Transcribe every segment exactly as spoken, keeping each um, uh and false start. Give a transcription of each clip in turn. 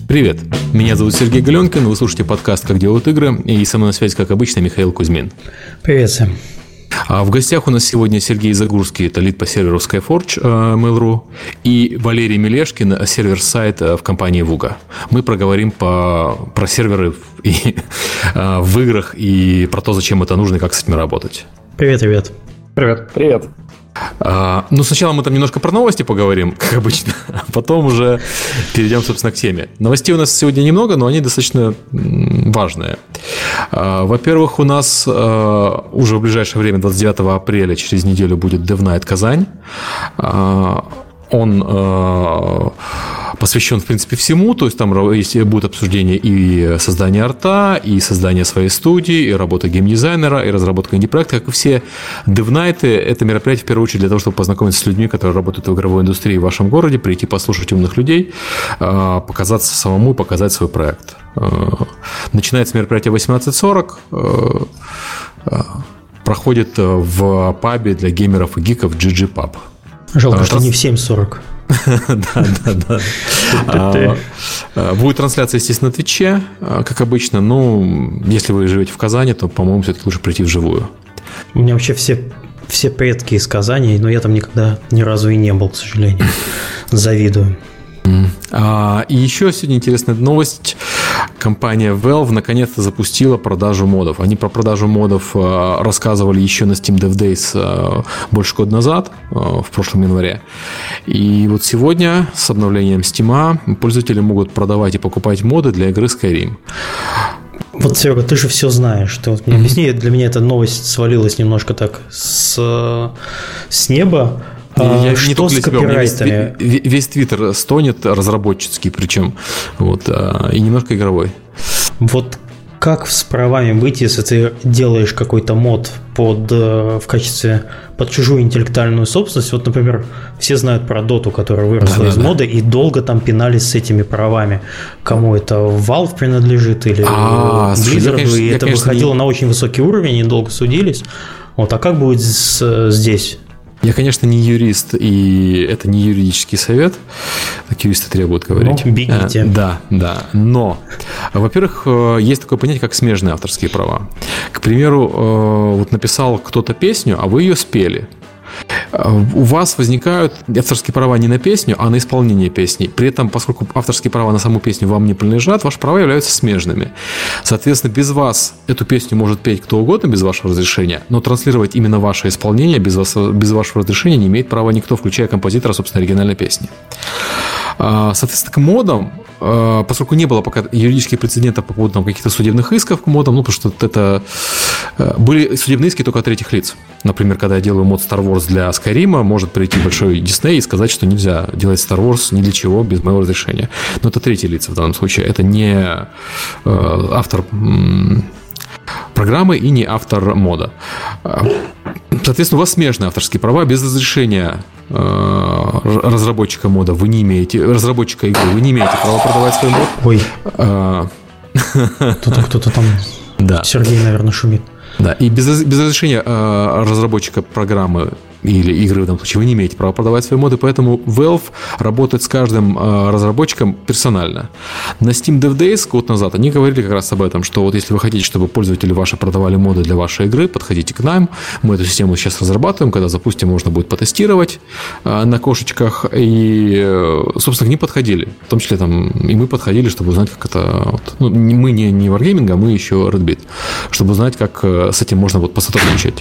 Привет, меня зовут Сергей Галенкин, вы слушаете подкаст «Как делают игры», и со мной на связи, как обычно, Михаил Кузьмин. Привет, Сэм. А в гостях у нас сегодня Сергей Загурский, это лид по серверу Skyforge Mail точка ру, и Валерий Мелешкин, сервер-сайт в компании Vuga. Мы проговорим по, про серверы и, в играх и про то, зачем это нужно и как с этим работать. Привет, ребят. Привет. Привет. А, ну, сначала мы там немножко про новости поговорим, как обычно, а потом уже перейдем, собственно, к теме. Новостей у нас сегодня немного, но они достаточно важные. А, во-первых, у нас а, уже в ближайшее время, двадцать девятого апреля, через неделю, будет DevNight Казань. А, он э, посвящен, в принципе, всему. То есть там будет обсуждение и создания арта, и создание своей студии, и работа геймдизайнера, и разработка инди-проекта. Как и все DevNight'ы, это мероприятие, в первую очередь, для того, чтобы познакомиться с людьми, которые работают в игровой индустрии в вашем городе, прийти послушать умных людей, э, показаться самому и показать свой проект. Э, начинается мероприятие в восемнадцать сорок. Э, э, проходит в пабе для геймеров и гиков джи джи Pub. Жалко, а, что трans... не в семь сорок. Да, да, да. Будет трансляция, естественно, на Твиче, как обычно. Ну, если вы живете в Казани, то, по-моему, все-таки лучше прийти вживую. У меня вообще все, все предки из Казани, но я там никогда ни разу и не был, к сожалению. Завидую. А, и еще сегодня интересная новость. Компания Valve наконец-то запустила продажу модов. Они про продажу модов а, рассказывали еще на Steam Dev Days а, больше года назад, а, в прошлом январе. И вот сегодня с обновлением Steam пользователи могут продавать и покупать моды для игры Skyrim. Вот, Серега, ты же все знаешь. Ты вот мне mm-hmm. объясни, для меня эта новость свалилась немножко так с, с неба. Я что не только с для тебя, весь, весь твиттер стонет разработческий, причем вот, и немножко игровой. Вот как с правами быть, если ты делаешь какой-то мод под, в качестве под чужую интеллектуальную собственность? Вот, например, все знают про Доту, которая выросла да, из да, мода, да. и долго там пинались с этими правами. Кому это Valve принадлежит или а, Blizzard, и я, это конечно, выходило не... на очень высокий уровень, и долго судились. Вот, а как будет с, здесь? Я, конечно, не юрист, и это не юридический совет, так юристы требуют говорить. Ну, бегите. А, да, да. Но, во-первых, есть такое понятие, как смежные авторские права. К примеру, вот написал кто-то песню, а вы ее спели. У вас возникают авторские права не на песню, а на исполнение песни. При этом, поскольку авторские права на саму песню вам не принадлежат, ваши права являются смежными. Соответственно, без вас эту песню может петь кто угодно без вашего разрешения, но транслировать именно ваше исполнение без, вас, без вашего разрешения не имеет права никто, включая композитора, собственно, оригинальной песни. Соответственно, к модам, поскольку не было пока юридических прецедентов по поводу там, каких-то судебных исков к модам, ну, потому что это были судебные иски только от третьих лиц. Например, когда я делаю мод Star Wars для Skyrim, может прийти большой Disney и сказать, что нельзя делать Star Wars ни для чего без моего разрешения. Но это третьи лица в данном случае. Это не автор программы и не автор мода. Соответственно, у вас смежные авторские права. Без разрешения разработчика мода вы не имеете, разработчика игры вы не имеете права продавать свой мод. Ой. Кто-то, кто-то там. Да. Сергей, наверное, шумит. Да, и без, без разрешения э, разработчика программы или игры в данном случае вы не имеете права продавать свои моды, поэтому Valve работает с каждым э, разработчиком персонально. На Steam Dev Days год назад они говорили как раз об этом, что вот если вы хотите, чтобы пользователи ваши продавали моды для вашей игры, подходите к нам, мы эту систему сейчас разрабатываем, когда запустим, можно будет потестировать э, на кошечках, и, э, собственно, к ним подходили, в том числе там и мы подходили, чтобы узнать, как это... Вот, ну, мы не, не Wargaming, а мы еще Red Beat, чтобы узнать, как э, с этим можно вот посотрудничать.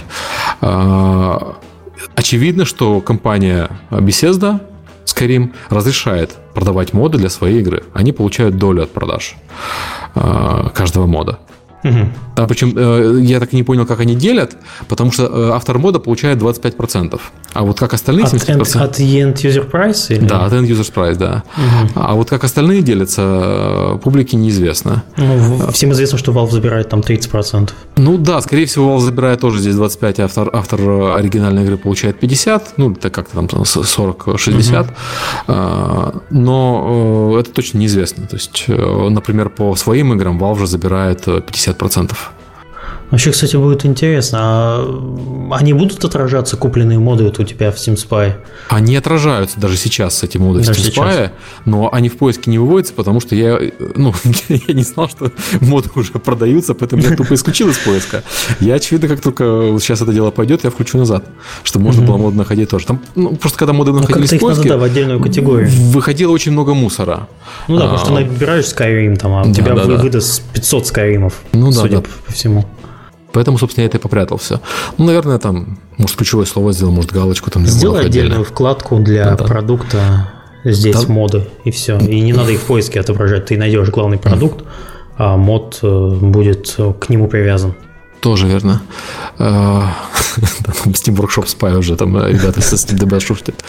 Очевидно, что компания Bethesda, Skyrim, разрешает продавать моды для своей игры. Они получают долю от продаж э, каждого мода. Угу. А причем э, я так и не понял, как они делят, потому что э, автор мода получает двадцать пять процентов. А вот как остальные семьдесят процентов... От end user price? Или? Да, от end user price, да. Угу. А вот как остальные делятся, публике неизвестно. Ну, всем известно, что Valve забирает там тридцать процентов. Ну да, скорее всего, Valve забирает тоже здесь двадцать пять, а автор, автор оригинальной игры получает пятьдесят, ну, это как-то там сорок-шестьдесят. Угу. Но это точно неизвестно. То есть, например, по своим играм Valve же забирает пятьдесят процентов. Вообще, кстати, будет интересно, а они будут отражаться, купленные моды вот у тебя в Steam Spy? Они отражаются даже сейчас, эти моды в Steam Spy, но они в поиске не выводятся, потому что я, ну, я не знал, что моды уже продаются, поэтому я тупо исключил из поиска. Я, очевидно, как только сейчас это дело пойдет, я включу назад, чтобы можно было моды находить тоже. Там, ну, просто когда моды находились в поиске, надо, да, в отдельную категорию. Выходило очень много мусора. Ну да, потому что набираешь Skyrim, там, а у тебя выдаст пятьсот Skyrim'ов, судя по всему. Поэтому, собственно, я это и попрятал все. Ну, наверное, там, может, ключевое слово сделал, может, галочку там сделал. Сделай отдельную вкладку для да, продукта, здесь да. моды, и все. И не надо их в поиске отображать. Ты найдешь главный продукт, а мод будет к нему привязан. Тоже верно. Steam Workshop Spy уже там ребята со SteamDB шутят.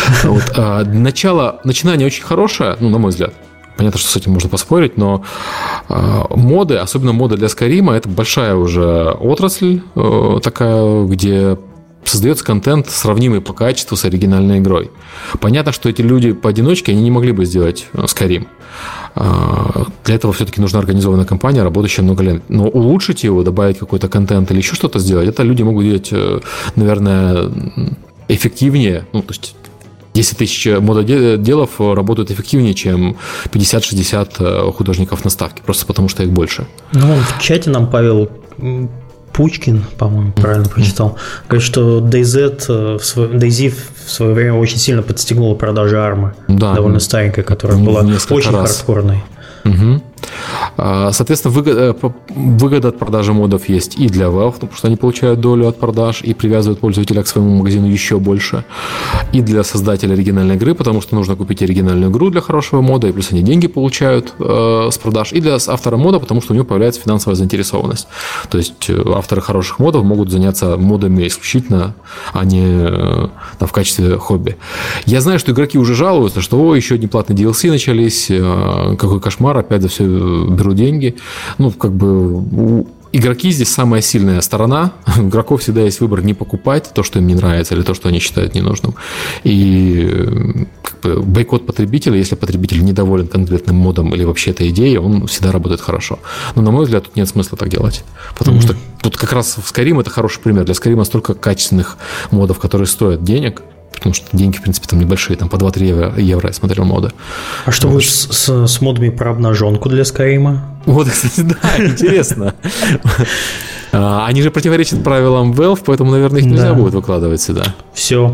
Начало, начинание очень хорошее, ну, на мой взгляд. Понятно, что с этим можно поспорить, но э, моды, особенно моды для Skyrim, это большая уже отрасль э, такая, где создается контент, сравнимый по качеству с оригинальной игрой. Понятно, что эти люди поодиночке, они не могли бы сделать Skyrim. Э, для этого все-таки нужна организованная компания, работающая много лет. Но улучшить его, добавить какой-то контент или еще что-то сделать, это люди могут делать, наверное, эффективнее, ну, то есть десять тысяч мододелов работают эффективнее, чем пятьдесят-шестьдесят художников на ставке, просто потому что их больше. Ну, в чате нам Павел Пучкин, по-моему, правильно mm-hmm. прочитал, говорит, что DayZ в свое, DayZ в свое время очень сильно подстегнула продажи армы, да, довольно старенькая, которая была очень раз. хардкорной. Угу. Соответственно, выгода, выгода от продажи модов есть и для Valve, потому что они получают долю от продаж и привязывают пользователя к своему магазину еще больше, и для создателя оригинальной игры, потому что нужно купить оригинальную игру для хорошего мода, и плюс они деньги получают э, с продаж, и для автора мода, потому что у него появляется финансовая заинтересованность. То есть авторы хороших модов могут заняться модами исключительно, а не э, в качестве хобби. Я знаю, что игроки уже жалуются, что о, еще одни платные ди эл си начались, э, какой кошмар, опять за все беру деньги. Ну, как бы у игроки здесь самая сильная сторона. У игроков всегда есть выбор не покупать то, что им не нравится, или то, что они считают ненужным. И как бы, бойкот потребителя, если потребитель недоволен конкретным модом или вообще этой идеей, он всегда работает хорошо. Но, на мой взгляд, тут нет смысла так делать. Потому mm-hmm. что тут как раз в Skyrim это хороший пример. Для Skyrim столько качественных модов, которые стоят денег, потому что деньги, в принципе, там небольшие, там по два-три евро, евро я смотрел моды. А что будет с, с, с модами про обнаженку для Skyrim? Вот, кстати, да, интересно. Они же противоречат правилам Valve, поэтому, наверное, их нельзя будет выкладывать сюда. Все.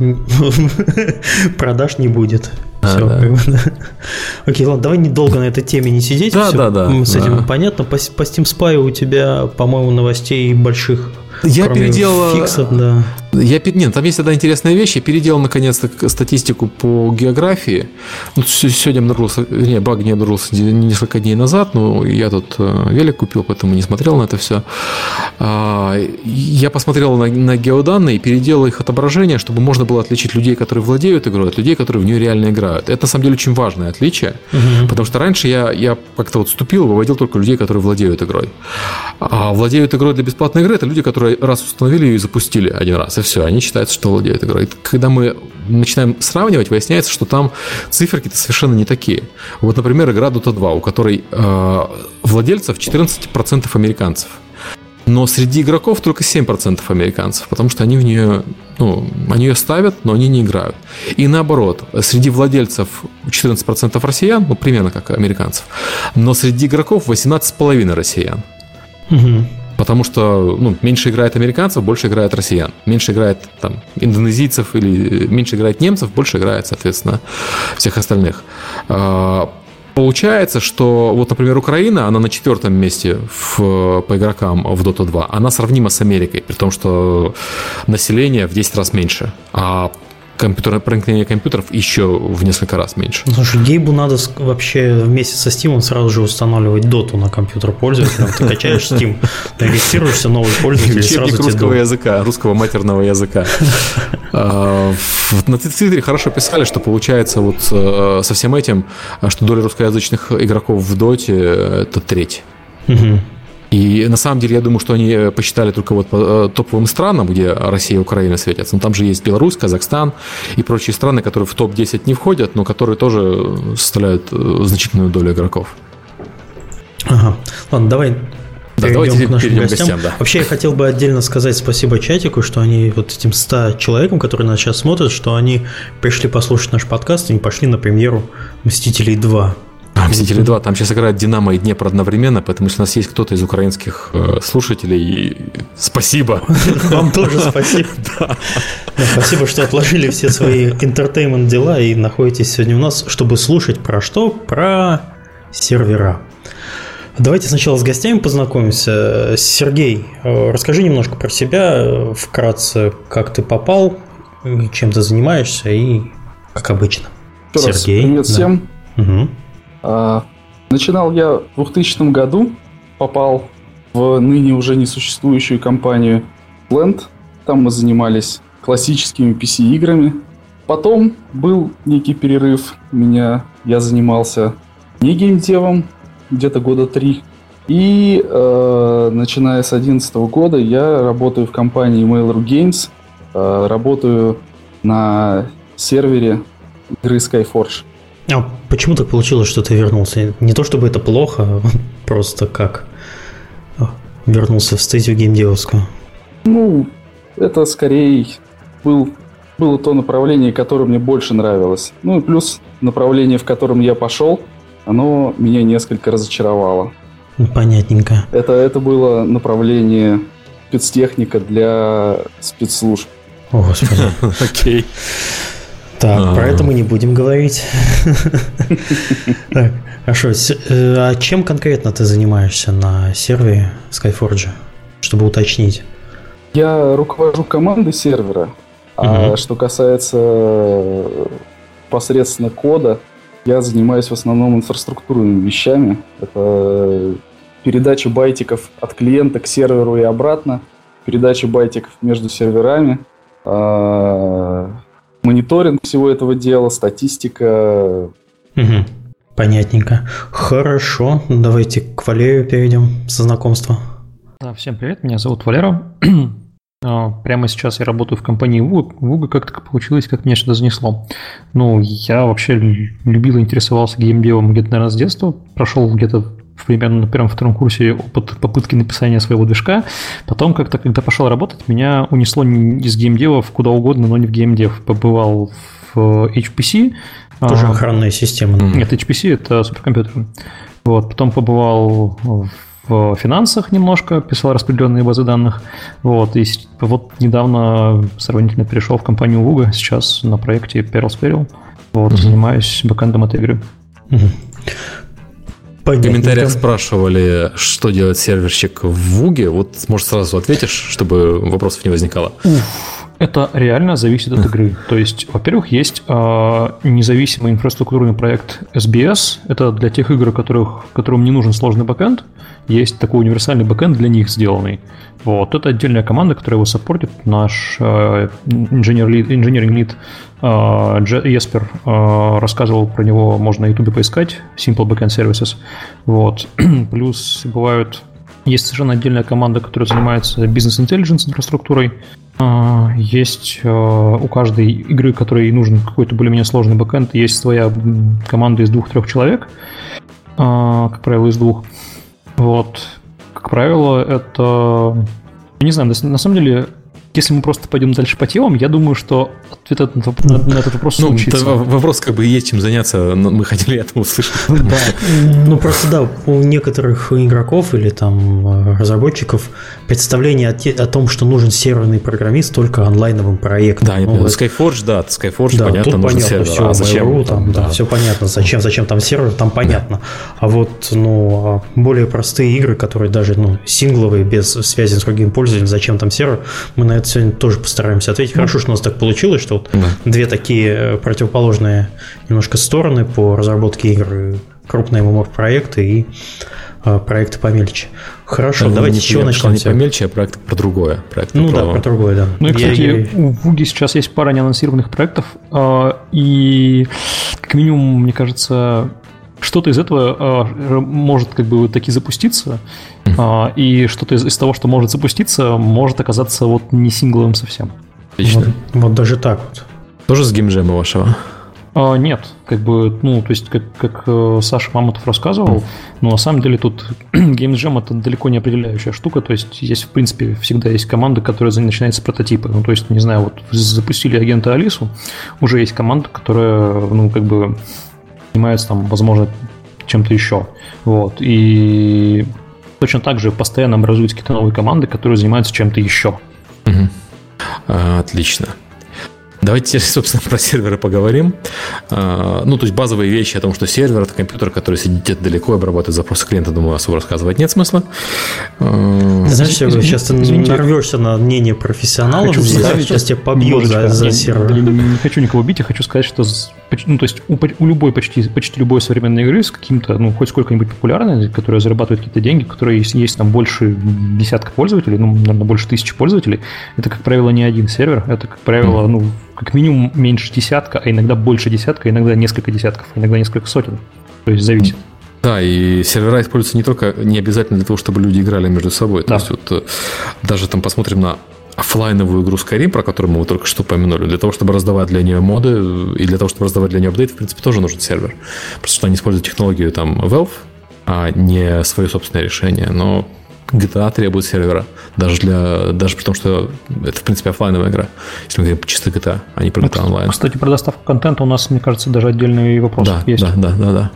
Продаж не будет. Все, как бы, да. Окей, ладно, давай недолго на этой теме не сидеть. Да, да, да. С этим понятно. По, по Steam Spy у тебя, по-моему, новостей больших. Я переделал... Фиксов, да. Я, нет, там есть одна интересная вещь. Я переделал, наконец-то, статистику по географии. Ну, сегодня обнаружился... Не, баг не обнаружился несколько дней назад, но я тут велик купил, поэтому не смотрел на это все. Я посмотрел на, на геоданные и переделал их отображение, чтобы можно было отличить людей, которые владеют игрой, от людей, которые в нее реально играют. Это, на самом деле, очень важное отличие, угу. потому что раньше я, я как-то вот вступил, выводил только людей, которые владеют игрой. А владеют игрой для бесплатной игры — это люди, которые раз установили ее и запустили один раз, и все, они считают, что владеют игрой. Когда мы начинаем сравнивать, выясняется, что там циферки-то совершенно не такие. Вот, например, игра Дота два, у которой э, владельцев четырнадцать процентов американцев. Но среди игроков только семь процентов американцев, потому что они в нее, ну, они ее ставят, но они не играют. И наоборот, среди владельцев четырнадцать процентов россиян, ну, примерно как американцев, но среди игроков восемнадцать целых пять десятых россиян. Угу. Потому что, ну, меньше играет американцев, больше играет россиян. Меньше играет там индонезийцев или меньше играет немцев, больше играет, соответственно, всех остальных. Получается, что вот, например, Украина, она на четвертом месте в, по игрокам в Дота два. Она сравнима с Америкой, при том, что население в десять раз меньше. А компьютер, проникновение компьютеров еще в несколько раз меньше. Слушай, Гейбу надо вообще вместе со Steam сразу же устанавливать доту на компьютер пользователя. Ты качаешь Steam, регистрируешься, новый пользователь, сразу тебе русского языка, русского матерного языка. На Твиттере хорошо писали, что получается вот со всем этим, что доля русскоязычных игроков в доте — это треть. И на самом деле я думаю, что они посчитали только вот по топовым странам, где Россия и Украина светятся. Но там же есть Беларусь, Казахстан и прочие страны, которые в топ десять не входят, но которые тоже составляют значительную долю игроков. Ага. Ладно, давай Да, давайте к нашим гостям. гостям да. Вообще, я хотел бы отдельно сказать спасибо чатику, что они вот этим ста человекам, которые нас сейчас смотрят, что они пришли послушать наш подкаст и не пошли на премьеру «Мстителей два». А, «Мстители два», там сейчас играют «Динамо» и «Днепр» одновременно, поэтому если у нас есть кто-то из украинских э, слушателей, спасибо. Вам тоже спасибо. Спасибо, что отложили все свои интертеймент-дела и находитесь сегодня у нас, чтобы слушать про что? Про сервера. Давайте сначала с гостями познакомимся. Сергей, расскажи немножко про себя, вкратце, как ты попал, чем ты занимаешься и как обычно. Еще Сергей, раз привет да. всем. Угу. А, начинал я в двухтысячном году, попал в ныне уже несуществующую компанию Blend. Там мы занимались классическими пи си-играми. Потом был некий перерыв. У меня я занимался не геймдевом, где-то года три. И э, начиная с две тысячи одиннадцатого года я работаю в компании Mail.ru Games. Э, работаю на сервере игры Skyforge. А почему так получилось, что ты вернулся? Не то чтобы это плохо, просто как вернулся в стезию геймдевовскую? Ну, это скорее был, было то направление, которое мне больше нравилось. Ну и плюс направление, в котором я пошел, оно меня несколько разочаровало. Понятненько. Это, это было направление спецтехника для спецслужб. О, Господи. Окей. Так, про это мы не будем говорить. Так, хорошо. А чем конкретно ты занимаешься на сервере Skyforge, чтобы уточнить? Я руковожу командой сервера. А что касается непосредственно кода, я занимаюсь в основном инфраструктурными вещами. Это передача байтиков от клиента к серверу и обратно, передача байтиков между серверами, мониторинг всего этого дела, статистика. Угу. Понятненько. Хорошо. Давайте к Валерию перейдем со знакомства. Да, всем привет. Меня зовут Валера. Прямо сейчас я работаю в компании Вуга. Вуга как так получилось, как меня сюда занесло. Ну, я вообще любил и интересовался геймдевом где-то, наверное, с детства. Прошел где-то примерно на первом-втором курсе опыт попытки написания своего движка. Потом как-то, когда пошел работать, меня унесло из геймдевов куда угодно, но не в геймдев. Побывал в эйч пи си. Тоже а, охранная система. Нет, эйч пи си – это суперкомпьютер. Вот. Потом побывал в финансах немножко, писал распределенные базы данных. Вот. И вот недавно сравнительно перешел в компанию Вуга. Сейчас на проекте Perl Sparrow. Вот. Mm-hmm. Занимаюсь бэкэндом этой игры. Mm-hmm. В комментариях спрашивали, что делает серверщик в Вуге. Вот, может, сразу ответишь, чтобы вопросов не возникало. Это реально зависит от игры. То есть, во-первых, есть э, независимый инфраструктурный проект эс би эс. Это для тех игр, которых, которым не нужен сложный бэкэнд. Есть такой универсальный бэкэнд для них сделанный. Вот. Это отдельная команда, которая его саппортит. Наш э, инженеринг-лид э, Еспер э, рассказывал про него, можно на ютубе поискать. Simple Backend Services. Вот. Плюс бывают... Есть совершенно отдельная команда, которая занимается бизнес-интеллигенс инфраструктурой. Есть у каждой игры, которой нужен какой-то более-менее сложный бэкэнд, есть своя команда из двух-трех человек, как правило, из двух. Вот. Как правило, это... Я не знаю, на самом деле... Если мы просто пойдем дальше по темам, я думаю, что ответ на, на этот вопрос ну, случится. Вопрос как бы есть чем заняться, но мы хотели это услышать. Да. Ну, просто да, у некоторых игроков или там разработчиков представление о, те, о том, что нужен серверный программист только онлайновым проектом. Да, ну, Skyforge, да, Skyforge, да, понятно, тут нужен понятно, сервер. все, а зачем? Mail.ru, там, да, да, все понятно, зачем, зачем там сервер, там понятно. Да. А вот, ну, более простые игры, которые даже, ну, сингловые, без связи с другим пользователем, зачем там сервер, мы на это сегодня тоже постараемся ответить. Хорошо, что у нас так получилось, что вот да. две такие противоположные немножко стороны по разработке игр. Крупные эм эм о-проекты и а, проекты помельче. Хорошо, да, давайте с чего начнем? Не помельче, а проект про другое. Проект ну про... да, про другое, да. Ну и, кстати, я... у Вуги сейчас есть пара неанонсированных проектов, и как минимум, мне кажется... Что-то из этого э, может как бы вот таки запуститься, э, и что-то из, из того, что может запуститься, может оказаться вот не сингловым совсем. Отлично. Вот, вот даже так вот. Тоже с геймджема вашего? А, нет, как бы, ну, то есть, как, как Саша Мамонтов рассказывал, но на самом деле тут Games Jam это далеко не определяющая штука, то есть, есть, в принципе, всегда есть команда, которая начинается с прототипа. Ну, то есть, не знаю, вот запустили агента Алису, уже есть команда, которая, ну, как бы занимается там, возможно, чем-то еще. Вот. И точно так же постоянно образуются какие-то новые команды, которые занимаются чем-то еще. Угу. А, отлично. Давайте, собственно, про серверы поговорим. Ну, то есть базовые вещи о том, что сервер – это компьютер, который сидит где-то далеко и обрабатывает запросы клиента, думаю, особо рассказывать нет смысла. Знаешь, Серега, сейчас ты нарвешься на мнение профессионалов, хочу здесь, сейчас тебя побьют за, за сервер. Я не хочу никого бить, я хочу сказать, что ну, то есть у, у любой, почти, почти любой современной игры с каким-то, ну, хоть сколько-нибудь популярной, которая зарабатывает какие-то деньги, которые есть, есть там больше десятка пользователей, ну, наверное, больше тысячи пользователей, это, как правило, не один сервер, это, как правило, ну, как минимум меньше десятка, а иногда больше десятка, иногда несколько десятков, иногда несколько сотен. То есть зависит. Да, и сервера используются не только, не обязательно для того, чтобы люди играли между собой. То да. есть вот даже там посмотрим на офлайновую игру Skyrim, про которую мы только что упомянули, для того, чтобы раздавать для нее моды и для того, чтобы раздавать для нее апдейты, в принципе, тоже нужен сервер. Просто что они используют технологию там Valve, а не свое собственное решение. Но джи ти эй требует сервера, даже, для, даже при том, что это, в принципе, офлайновая игра, если мы говорим чисто джи ти эй, а не про джи ти эй онлайн. Кстати, про доставку контента у нас, мне кажется, даже отдельный вопрос да, есть. Да, да, да, да.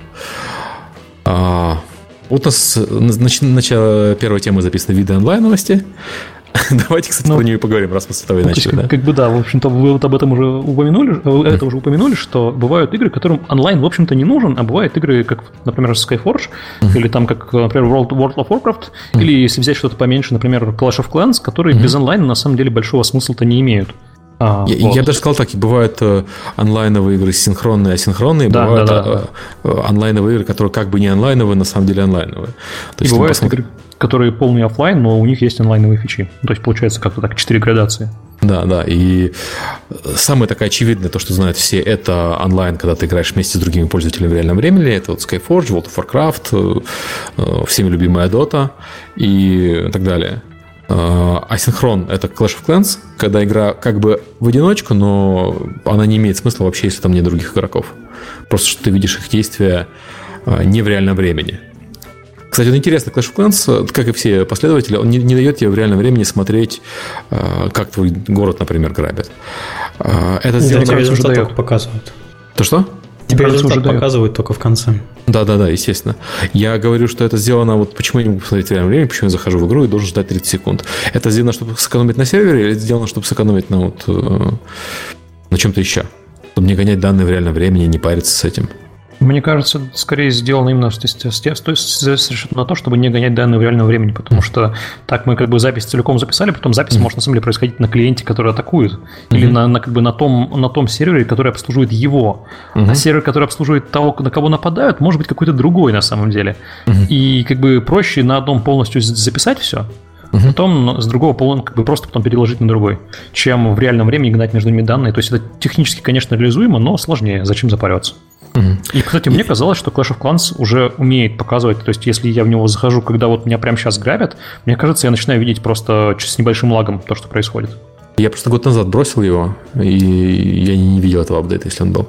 А, вот у нас нач, начало первой темы записаны виды онлайн-новости. Давайте, кстати, ну, про нее поговорим, раз мы с этого и начали. Да? Как бы да, в общем-то, вы вот об этом уже упомянули, это уже упомянули, что бывают игры, которым онлайн, в общем-то, не нужен, а бывают игры, как, например, Skyforge, uh-huh. или там, как, например, World, World of Warcraft, uh-huh. или если взять что-то поменьше, например, Clash of Clans, которые uh-huh. без онлайна на самом деле большого смысла-то не имеют. А, я, вот. я бы даже сказал так, бывают э, онлайновые игры синхронные, асинхронные, да, бывают да, да, э, э, онлайновые игры, которые как бы не онлайновые, на самом деле онлайновые. То и есть, бывают посмотри... игры, которые полный офлайн, но у них есть онлайновые фичи. То есть получается как-то так четыре градации. Да, да, и самое такое очевидное, то, что знают все, это онлайн, когда ты играешь вместе с другими пользователями в реальном времени. Это вот Skyforge, World of Warcraft, э, всеми любимая Dota и так далее. Асинхрон — это Clash of Clans, когда игра как бы в одиночку, но она не имеет смысла вообще, если там нет других игроков. Просто что ты видишь их действия не в реальном времени. Кстати, вот интересно, Clash of Clans, как и все последователи, он не, не дает тебе в реальном времени смотреть, как твой город, например, грабят. Это сделано, тебе результат только показывают. То что? Тебе результат показывают только в конце. Да-да-да, естественно. Я говорю, что это сделано, вот почему я не могу посмотреть в реальном времени, почему я захожу в игру и должен ждать тридцать секунд. Это сделано, чтобы сэкономить на сервере, или это сделано, чтобы сэкономить на, вот, на чем-то еще? Чтобы не гонять данные в реальном времени, не париться с этим. Мне кажется, скорее сделано именно с, с, с, с, на то, чтобы не гонять данные в реальном времени, потому что так мы как бы запись целиком записали, потом запись mm-hmm. может на самом деле происходить на клиенте, который атакует, mm-hmm. или на, на, как бы на, том, на том сервере, который обслуживает его. Mm-hmm. А сервер, который обслуживает того, на кого нападают, может быть какой-то другой на самом деле. Mm-hmm. И как бы проще на одном полностью записать все, Uh-huh. потом с другого пола как бы просто потом переложить на другой, чем в реальном времени гнать между ними данные. То есть это технически, конечно, реализуемо, но сложнее. Зачем запариваться? Uh-huh. И, кстати, мне казалось, что Clash of Clans уже умеет показывать, то есть если я в него захожу, когда вот меня прямо сейчас грабят, мне кажется, я начинаю видеть просто с небольшим лагом то, что происходит. Я просто год назад бросил его, и я не видел этого апдейта, если он был.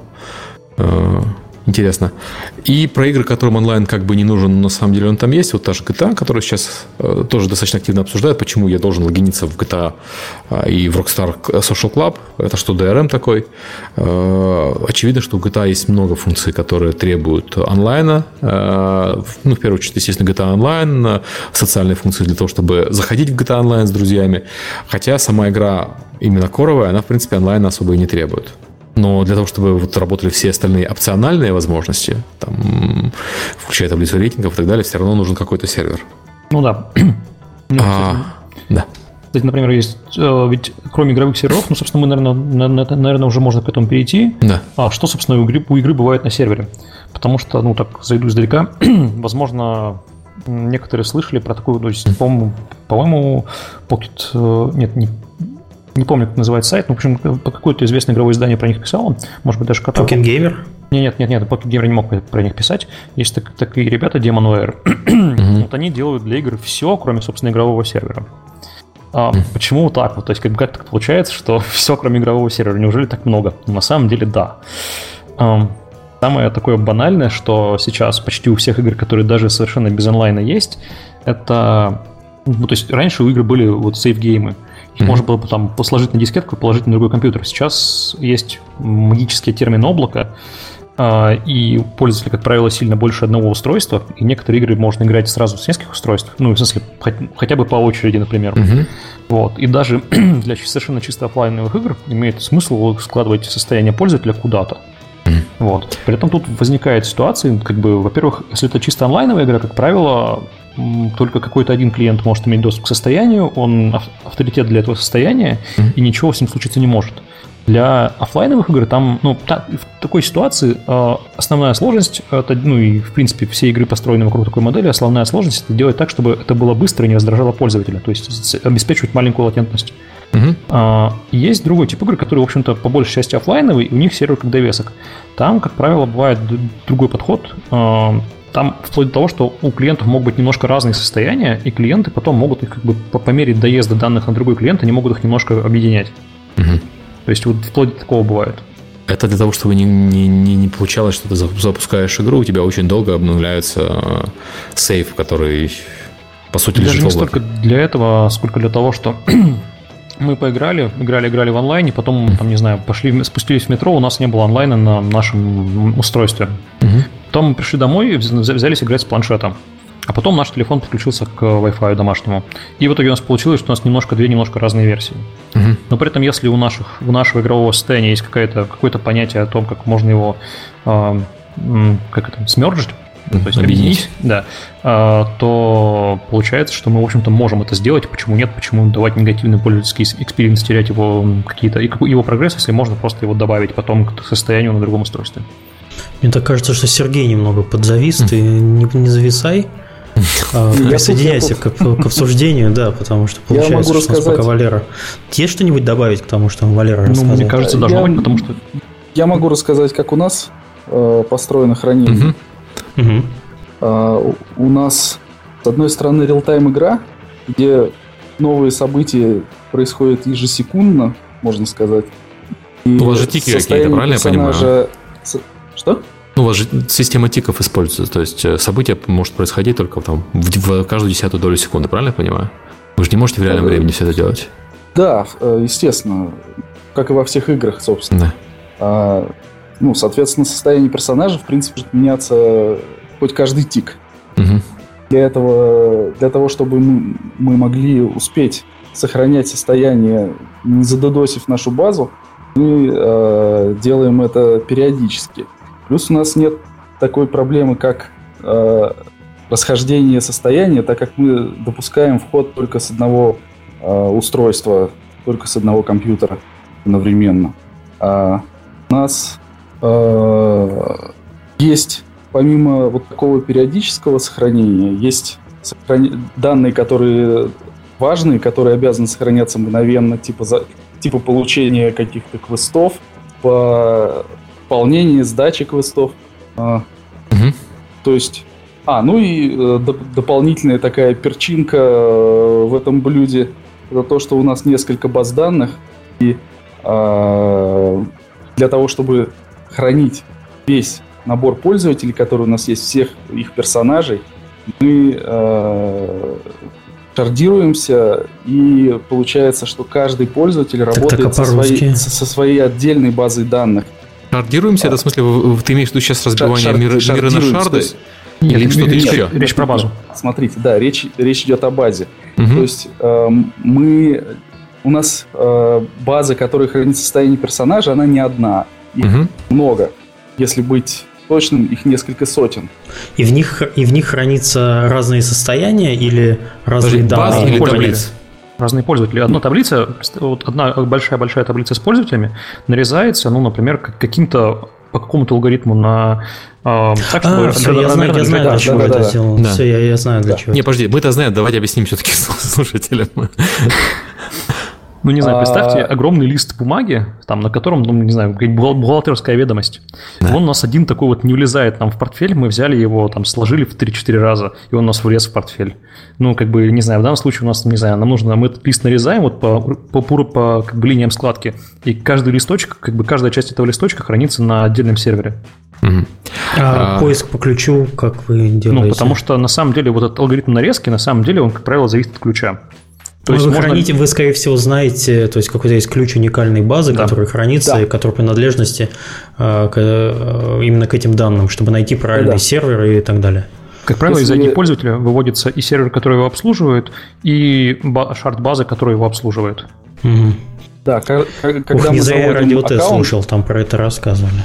Интересно. И про игры, которым онлайн как бы не нужен, но на самом деле он там есть. Вот та же джи ти эй, которую сейчас э, тоже достаточно активно обсуждают, почему я должен логиниться в джи ти эй э, и в Rockstar Social Club. Это что, ди ар эм такой. Э, очевидно, что у джи ти эй есть много функций, которые требуют онлайна. Э, ну, в первую очередь, естественно, джи ти эй онлайн, социальные функции для того, чтобы заходить в джи ти эй онлайн с друзьями. Хотя сама игра именно коровая, она, в принципе, онлайна особо и не требует. Но для того, чтобы вот работали все остальные опциональные возможности, там, включая таблицу рейтингов и так далее, все равно нужен какой-то сервер. Ну да. А, да. Кстати, например, есть, ведь кроме игровых серверов, ну, собственно, мы, наверное, наверное, уже можно к этому перейти. Да. А что, собственно, у игры, у игры бывает на сервере? Потому что, ну, так, зайду издалека, возможно, некоторые слышали про такую, то есть, по-моему, по-моему, Pocket, нет, не Не помню, как называется сайт, но, в общем, какое-то известное игровое издание про них писало. Может быть, даже каталог. Pocket Gamer? Нет, нет, нет, Pocket Gamer не мог про них писать. Есть так, такие ребята, Demonware. Mm-hmm. Вот они делают для игр все, кроме, собственно, игрового сервера. А mm-hmm. почему так? Вот, то есть, как, как так получается, что все, кроме игрового сервера? Неужели так много? На самом деле, да. самое такое банальное, что сейчас почти у всех игр, которые даже совершенно без онлайна есть, это... Ну, то есть раньше у игр были вот сейф-геймы. Их mm-hmm. можно было там посложить на дискетку и положить на другой компьютер. Сейчас есть магический термин облака, и пользователи, как правило, сильно больше одного устройства, и некоторые игры можно играть сразу с нескольких устройств, ну, в смысле, хотя бы по очереди, например. Mm-hmm. Вот. И даже для совершенно чисто офлайновых игр имеет смысл складывать состояние пользователя куда-то. Mm-hmm. Вот. При этом тут возникает ситуация, как бы, во-первых, если это чисто онлайновая игра, как правило, только какой-то один клиент может иметь доступ к состоянию, он авторитет для этого состояния, mm-hmm. и ничего с ним случиться не может. Для офлайновых игр там, ну, та, в такой ситуации э, основная сложность, это, ну и в принципе все игры построены вокруг такой модели, основная сложность это делать так, чтобы это было быстро и не раздражало пользователя, то есть обеспечивать маленькую латентность. Uh-huh. А, есть другой тип игр, который, в общем-то, по большей части офлайновый, и у них сервер как довесок. Там, как правило, бывает другой подход. А, там вплоть до того, что у клиентов могут быть немножко разные состояния, и клиенты потом могут их как бы по, по мере доезда данных на другой клиент, они могут их немножко объединять. Uh-huh. То есть вот вплоть до такого бывает. Это для того, чтобы не, не, не получалось, что ты запускаешь игру, у тебя очень долго обновляется сейф, который, по сути, лежит в облаке. Даже не столько для этого, сколько для того, что мы поиграли, играли, играли в онлайне, потом, там, не знаю, пошли, спустились в метро, у нас не было онлайна на нашем устройстве. Угу. Потом мы пришли домой и взялись играть с планшетом. А потом наш телефон подключился к Wi-Fi домашнему. И в итоге у нас получилось, что у нас немножко две немножко разные версии. Uh-huh. Но при этом, если у, наших, у нашего игрового состояния есть какое-то, какое-то понятие о том, как можно его э, как это, смержить, uh-huh. то есть объединить, да, э, то получается, что мы, в общем-то, можем это сделать. Почему нет? Почему давать негативный пользовательский экспириенс, терять его какие-то его прогресс, если можно просто его добавить потом к состоянию на другом устройстве? Мне так кажется, что Сергей немного подзавис, uh-huh. ты не, не зависай. Присоединяйся к, к обсуждению, да, потому что получается, что у нас пока Валера. Есть что-нибудь добавить к тому, что Валера рассказал? Ну, мне кажется, должно быть, потому что... Я могу рассказать, как у нас э, построено хранение. Угу. Угу. Э, у нас, с одной стороны, реал-тайм игра, где новые события происходят ежесекундно, можно сказать. И у вас же тики какие-то, правильно я понимаю? Что? Ну, у вас же система тиков используется, то есть событие может происходить только там, в, в каждую десятую долю секунды, правильно я понимаю? Вы же не можете в реальном времени все это делать? Да, естественно, как и во всех играх, собственно. Да. А, ну, соответственно, состояние персонажа, в принципе, может меняться хоть каждый тик. Угу. Для этого, для того, чтобы мы, мы могли успеть сохранять состояние, не задодосив нашу базу, мы э, делаем это периодически. Плюс у нас нет такой проблемы, как э, расхождение состояния, так как мы допускаем вход только с одного э, устройства, только с одного компьютера одновременно. А у нас э, есть, помимо вот такого периодического сохранения, есть сохран... данные, которые важные, которые обязаны сохраняться мгновенно, типа, за... типа получения каких-то квестов, по... выполнение, сдачи квестов. А, угу. То есть... А, ну и э, доп- дополнительная такая перчинка э, в этом блюде. Это то, что у нас несколько баз данных. И э, для того, чтобы хранить весь набор пользователей, который у нас есть, всех их персонажей, мы э, шардируемся, и получается, что каждый пользователь так, работает так, со, своей, со, со своей отдельной базой данных. Шардируемся? А. Это в смысле, ты имеешь в виду сейчас разбивание Шар, мира, мира на шарды? Нет, или что-то речь, еще? Речь про базу. Смотрите, да, речь, речь идет о базе. Угу. То есть э, мы, у нас э, база, которая хранит состояние персонажа, она не одна. Их угу. много. Если быть точным, их несколько сотен. И в них, и в них хранятся разные состояния или разные данные? Или таблицы? Разные пользователи. Одна таблица, вот одна большая-большая таблица с пользователями нарезается, ну, например, каким-то по какому-то алгоритму на... Э, так, а, все, я знаю, я знаю, для чего да, это да, сделано. Да. Все, я, я знаю, для да. чего. Не, подожди, мы-то знаем, давайте объясним все-таки слушателям. Ну, не знаю, представьте а... огромный лист бумаги, там, на котором, ну, не знаю, бухгалтерская ведомость. Да. Он у нас один такой вот не влезает нам в портфель, мы взяли его, там, сложили в три-четыре раза, и он у нас влез в портфель. Ну, как бы, не знаю, в данном случае у нас, не знаю, нам нужно, мы этот лист нарезаем вот по, по, по, по как бы, линиям складки, и каждый листочек, как бы, каждая часть этого листочка хранится на отдельном сервере. Угу. А, а поиск по ключу, как вы делаете? Ну, потому что, на самом деле, вот этот алгоритм нарезки, на самом деле, он, как правило, зависит от ключа. То есть вы можно... храните, вы, скорее всего, знаете, то есть какой-то есть ключ уникальной базы, да. который хранится, да. и который принадлежности э, к, э, именно к этим данным, чтобы найти правильный да. сервер и так далее. Как правило, Если... из ай ди пользователя выводится и сервер, который его обслуживает, и шарт базы, которая его обслуживает. Угу. Да, когда Ух, мы не зря я радио аккаунт... слушал, там про это рассказывали.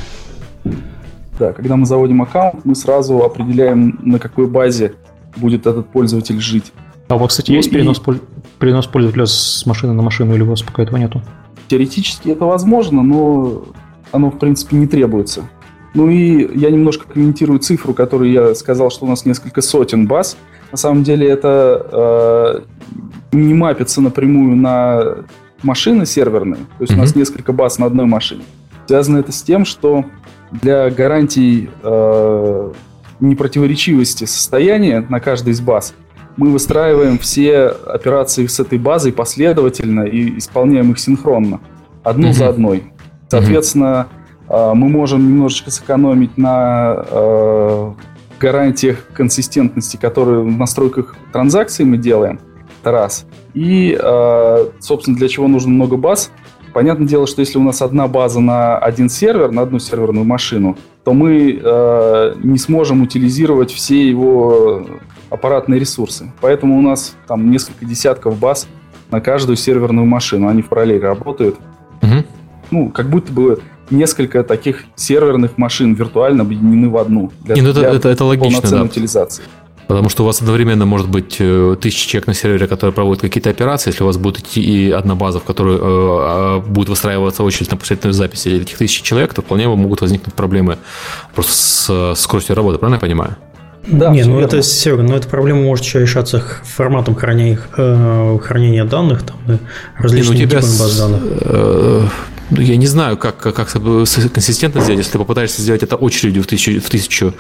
Да, когда мы заводим аккаунт, мы сразу определяем, на какой базе будет этот пользователь жить. А у вас, кстати, ну, есть и... перенос, перенос пользователя с машины на машину, или у вас пока этого нету? Теоретически это возможно, но оно, в принципе, не требуется. Ну и я немножко комментирую цифру, которую я сказал, что у нас несколько сотен баз. На самом деле это э, не мапится напрямую на машины серверные, то есть mm-hmm. у нас несколько баз на одной машине. Связано это с тем, что для гарантий э, непротиворечивости состояния на каждой из баз мы выстраиваем все операции с этой базой последовательно и исполняем их синхронно, одну mm-hmm. за одной. Соответственно, mm-hmm. мы можем немножечко сэкономить на э, гарантиях консистентности, которые в настройках транзакций мы делаем. Это раз. И, э, собственно, для чего нужно много баз? Понятное дело, что если у нас одна база на один сервер, на одну серверную машину, то мы э, не сможем утилизировать все его аппаратные ресурсы. Поэтому у нас там несколько десятков баз на каждую серверную машину. Они в параллели работают. Угу. Ну, как будто бы несколько таких серверных машин виртуально объединены в одну. Для, Не, ну это, для это, это логично, полноценной да. утилизации. Потому что у вас одновременно может быть тысяча человек на сервере, которые проводят какие-то операции. Если у вас будет идти и одна база, в которую э, будет выстраиваться очередь на последовательную запись этих тысяч человек, то вполне могут возникнуть проблемы просто с скоростью работы. Правильно я понимаю? Да, не, ну это все, но эта проблема может еще решаться форматом хранения, э, хранения данных, там, различными типами баз данных. Э, я не знаю, как, как, как консистентно сделать, если ты попытаешься сделать это очередью в тысячу, в тысячу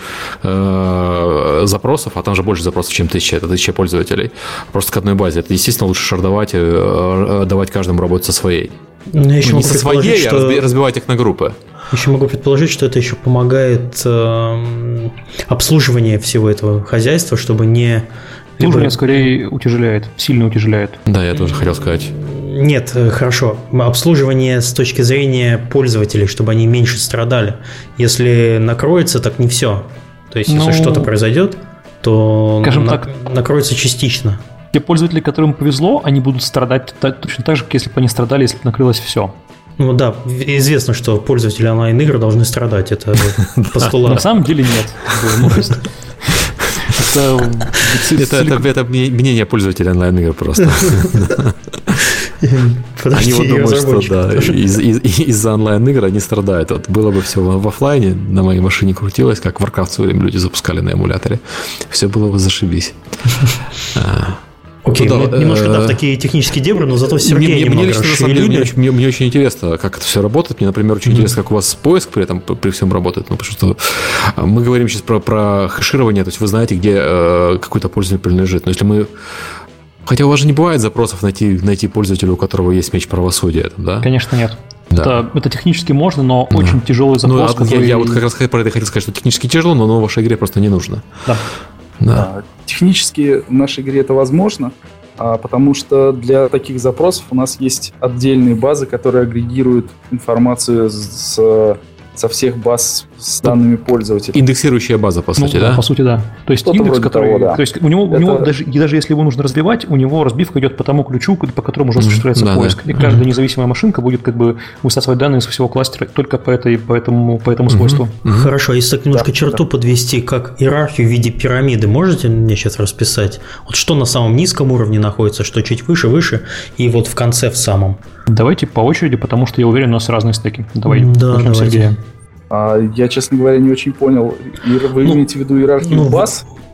э, запросов, а там же больше запросов, чем тысяча, это тысяча пользователей, просто к одной базе. Это, естественно, лучше шардовать, э, давать каждому работать со своей. Ну, я еще ну, могу не со своей, что... а разбивать их на группы. Еще могу предположить, что это еще помогает э, обслуживание всего этого хозяйства, чтобы не... Обслуживание либо... скорее утяжеляет, сильно утяжеляет. Да, я тоже хотел сказать. Нет, хорошо. Обслуживание с точки зрения пользователей, чтобы они меньше страдали. Если накроется, так не все. То есть, если ну, что-то произойдет, то скажем на... так, накроется частично. Те пользователи, которым повезло, они будут страдать точно так же, как если бы они страдали, если бы накрылось все. Ну да, известно, что пользователи онлайн-игр должны страдать. Это постулат. На самом деле нет. Это мнение пользователей онлайн-игр просто. Они вот думают, что да, из-за онлайн-игр они страдают. Вот было бы все в офлайне, на моей машине крутилось, как Warcraft в свое время люди запускали на эмуляторе. Все было бы зашибись. Окей, okay, ну, немножко да, в такие технические дебри, но зато Сергей мне, немного мне лично, на самом деле, мне, мне, мне очень интересно, как это все работает. Мне, например, очень mm-hmm. интересно, как у вас поиск при этом при всем работает. Ну, потому что мы говорим сейчас про, про хэширование, то есть вы знаете, где э, какой-то пользователь принадлежит. Но если мы... Хотя у вас же не бывает запросов найти, найти пользователя, у которого есть меч правосудия, да? Конечно, нет. Да. Это, это технически можно, но да. очень тяжелый запрос. Ну, а который... я, я вот как раз про это хотел сказать, что технически тяжело, но, но в вашей игре просто не нужно. Да. Да. Да. Технически в нашей игре это возможно, потому что для таких запросов у нас есть отдельные базы, которые агрегируют информацию с, со всех баз с данными пользователей. Индексирующая база, по сути, ну, да? По сути, да. То есть Что-то индекс, который... Того, да. То есть у него, это... у него даже, и даже если его нужно разбивать, у него разбивка идет по тому ключу, по которому уже осуществляется да, поиск. Да. И каждая независимая машинка будет как бы высасывать данные из всего кластера только по, этой, по этому, по этому свойству. Хорошо, если так немножко да, черту да. подвести, как иерархию в виде пирамиды, можете мне сейчас расписать? Вот что на самом низком уровне находится, что чуть выше, выше, и вот в конце в самом? Давайте по очереди, потому что я уверен, у нас разные стеки. Давай да, начнем с Сергея. Я, честно говоря, не очень понял. Вы ну, имеете в виду иерархию ну, баз?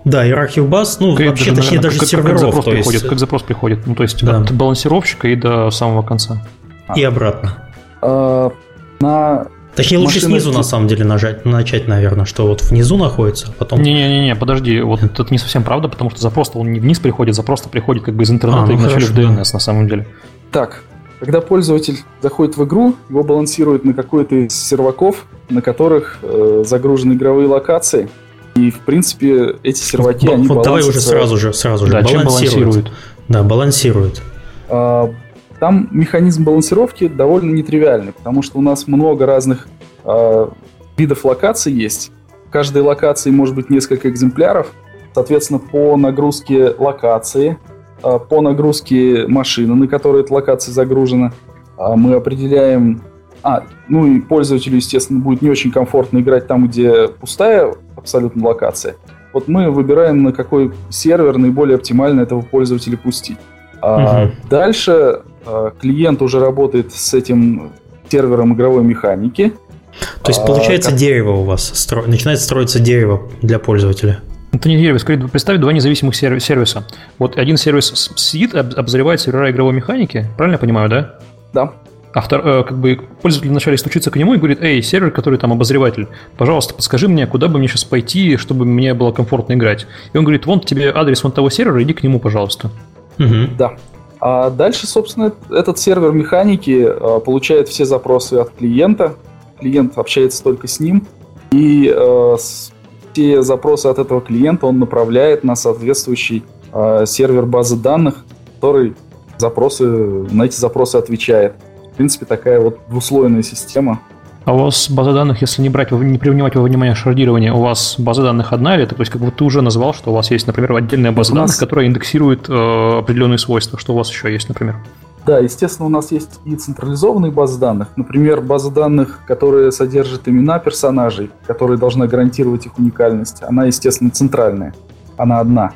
Да, иерархию баз, ну, как вообще, даже, точнее, наверное, даже как, серверов. Как запрос, то есть... приходит, как запрос приходит, ну, то есть да. от балансировщика и до самого конца. И обратно. А, на... Точнее, лучше машины... снизу, на самом деле, нажать, начать, наверное, что вот внизу находится, а потом... Не-не-не, подожди, вот это не совсем правда, потому что запрос-то он не вниз приходит, запрос-то приходит как бы из интернета а, ну и вначале в ди эн эс, на самом деле. Так, когда пользователь заходит в игру, его балансируют на какой-то из серваков, на которых э, загружены игровые локации, и, в принципе, эти серваки, Б- они вот балансируют... Давай уже сразу же, сразу же. Да, балансируют. Чем балансируют? Да, балансируют. А, там механизм балансировки довольно нетривиальный, потому что у нас много разных а, видов локаций есть. В каждой локации может быть несколько экземпляров. Соответственно, по нагрузке локации, а, по нагрузке машины, на которой эта локация загружена, а, мы определяем... А, ну и пользователю, естественно, будет не очень комфортно играть там, где пустая абсолютно локация. Вот мы выбираем, на какой сервер наиболее оптимально этого пользователя пустить. А угу. Дальше а, клиент уже работает с этим сервером игровой механики. То есть, получается, а, как... дерево у вас, стро... начинает строиться дерево для пользователя. Это не дерево, скорее представь два независимых сервиса. Вот один сервис сидит, обозревает сервера игровой механики, правильно я понимаю, да? Да. А втор, как бы пользователь вначале стучится к нему и говорит: эй, сервер, который там обозреватель, пожалуйста, подскажи мне, куда бы мне сейчас пойти, чтобы мне было комфортно играть. И он говорит: вон тебе адрес вон того сервера, иди к нему, пожалуйста. Угу. Да. А дальше, собственно, этот сервер механики а, получает все запросы от клиента. Клиент общается только с ним. И а, с, все запросы от этого клиента он направляет на соответствующий а, сервер базы данных, который запросы, на эти запросы отвечает. В принципе, такая вот двуслойная система. А у вас база данных, если не брать, не принимать во внимание шардирование, у вас база данных одна или это? То есть, как бы ты уже назвал, что у вас есть, например, отдельная база у данных, нас... которая индексирует э, определенные свойства. Что у вас еще есть, например? Да, естественно, у нас есть и централизованные базы данных. Например, база данных, которая содержит имена персонажей, которые должны гарантировать их уникальность. Она, естественно, центральная. Она одна.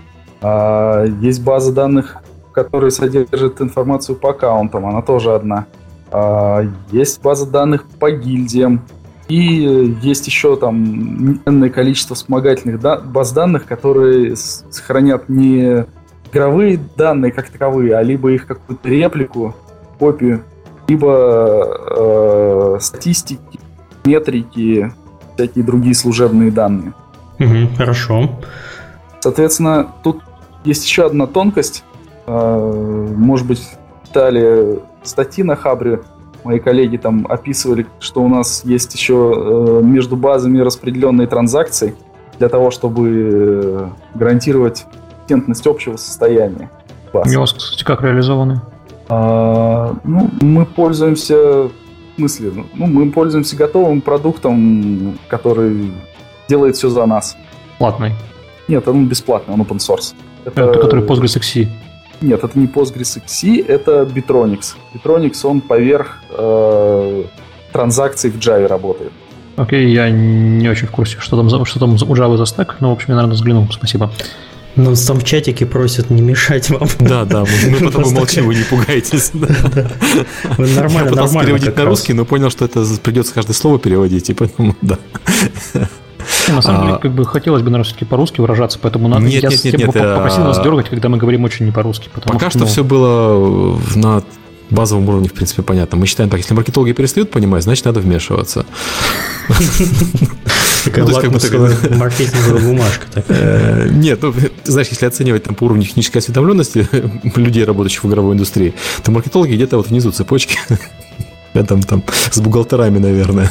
А есть база данных, которая содержит информацию по аккаунтам. Она тоже одна. Есть база данных по гильдиям, и есть еще там энное количество вспомогательных да- баз данных, которые сохранят не игровые данные как таковые, а либо их какую-то реплику, копию, либо э, статистики, метрики, всякие другие служебные данные. Угу, хорошо. Соответственно, тут есть еще одна тонкость. Э, может быть, читали статьи на Хабре, мои коллеги там описывали, что у нас есть еще э, между базами распределенные транзакции для того, чтобы э, гарантировать консистентность общего состояния баз. У вас, кстати, как реализованы? А, ну, мы пользуемся, в смысле, ну, мы пользуемся готовым продуктом, который делает все за нас. Платный? Нет, он бесплатный, он open source. Это, это который PostgreSX? Нет, это не PostgreSX, это Bitronix. Bitronix, он поверх э, транзакций в Java работает. Окей, я не очень в курсе, что там, что там у Java за стек, но, в общем, я, наверное, взгляну. Спасибо. Но там в чатике просят не мешать вам. Да, да, мы потом молчим, вы не пугайтесь. Вы нормально, я пытался нормально переводить на русский, но понял, что это придется каждое слово переводить, и поэтому, да. На самом деле, как бы хотелось бы, наверное, все-таки по-русски выражаться, поэтому надо, нет, я нет, нет, нет, нет, попросил нас дергать, когда мы говорим очень не по-русски. Пока что, что ну... все было на базовом уровне, в принципе, понятно. Мы считаем так, если маркетологи перестают понимать, значит, надо вмешиваться. Маркетинговая бумажка такая. Нет, ну, знаешь, если оценивать там по уровню технической осведомленности людей, работающих в игровой индустрии, то маркетологи где-то вот внизу цепочки, рядом там с бухгалтерами, наверное.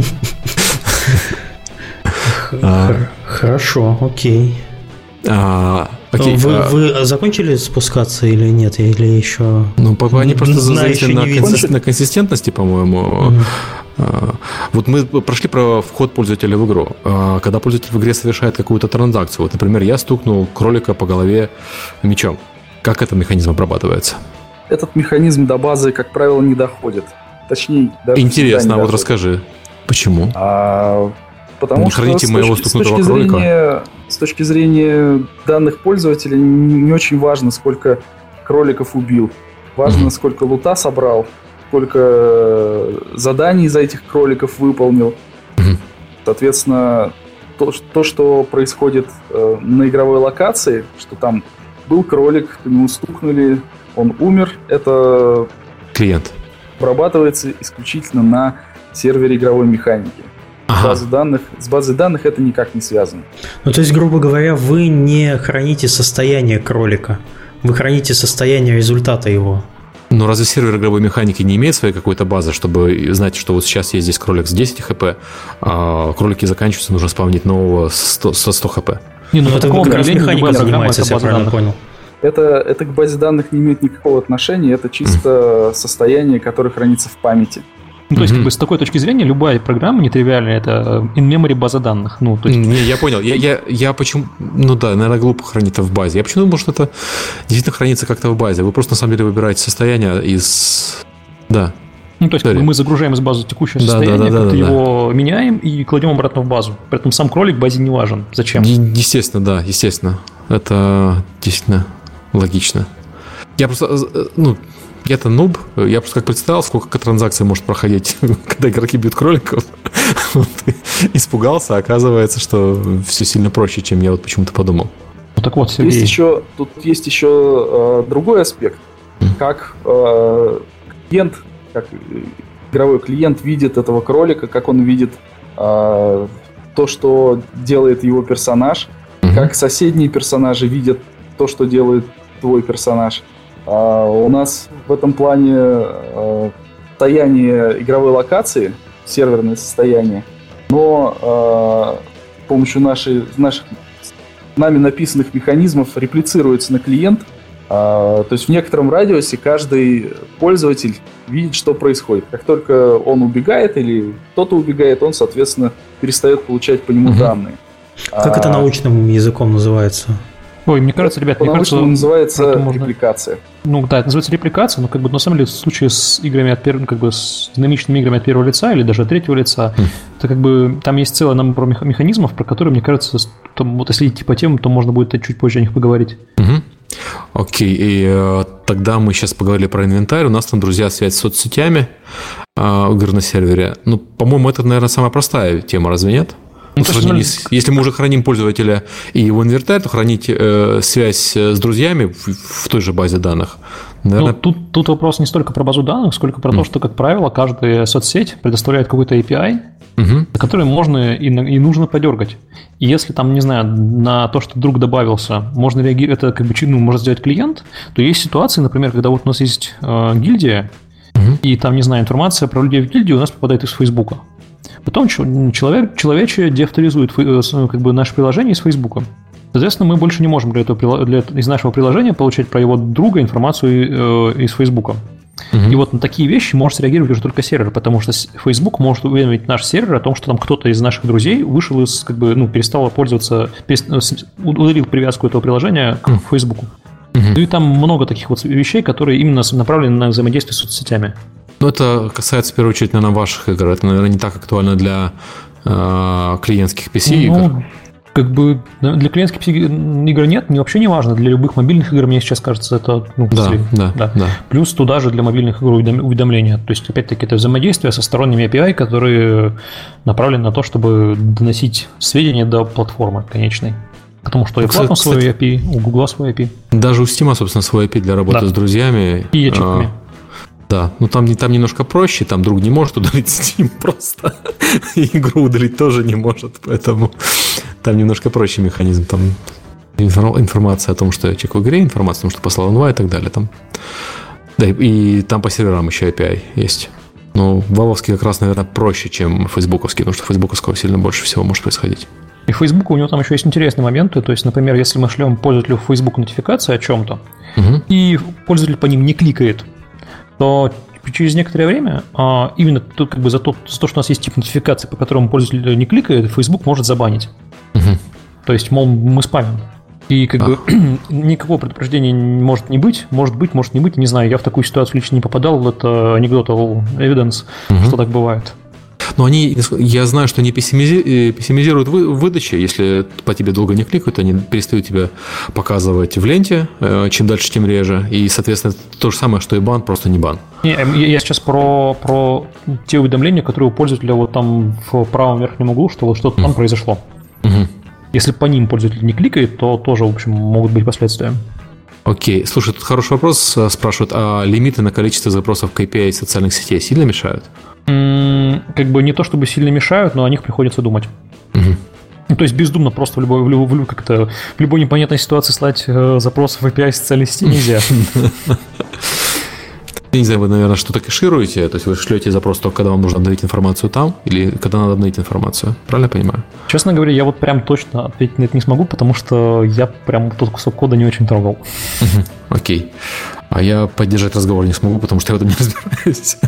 Хорошо, окей. А, окей. Вы, а... вы закончили спускаться или нет? Или еще... Ну, пока они просто зависят на, консист... на консистентности, по-моему. Mm-hmm. А, вот мы прошли про вход пользователя в игру. А, когда пользователь в игре совершает какую-то транзакцию, вот, например, я стукнул кролика по голове мечом. Как этот механизм обрабатывается? Этот механизм до базы, как правило, не доходит. Точнее, даже интересно, а вот расскажи, почему? А... Потому не что храните с моего точки, стукнутого с точки кролика. Зрения, с точки зрения данных пользователя не очень важно, сколько кроликов убил. Важно, mm-hmm. сколько лута собрал, сколько заданий за этих кроликов выполнил. Mm-hmm. Соответственно, то, то, что происходит э, на игровой локации, что там был кролик, по нему стукнули, он умер, это клиент обрабатывается исключительно на сервере игровой механики. Ага. С базой данных, с базой данных это никак не связано. Ну, то есть, грубо говоря, вы не храните состояние кролика, вы храните состояние результата его. Но разве сервер игровой механики не имеет своей какой-то базы, чтобы знать, что вот сейчас есть здесь кролик с десять хп, а кролики заканчиваются, нужно спавнить нового со сто хп? Не, ну, это как раз механика занимается, если я правильно понял. Это, это к базе данных не имеет никакого отношения, это чисто mm. состояние, которое хранится в памяти. Ну, то есть, mm-hmm. как бы, с такой точки зрения, любая программа нетривиальная – это in-memory база данных. Ну, то есть... Не, я понял. Я, я, я почему… Ну да, наверное, глупо хранить это в базе. Я почему думал, что это действительно хранится как-то в базе. Вы просто, на самом деле, выбираете состояние из… Да. Ну, то есть, как бы мы загружаем из базы текущее состояние, да, да, да, да, его да. меняем и кладем обратно в базу. Поэтому сам кролик в базе не важен. Зачем? Естественно, да, естественно. Это действительно логично. Я просто… Ну, я-то нуб, я просто как представил, сколько транзакций может проходить, когда игроки бьют кроликов. Вот, испугался, а оказывается, что все сильно проще, чем я вот почему-то подумал. Ну, так вот, есть еще, тут есть еще э, другой аспект, mm. как э, клиент, как игровой клиент видит этого кролика, как он видит э, то, что делает его персонаж, mm-hmm. как соседние персонажи видят то, что делает твой персонаж. Uh, у нас в этом плане uh, состояние игровой локации, серверное состояние, но uh, с помощью нашей, наших нами написанных механизмов реплицируется на клиент. Uh, то есть в некотором радиусе каждый пользователь видит, что происходит. Как только он убегает или кто-то убегает, он, соответственно, перестает получать по нему uh-huh. данные. Как uh, это научным языком называется? Ой, мне кажется, ребят, мне кажется, называется репликация. Можно... Ну да, это называется репликация, но как бы на самом деле в случае с играми от первого, как бы с динамичными играми от первого лица или даже от третьего лица, mm. это как бы там есть целый набор механизмов, про которые, мне кажется, там, вот если идти по темам, то можно будет чуть позже о них поговорить. Mm-hmm. Окей, и э, тогда мы сейчас поговорили про инвентарь. У нас там, друзья, связь с соцсетями э, игр на сервере. Ну, по-моему, это, наверное, самая простая тема, разве нет? Ну, сравнили, если мы уже храним пользователя и его инвентарь, то хранить э, связь с друзьями в, в той же базе данных. Наверное... Ну, тут, тут вопрос не столько про базу данных, сколько про mm. то, что, как правило, каждая соцсеть предоставляет какой-то эй пи ай, mm-hmm. на который можно и, и нужно подергать. И если там, не знаю, на то, что друг добавился, можно реагировать, это как бы ну, может сделать клиент, то есть ситуации, например, когда вот у нас есть э, гильдия, mm-hmm. и там, не знаю, информация про людей в гильдии у нас попадает из Фейсбука. Потом человек, человече деавторизует как бы, наше приложение из Фейсбука. Соответственно, мы больше не можем для этого, для, из нашего приложения получать про его друга информацию э, из Фейсбука. Uh-huh. И вот на такие вещи может реагировать уже только сервер, потому что Facebook может уведомить наш сервер о том, что там кто-то из наших друзей вышел из, как бы, ну, перестал пользоваться, перестал, удалил привязку этого приложения к uh-huh. Фейсбуку. Uh-huh. Ну и там много таких вот вещей, которые именно направлены на взаимодействие с соцсетями. Ну, это касается, в первую очередь, наверное, ваших игр. Это, наверное, не так актуально для э, клиентских пи си-игр. Ну, как бы для клиентских пи си-игр нет, не, вообще не важно. Для любых мобильных игр, мне сейчас кажется, это... Ну, да, да, да. да. Плюс туда же для мобильных игр уведомления. То есть, опять-таки, это взаимодействие со сторонними эй пи ай, которые направлены на то, чтобы доносить сведения до платформы конечной. Потому что у Apple свой эй пи ай, у Google свой эй пи ай. Даже у Steam, собственно, свой эй пи ай для работы да. с друзьями. И ячейками. Да, ну там, там немножко проще, там друг не может удалить Steam просто, игру удалить тоже не может, поэтому там немножко проще механизм, там информация о том, что я чек в игре, информация о том, что послал инвайт и так далее. Там. Да, и там по серверам еще эй пи ай есть. Но валовский как раз, наверное, проще, чем фейсбуковский, потому что фейсбуковского сильно больше всего может происходить. И в Facebook у него там еще есть интересные моменты, то есть, например, если мы шлем пользователю в Facebook нотификации о чем-то, угу. и пользователь по ним не кликает, то через некоторое время а, именно тут, как бы за, то, за то, что у нас есть тип нотификации, по которому пользователь не кликает, Facebook может забанить. Угу. То есть, мол, мы спамим. И как а. бы никакого предупреждения может не быть, может быть, может не быть. Не знаю, я в такую ситуацию лично не попадал. Это anecdotal evidence, угу. что так бывает. Но они, я знаю, что они пессимизи- пессимизируют вы, выдачи. Если по тебе долго не кликают, они перестают тебя показывать в ленте. Чем дальше, тем реже. И, соответственно, это то же самое, что и бан, просто не бан. Не, я сейчас про, про те уведомления, которые у пользователя вот там в правом верхнем углу, что вот что-то mm. там произошло. Угу. Если по ним пользователь не кликает, то тоже, в общем, могут быть последствия. Окей. Слушай, тут хороший вопрос спрашивают, а лимиты на количество запросов к эй пи ай социальных сетей сильно мешают? М-м, как бы не то чтобы сильно мешают, но о них приходится думать. Угу. Ну, то есть бездумно просто в любой, в любой, в любой, как-то, в любой непонятной ситуации слать э, запросы в эй пи ай социальной сети нельзя. Я не знаю, вы, наверное, что-то кэшируете, то есть вы шлете запрос только когда вам нужно обновить информацию там, или когда надо обновить информацию, правильно я понимаю? Честно говоря, я вот прям точно ответить на это не смогу, потому что я прям тот кусок кода не очень трогал. Окей. А я поддержать разговор не смогу, потому что я в этом не разбираюсь.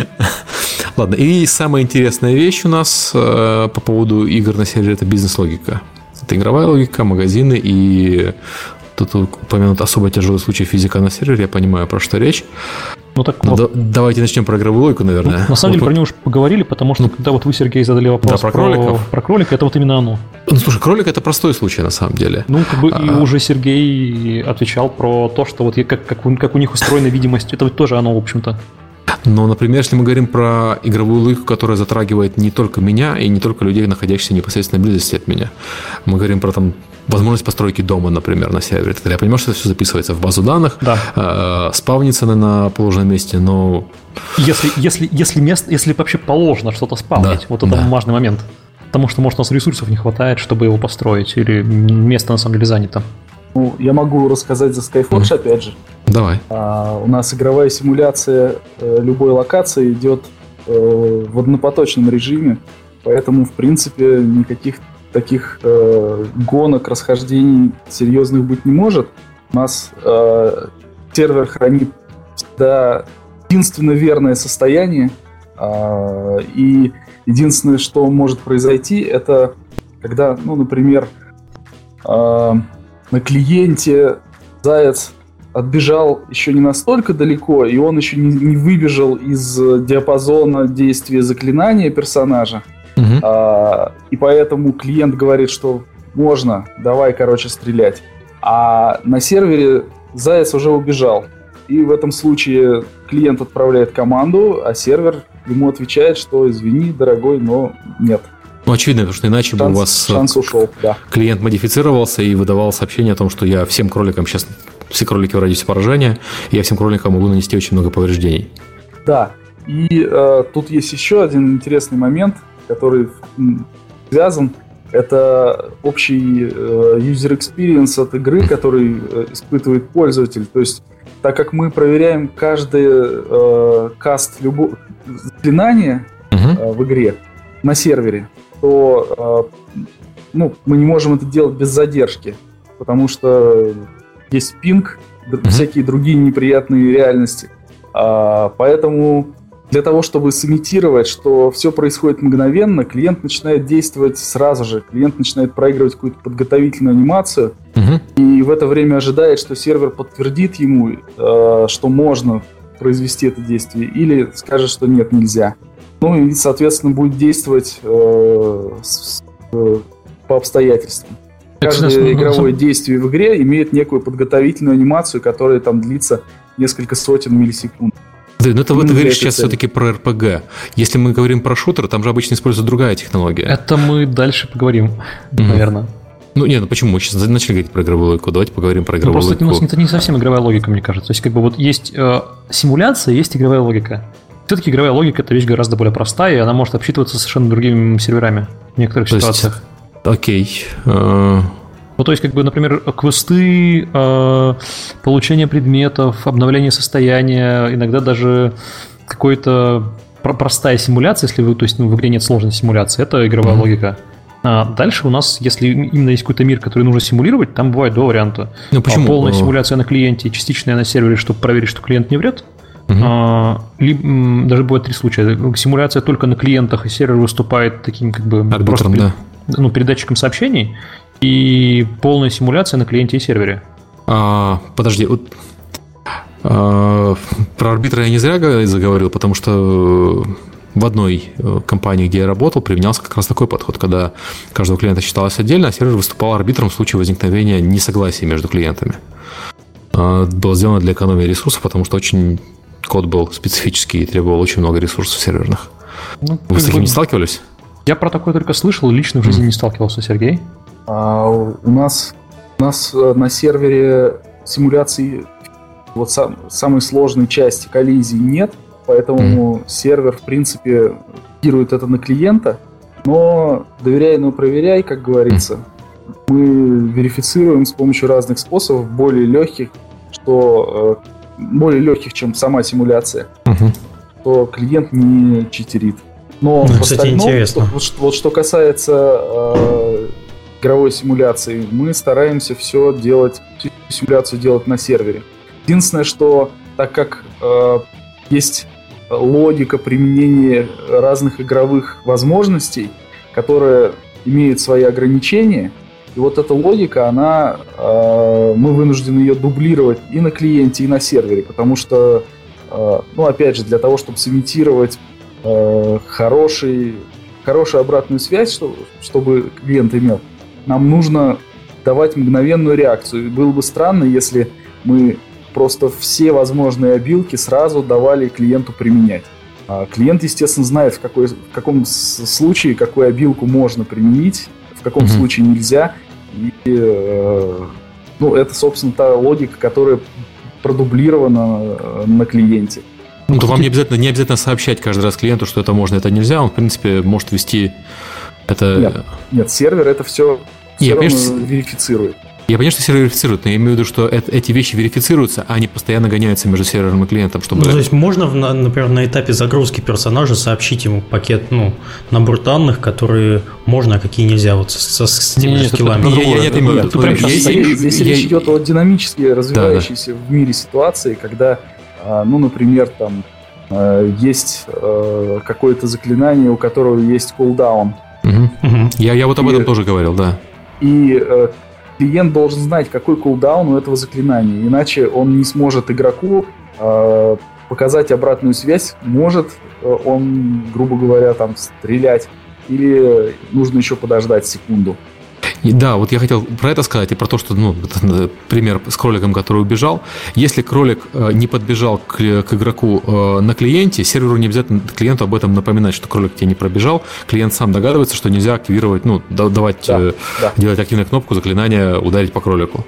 Ладно, и самая интересная вещь у нас э, по поводу игр на сервере – это бизнес-логика. Это игровая логика, магазины и тут упомянут особо тяжелый случай физика на сервере, я понимаю, про что речь. Ну, так ну, вот. да, давайте начнем про игровую логику, наверное. Ну, на самом вот деле мы... про нее уже поговорили, потому что когда вот вы, Сергей, задали вопрос да, про, про, кроликов. про кролика, это вот именно оно. Ну, слушай, кролик – это простой случай на самом деле. Ну, как бы а... и уже Сергей отвечал про то, что вот как, как, как у них устроена видимость. Это вот тоже оно, в общем-то. Но, например, если мы говорим про игровую логику, которая затрагивает не только меня и не только людей, находящихся непосредственно близости от меня. Мы говорим про там возможность постройки дома, например, на сервере. Я понимаю, что это все записывается в базу данных, да. э, спавнится на, на положенном месте, но... Если, если, если, мест, если вообще положено что-то спавнить, да, вот это да. важный момент. Потому что, может, у нас ресурсов не хватает, чтобы его построить, или место на самом деле занято. Ну, я могу рассказать за Skyforge, mm. опять же. Давай. А, у нас игровая симуляция э, любой локации идет э, в однопоточном режиме, поэтому, в принципе, никаких таких э, гонок, расхождений серьезных быть не может. У нас э, сервер хранит всегда единственно верное состояние, э, и единственное, что может произойти, это когда, ну, например, э, на клиенте заяц отбежал еще не настолько далеко, и он еще не, не выбежал из диапазона действия заклинания персонажа. Uh-huh. А, и поэтому клиент говорит, что можно, давай, короче, стрелять. А на сервере заяц уже убежал. И в этом случае клиент отправляет команду, а сервер ему отвечает, что извини, дорогой, но нет. Ну, очевидно, потому что иначе шанс, бы у вас шанс ушел, да. клиент модифицировался и выдавал сообщение о том, что я всем кроликам сейчас, все кролики в радиусе поражения, и я всем кроликам могу нанести очень много повреждений. Да, и э, тут есть еще один интересный момент, который м, связан. Это общий э, user experience от игры, который э, испытывает пользователь. То есть, так как мы проверяем каждый э, каст любого заклинания uh-huh. э, в игре на сервере, то э, ну, мы не можем это делать без задержки, потому что есть пинг, mm-hmm. всякие другие неприятные реальности. А, поэтому для того, чтобы сымитировать, что все происходит мгновенно, клиент начинает действовать сразу же. Клиент начинает проигрывать какую-то подготовительную анимацию, mm-hmm. и в это время ожидает, что сервер подтвердит ему, э, что можно произвести это действие, или скажет, что нет, нельзя. Ну и, соответственно, будет действовать э, с, э, по обстоятельствам. Каждое игровое действие в игре имеет некую подготовительную анимацию, которая там длится несколько сотен миллисекунд. Да, но это, ну, ты говоришь сейчас цель. Все-таки про эр пи джи. Если мы говорим про шутер, там же обычно используется другая технология. Это мы дальше поговорим, mm-hmm. наверное. Ну, нет, ну почему? Мы сейчас начали говорить про игровую логику. Давайте поговорим про игровую ну, просто логику. Просто это не совсем игровая логика, мне кажется. То есть, как бы вот есть э, симуляция, есть игровая логика. Все-таки игровая логика – это вещь гораздо более простая, и она может обсчитываться совершенно другими серверами в некоторых то ситуациях. Есть, окей. Uh... Ну, то есть, как бы, например, квесты, э, получение предметов, обновление состояния, иногда даже какая-то простая симуляция, если вы, то есть, ну, в игре нет сложной симуляции, это игровая mm-hmm. логика. А дальше у нас, если именно есть какой-то мир, который нужно симулировать, там бывает два варианта. Ну, почему? Полная симуляция на клиенте, частичная на сервере, чтобы проверить, что клиент не врет. Uh-huh. А, либо, даже бывает три случая. Симуляция только на клиентах, и сервер выступает таким как бы арбитром, просто перед, да. ну, передатчиком сообщений, и полная симуляция на клиенте и сервере. А, подожди, вот, а, про арбитра я не зря заговорил, потому что в одной компании, где я работал, применялся как раз такой подход, когда каждого клиента считалось отдельно, а сервер выступал арбитром в случае возникновения несогласия между клиентами. А, было сделано для экономии ресурсов, потому что очень код был специфический и требовал очень много ресурсов серверных. Ну, Вы с таким не сталкивались? Я про такое только слышал, лично в жизни mm. не сталкивался, Сергей. А, у нас, у нас на сервере симуляции вот сам, самой сложной части коллизии нет, поэтому mm. сервер, в принципе, реагирует это на клиента, но доверяй, но проверяй, как говорится. Mm. Мы верифицируем с помощью разных способов, более легких, что более легких, чем сама симуляция, mm-hmm. то клиент не читерит. Но ну, в кстати, остальном, интересно. Вот, вот что касается э, игровой симуляции, мы стараемся все делать, всю симуляцию делать на сервере. Единственное, что так как э, есть логика применения разных игровых возможностей, которые имеют свои ограничения, и вот эта логика, она, э, мы вынуждены ее дублировать и на клиенте, и на сервере, потому что, э, ну, опять же, для того, чтобы сымитировать э, хороший, хорошую обратную связь, что, чтобы клиент имел, нам нужно давать мгновенную реакцию. И было бы странно, если мы просто все возможные обилки сразу давали клиенту применять. А клиент, естественно, знает, в, какой, в каком случае какую обилку можно применить, в каком mm-hmm. случае нельзя. И э, ну, это, собственно, та логика, которая продублирована на клиенте. Ну, то вам не обязательно, не обязательно сообщать каждый раз клиенту, что это можно, это нельзя. Он, в принципе, может вести это... Нет, нет, сервер это все, все я, равно конечно, верифицирует. Я понимаю, что сервер верифицирует, но я имею в виду, что это, эти вещи верифицируются, а они постоянно гоняются между сервером и клиентом, чтобы... Ну, то есть можно, например, на этапе загрузки персонажа сообщить ему пакет, ну, набор данных, которые можно, а какие нельзя, вот со, с теми же скиллами. Здесь речь идет о динамически развивающейся да, да. в мире ситуации, когда, ну, например, там есть какое-то заклинание, у которого есть кулдаун. Угу. Угу. Я, я вот об этом и, тоже говорил, да. И клиент должен знать, какой кулдаун у этого заклинания, иначе он не сможет игроку э, показать обратную связь, может он, грубо говоря, там стрелять, или нужно еще подождать секунду. И да, вот я хотел про это сказать и про то, что, ну, пример с кроликом, который убежал. Если кролик не подбежал к, к игроку на клиенте, серверу не обязательно клиенту об этом напоминать, что кролик тебе не пробежал. Клиент сам догадывается, что нельзя активировать, ну, давать, да, да. делать активную кнопку заклинания ударить по кролику.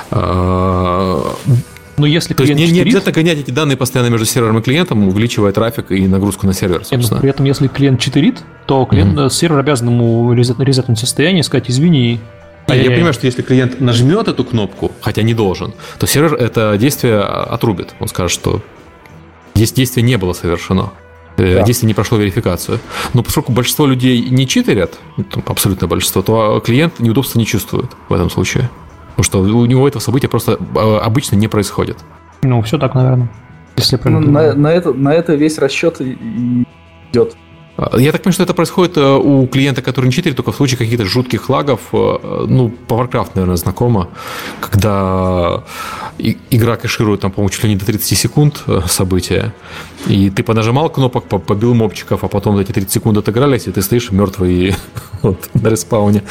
Но если То есть не, не обязательно гонять эти данные постоянно между сервером и клиентом, увеличивая трафик и нагрузку на сервер, собственно. При этом, если клиент читерит, то клиент, mm-hmm. сервер обязан ему резетнуть состояние и сказать: извини. А я, я понимаю, что если клиент нажмет эту кнопку, хотя не должен, то сервер это действие отрубит. Он скажет, что здесь действие не было совершено. Да. Действие не прошло верификацию. Но поскольку большинство людей не читерят, абсолютное большинство, то клиент неудобства не чувствует в этом случае. Потому что у него этого события просто обычно не происходит. Ну, все так, наверное. Если ну, на, на, это, на это весь расчет и идет. Я так понимаю, что это происходит у клиента, который не читерит, только в случае каких-то жутких лагов. Ну, по Warcraft, наверное, знакомо, когда игра кэширует, там, по-моему, чуть ли не до тридцать секунд события, и ты понажимал кнопок, побил мобчиков, а потом эти тридцать секунд отыгрались, и ты стоишь мертвый вот, на респауне.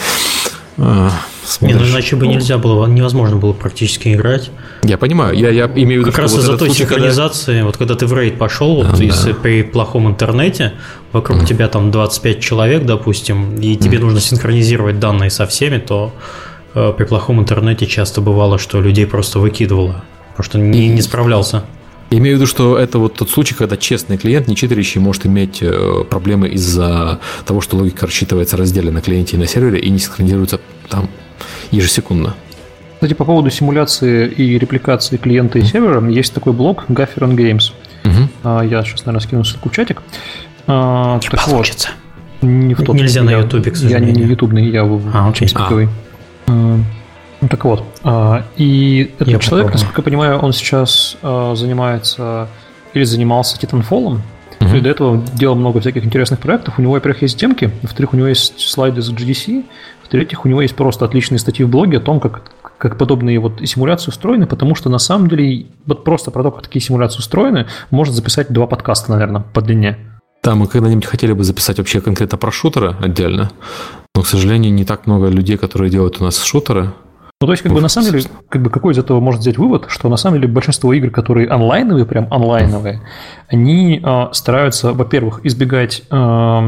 Не, ну иначе бы нельзя было, невозможно было практически играть. Я понимаю, я, я имею в виду, как раз из-за той синхронизации, когда... вот когда ты в рейд пошел, вот а, если да. при плохом интернете, вокруг mm. тебя там двадцать пять человек, допустим, и тебе mm. нужно синхронизировать данные со всеми, то э, при плохом интернете часто бывало, что людей просто выкидывало, потому что не, не справлялся. Я имею в виду, что это вот тот случай, когда честный клиент, не читерящий, может иметь проблемы из-за того, что логика рассчитывается раздельно на клиенте и на сервере и не синхронизируется там ежесекундно. Кстати, по поводу симуляции и репликации клиента и сервера, есть такой блог Gaffer on Games. Uh-huh. Я сейчас, наверное, скину ссылку в чатик. Не так получится. Вот, не в тот, Нельзя я, на ютубе, к сожалению. Я не ютубный, я в а, фейсбуковый. А. Ну, так вот, и этот я человек, попробую. Насколько я понимаю, он сейчас занимается или занимался Titanfall, uh-huh. и до этого делал много всяких интересных проектов. У него, во-первых, есть демки, во-вторых, у него есть слайды с джи ди си, в-третьих, у него есть просто отличные статьи в блоге о том, как, как подобные вот симуляции устроены, потому что на самом деле вот просто про то, как такие симуляции устроены, можно записать два подкаста, наверное, по длине. Да, мы когда-нибудь хотели бы записать вообще конкретно про шутеры отдельно, но, к сожалению, не так много людей, которые делают у нас шутеры. Ну, то есть, как бы, на самом деле, как бы, какой из этого можно сделать вывод, что, на самом деле, большинство игр, которые онлайновые, прям онлайновые, они э, стараются, во-первых, избегать э,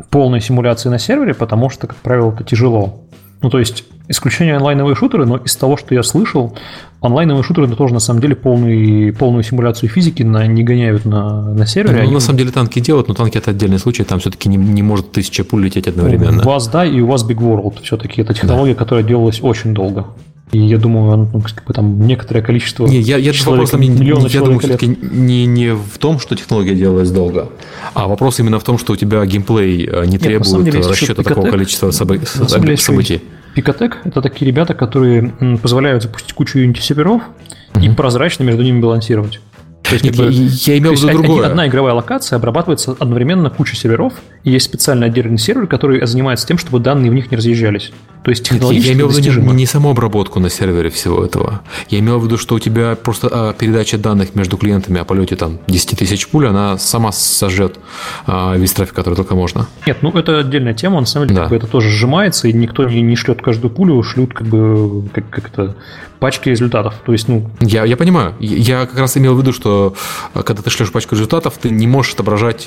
полной симуляции на сервере, потому что, как правило, это тяжело. Ну, то есть, исключение онлайновые шутеры, но из того, что я слышал, онлайновые шутеры это тоже, на самом деле, полный, полную симуляцию физики на, не гоняют на, на сервере. Ну, они... на самом деле, танки делают, но танки – это отдельный случай, там все-таки не, не может тысяча пуль лететь одновременно. У вас, да, и у вас Big World все-таки. Это технология, да. которая делалась очень долго. И я думаю, ну, как бы там некоторое количество... Не, я, я, вопрос, не, я думаю, все-таки не, не в том, что технология делалась долго, а вопрос именно в том, что у тебя геймплей не Нет, требует деле, расчета такого Picotech, количества событий. событий. Picotech – это такие ребята, которые позволяют запустить кучу Unity-серверов mm-hmm. и прозрачно между ними балансировать. То есть, Нет, как бы, я, я имел в виду другое. Одна игровая локация обрабатывается одновременно куча серверов, и есть специально отдельный сервер, который занимается тем, чтобы данные в них не разъезжались. То есть технологически Нет, я имел в виду не, не саму обработку на сервере всего этого. Я имел в виду, что у тебя просто а, передача данных между клиентами о полете там, десять тысяч пуль, она сама сожжет а, весь трафик, который только можно. Нет, ну это отдельная тема, на самом деле да. как бы это тоже сжимается, и никто не, не шлет каждую пулю, шлют как бы как, как это, пачки результатов. То есть, ну... я, я понимаю. Я как раз имел в виду, что когда ты шлешь пачку результатов, ты не можешь отображать...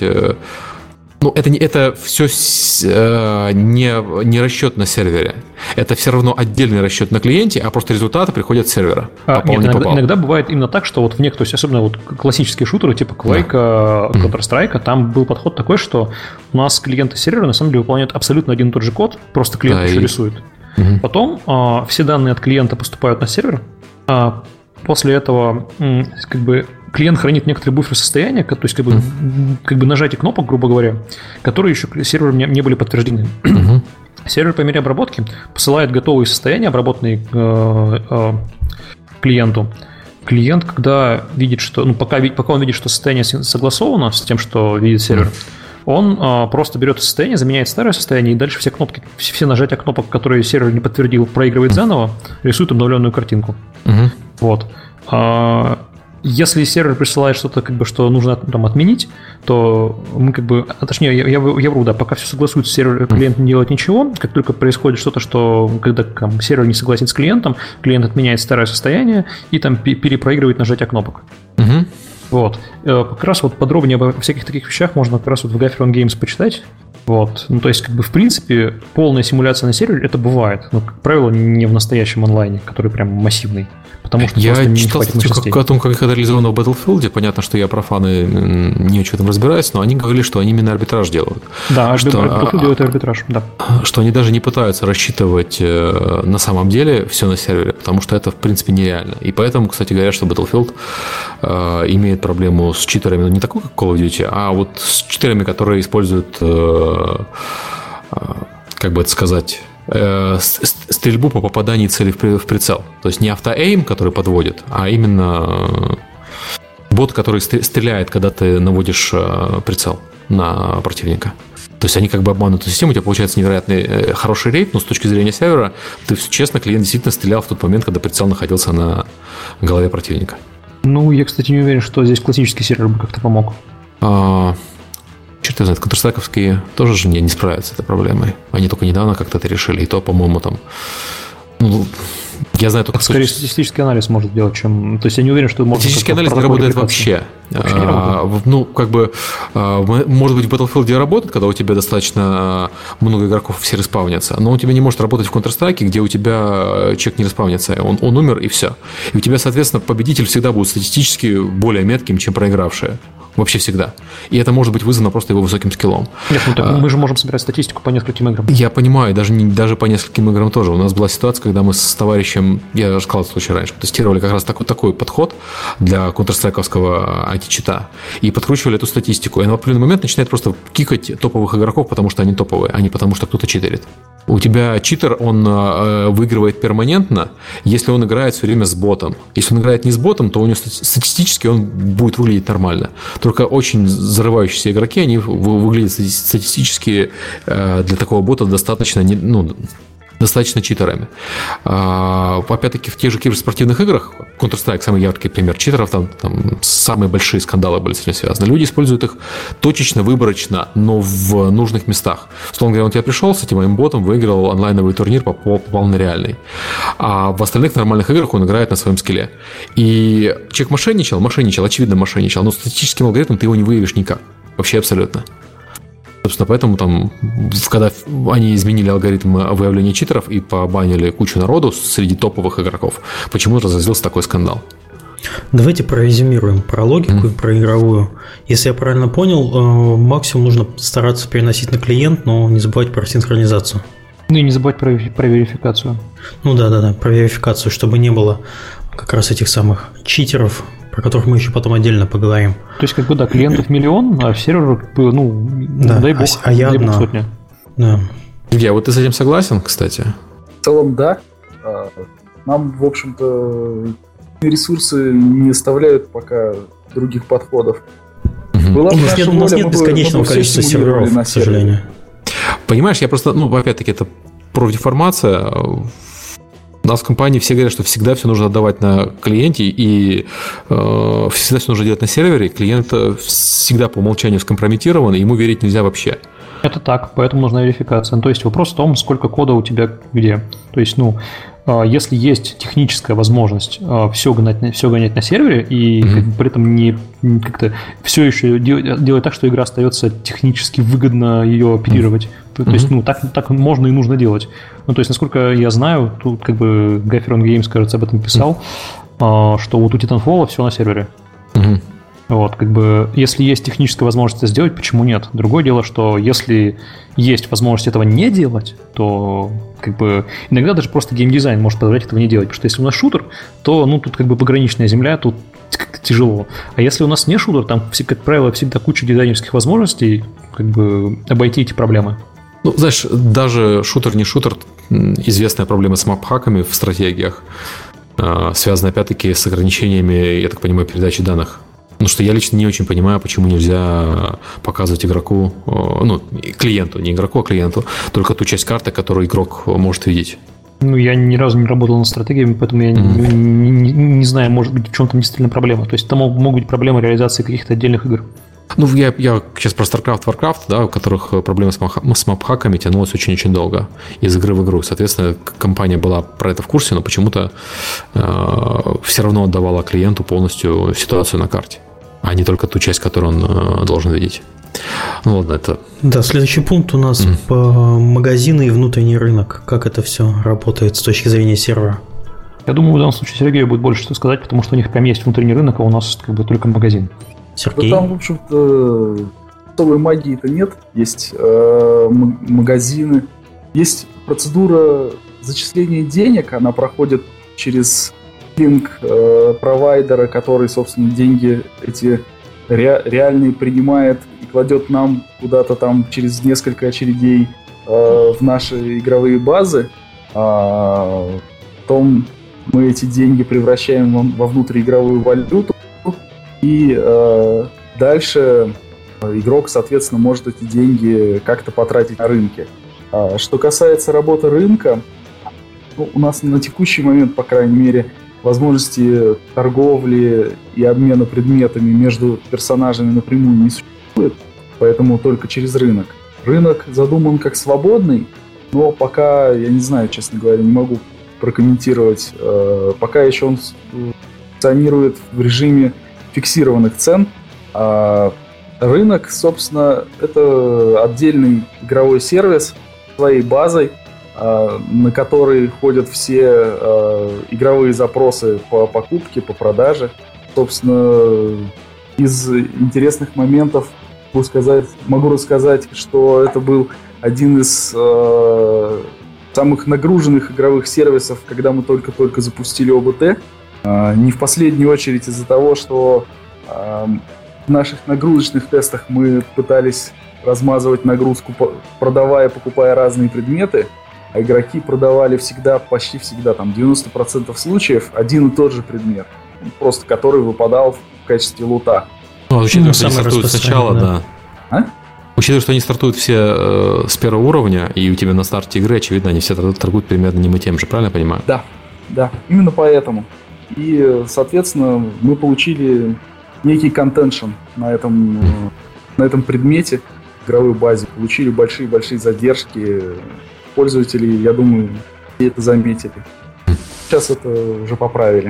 Ну, это, не, это все э, не, не расчет на сервере. Это все равно отдельный расчет на клиенте, а просто результаты приходят с сервера. А, попал, нет, не иногда, иногда бывает именно так, что вот в некоторых, особенно вот классические шутеры типа Quake, да. Counter-Strike, там был подход такой, что у нас клиенты сервера на самом деле выполняют абсолютно один и тот же код, просто клиент да, еще и... рисует. Угу. Потом э, все данные от клиента поступают на сервер, а после этого э, как бы клиент хранит некоторые буферы состояния, то есть как бы, mm. как бы нажатие кнопок, грубо говоря, которые еще сервером не, не были подтверждены. Mm-hmm. Сервер по мере обработки посылает готовые состояния, обработанные э, э, клиенту. Клиент, когда видит, что, ну, пока, пока он видит, что состояние согласовано с тем, что видит сервер, mm. он э, просто берет состояние, заменяет старое состояние, и дальше все кнопки, все нажатия кнопок, которые сервер не подтвердил, проигрывает mm. заново, рисует обновленную картинку. Mm-hmm. Вот. А, если сервер присылает что-то, как бы, что нужно там отменить, то мы как бы, а точнее, я, я, я вру, да, пока все согласуется, сервер, клиент не делает ничего, как только происходит что-то, что когда там, сервер не согласен с клиентом, клиент отменяет старое состояние и там перепроигрывает нажатие кнопок. Угу. Вот. Как раз вот подробнее обо всяких таких вещах можно как раз вот в Gaffer on Games почитать. Вот. Ну, то есть, как бы, в принципе, полная симуляция на сервере это бывает, но, как правило, не в настоящем онлайне, который прям массивный. Потому что я читал статью о том, как это реализовано в Battlefield. Понятно, что я профаны не очень в этом разбираюсь, но они говорили, что они именно арбитраж делают. Да, что, Battlefield делает арбитраж, да. Что они даже не пытаются рассчитывать на самом деле все на сервере, потому что это, в принципе, нереально. И поэтому, кстати, говорят, что Battlefield э, имеет проблему с читерами, ну, не такой, как Call of Duty, а вот с читерами, которые используют, э, э, как бы это сказать... стрельбу по попаданию цели в прицел. То есть не автоэйм, который подводит, а именно бот, который стреляет, когда ты наводишь прицел на противника. То есть они как бы обманывают эту систему, у тебя получается невероятный хороший рейд, но с точки зрения сервера, ты честно, клиент действительно стрелял в тот момент, когда прицел находился на голове противника. Ну, я, кстати, не уверен, что здесь классический сервер бы как-то помог. А... Черт его знает, контрстраковские тоже же не, не справятся с этой проблемой. Они только недавно как-то это решили. И то, по-моему, там... Ну, я знаю только... Это скорее статистический анализ может делать, чем... То есть я не уверен, что... Статистический анализ не работает вообще. вообще не работает. А, ну, как бы... Может быть, в Battlefield работает, когда у тебя достаточно много игроков, все респаунятся. Но он у тебя не может работать в Counter-Strike, где у тебя человек не респаунится. Он, он умер, и все. И у тебя, соответственно, победитель всегда будет статистически более метким, чем проигравший. Вообще всегда. И это может быть вызвано просто его высоким скиллом. Нет, ну так а, мы же можем собирать статистику по нескольким играм. Я понимаю, даже, не, даже по нескольким играм тоже. У нас была ситуация, когда мы с товарищем, я рассказал этот случай раньше, тестировали как раз такой, такой подход для Counter-Strike'овского античита и подкручивали эту статистику. И на определенный момент начинает просто кикать топовых игроков, потому что они топовые, а не потому что кто-то читерит. У тебя читер, он э, выигрывает перманентно, если он играет все время с ботом. Если он играет не с ботом, то у него статистически он будет выглядеть нормально. Только очень зарывающиеся игроки, они выглядят статистически э, для такого бота достаточно, не, ну, достаточно читерами. А, опять-таки, в тех же киберспортивных играх, Counter-Strike, самый яркий пример читеров, там, там самые большие скандалы были с этим связаны. Люди используют их точечно, выборочно, но в нужных местах. Условно говоря, он тебя пришел с этим моим ботом, выиграл онлайновый турнир, попал, попал на реальный. А в остальных нормальных играх он играет на своем скилле. И человек мошенничал, мошенничал, очевидно мошенничал, но статистическим алгоритмом ты его не выявишь никак. Вообще абсолютно. Собственно, поэтому там, когда они изменили алгоритм выявления читеров и побанили кучу народу среди топовых игроков, почему разразился такой скандал? Давайте прорезюмируем про логику mm. и про игровую. Если я правильно понял, максимум нужно стараться переносить на клиент, но не забывать про синхронизацию. Ну и не забывать про, про верификацию. Ну да, да, да, про верификацию, чтобы не было как раз этих самых читеров, про которых мы еще потом отдельно поговорим. То есть, как бы, да, клиентов миллион, а сервер, ну, да, дай бог, а я дай бог одна. сотня. Да. Илья, вот ты с этим согласен, кстати? В целом, да. Нам, в общем-то, ресурсы не оставляют пока других подходов. Угу. Была у нас нет, у нас нет бесконечного количества серверов, к сожалению. Понимаешь, я просто, ну, опять-таки, это профдеформация. У нас в компании все говорят, что всегда все нужно отдавать на клиенте, и э, всегда все нужно делать на сервере. Клиент всегда по умолчанию скомпрометирован, и ему верить нельзя вообще. Это так, поэтому нужна верификация. То есть вопрос в том, сколько кода у тебя где. То есть, ну, если есть техническая возможность все гонять, все гонять на сервере, и mm-hmm. как бы, при этом не как-то все еще делать, делать так, что игра остается технически выгодно ее оперировать. Mm-hmm. То, то есть, ну, так, так можно и нужно делать. Ну, то есть, насколько я знаю, тут как бы Gaffer on Games, кажется, об этом писал, mm-hmm. что вот у Titanfall все на сервере. Mm-hmm. Вот, как бы, если есть техническая возможность это сделать, почему нет? Другое дело, что если есть возможность этого не делать, то как бы иногда даже просто геймдизайн может позволять этого не делать. Потому что если у нас шутер, то ну, тут как бы пограничная земля, тут как-то тяжело. А если у нас не шутер, там, как правило, всегда куча дизайнерских возможностей как бы обойти эти проблемы. Ну, знаешь, даже шутер не шутер, известная проблема с мап-хаками в стратегиях, связана опять-таки с ограничениями, я так понимаю, передачи данных. Потому что я лично не очень понимаю, почему нельзя показывать игроку, ну, клиенту, не игроку, а клиенту, только ту часть карты, которую игрок может видеть. Ну, я ни разу не работал над стратегиями, поэтому я mm-hmm. не, не, не знаю, может быть, в чем там действительно проблема. То есть там могут быть проблемы реализации каких-то отдельных игр. Ну, я, я сейчас про StarCraft, Warcraft, да, у которых проблемы с, мах, с мап-хаками тянулась очень-очень долго из игры в игру. Соответственно, компания была про это в курсе, но почему-то э, все равно отдавала клиенту полностью ситуацию на карте, а не только ту часть, которую он э, должен видеть. Ну, ладно, это... Да, следующий пункт у нас mm. по магазины и внутренний рынок. Как это все работает с точки зрения сервера? Я думаю, в данном случае Сергею будет больше что сказать, потому что у них прям есть внутренний рынок, а у нас как бы только магазин. Сергей? Да там, в общем-то, особой магии-то нет. Есть э, м- магазины, есть процедура зачисления денег, она проходит через линк э, провайдера, который, собственно, деньги эти ре- реальные принимает и кладет нам куда-то там через несколько очередей э, в наши игровые базы. А потом мы эти деньги превращаем во внутриигровую валюту. И э, дальше игрок, соответственно, может эти деньги как-то потратить на рынке. А что касается работы рынка, ну, у нас на текущий момент, по крайней мере, возможности торговли и обмена предметами между персонажами напрямую не существует, поэтому только через рынок. Рынок задуман как свободный, но пока, я не знаю, честно говоря, не могу прокомментировать. Э, пока еще он функционирует в режиме фиксированных цен, а рынок, собственно, это отдельный игровой сервис своей базой, а, на который ходят все а, игровые запросы по покупке, по продаже. Собственно, из интересных моментов могу сказать, могу рассказать, что это был один из а, самых нагруженных игровых сервисов, когда мы только-только запустили о бэ тэ. Не в последнюю очередь из-за того, что э, в наших нагрузочных тестах мы пытались размазывать нагрузку, продавая, покупая разные предметы, а игроки продавали всегда, почти всегда, там девяносто процентов случаев один и тот же предмет, просто который выпадал в качестве лута. Ну, учитывая, что они стартуют сначала, да. А? Учитывая, что они стартуют все э, с первого уровня, и у тебя на старте игры, очевидно, они все торгуют примерно не мы тем же, правильно я понимаю? Да, да, именно поэтому. И, соответственно, мы получили некий контеншн на этом, на этом предмете, игровой базе. Получили большие-большие задержки. Пользователи, я думаю, все это заметили. Сейчас это уже поправили.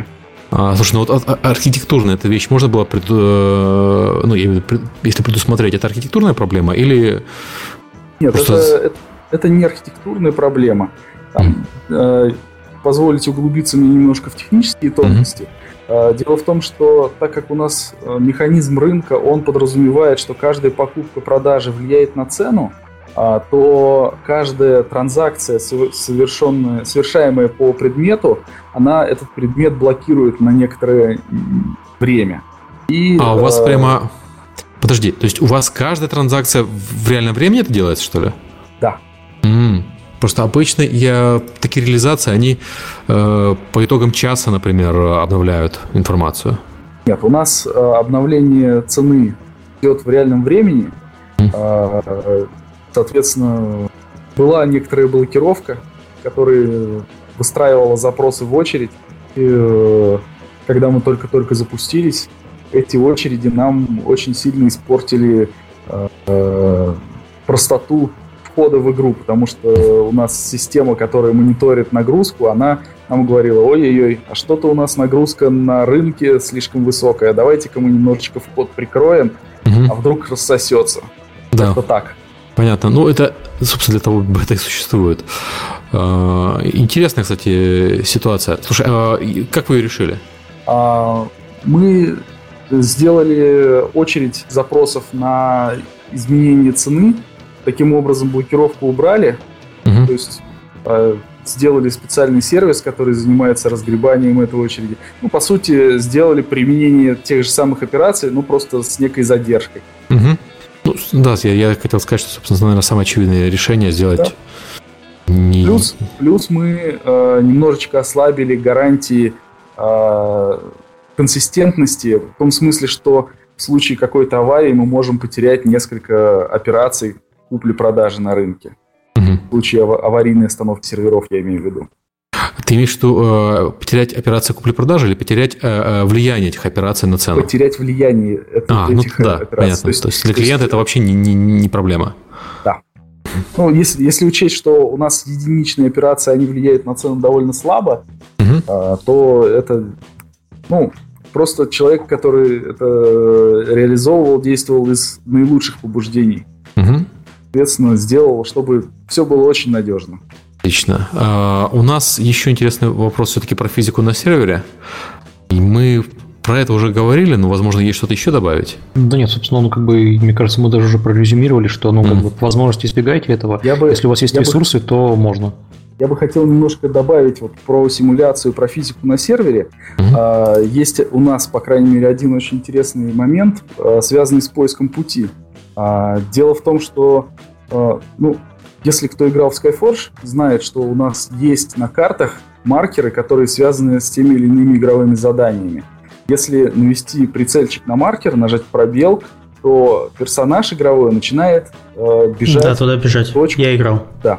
А, слушай, ну вот архитектурная эта вещь можно было, пред, ну, если предусмотреть, это архитектурная проблема или... Нет, просто... это, это, это не архитектурная проблема. Там, mm. э, позволите углубиться мне немножко в технические тонкости. Mm-hmm. Дело в том, что так как у нас механизм рынка, он подразумевает, что каждая покупка-продажа влияет на цену, то каждая транзакция, совершенная, совершаемая по предмету, она этот предмет блокирует на некоторое время. И, а у вас э... прямо... Подожди, то есть у вас каждая транзакция в реальном времени это делается, что ли? Да. М-м. Просто обычно я, такие реализации, они э, по итогам часа, например, обновляют информацию. Нет, у нас э, обновление цены идет в реальном времени. Э, соответственно, была некоторая блокировка, которая выстраивала запросы в очередь. И, э, когда мы только-только запустились, эти очереди нам очень сильно испортили э, э, простоту входа в игру, потому что у нас система, которая мониторит нагрузку, она нам говорила: ой-ой-ой, а что-то у нас нагрузка на рынке слишком высокая, давайте-ка мы немножечко вход прикроем, угу. а вдруг рассосется. Да. Это так. Понятно. Ну, это, собственно, для того это и существует. Интересная, кстати, ситуация. Слушай, а как вы ее решили? Мы сделали очередь запросов на изменение цены. Таким образом, блокировку убрали, uh-huh. то есть э, сделали специальный сервис, который занимается разгребанием этой очереди. Ну, по сути, сделали применение тех же самых операций, ну, просто с некой задержкой. Uh-huh. Ну, да, я, я хотел сказать, что, собственно, наверное, самое очевидное решение сделать... Да. Не... Плюс, плюс мы э, немножечко ослабили гарантии э, консистентности, в том смысле, что в случае какой-то аварии мы можем потерять несколько операций купли-продажи на рынке. Угу. В случае аварийной остановки серверов, я имею в виду. Ты имеешь в виду э, потерять операции купли-продажи или потерять э, влияние этих операций на цену? Потерять влияние это, а, этих ну, да, операций. Понятно. То есть, то есть для клиента есть... это вообще не, не, не проблема. Да. Ну, если, если учесть, что у нас единичные операции, они влияют на цену довольно слабо, угу. э, то это, ну, просто человек, который это реализовывал, действовал из наилучших побуждений. Угу. Соответственно, сделал, чтобы все было очень надежно. Отлично. А, у нас еще интересный вопрос все-таки про физику на сервере. И мы про это уже говорили, но, возможно, есть что-то еще добавить? Да нет, собственно, ну, как бы, мне кажется, мы даже уже прорезюмировали, что, ну, как mm. бы, по возможности избегайте этого. Я бы, Если у вас есть ресурсы, бы, то можно. Я бы хотел немножко добавить вот про симуляцию, про физику на сервере. Mm-hmm. А, есть у нас, по крайней мере, один очень интересный момент, а, связанный с поиском пути. А, дело в том, что, а, ну, если кто играл в Skyforge, знает, что у нас есть на картах маркеры, которые связаны с теми или иными игровыми заданиями. Если навести прицельчик на маркер, нажать пробел, то персонаж игровой начинает э, бежать. Да, туда бежать. Точку. Я играл. Да.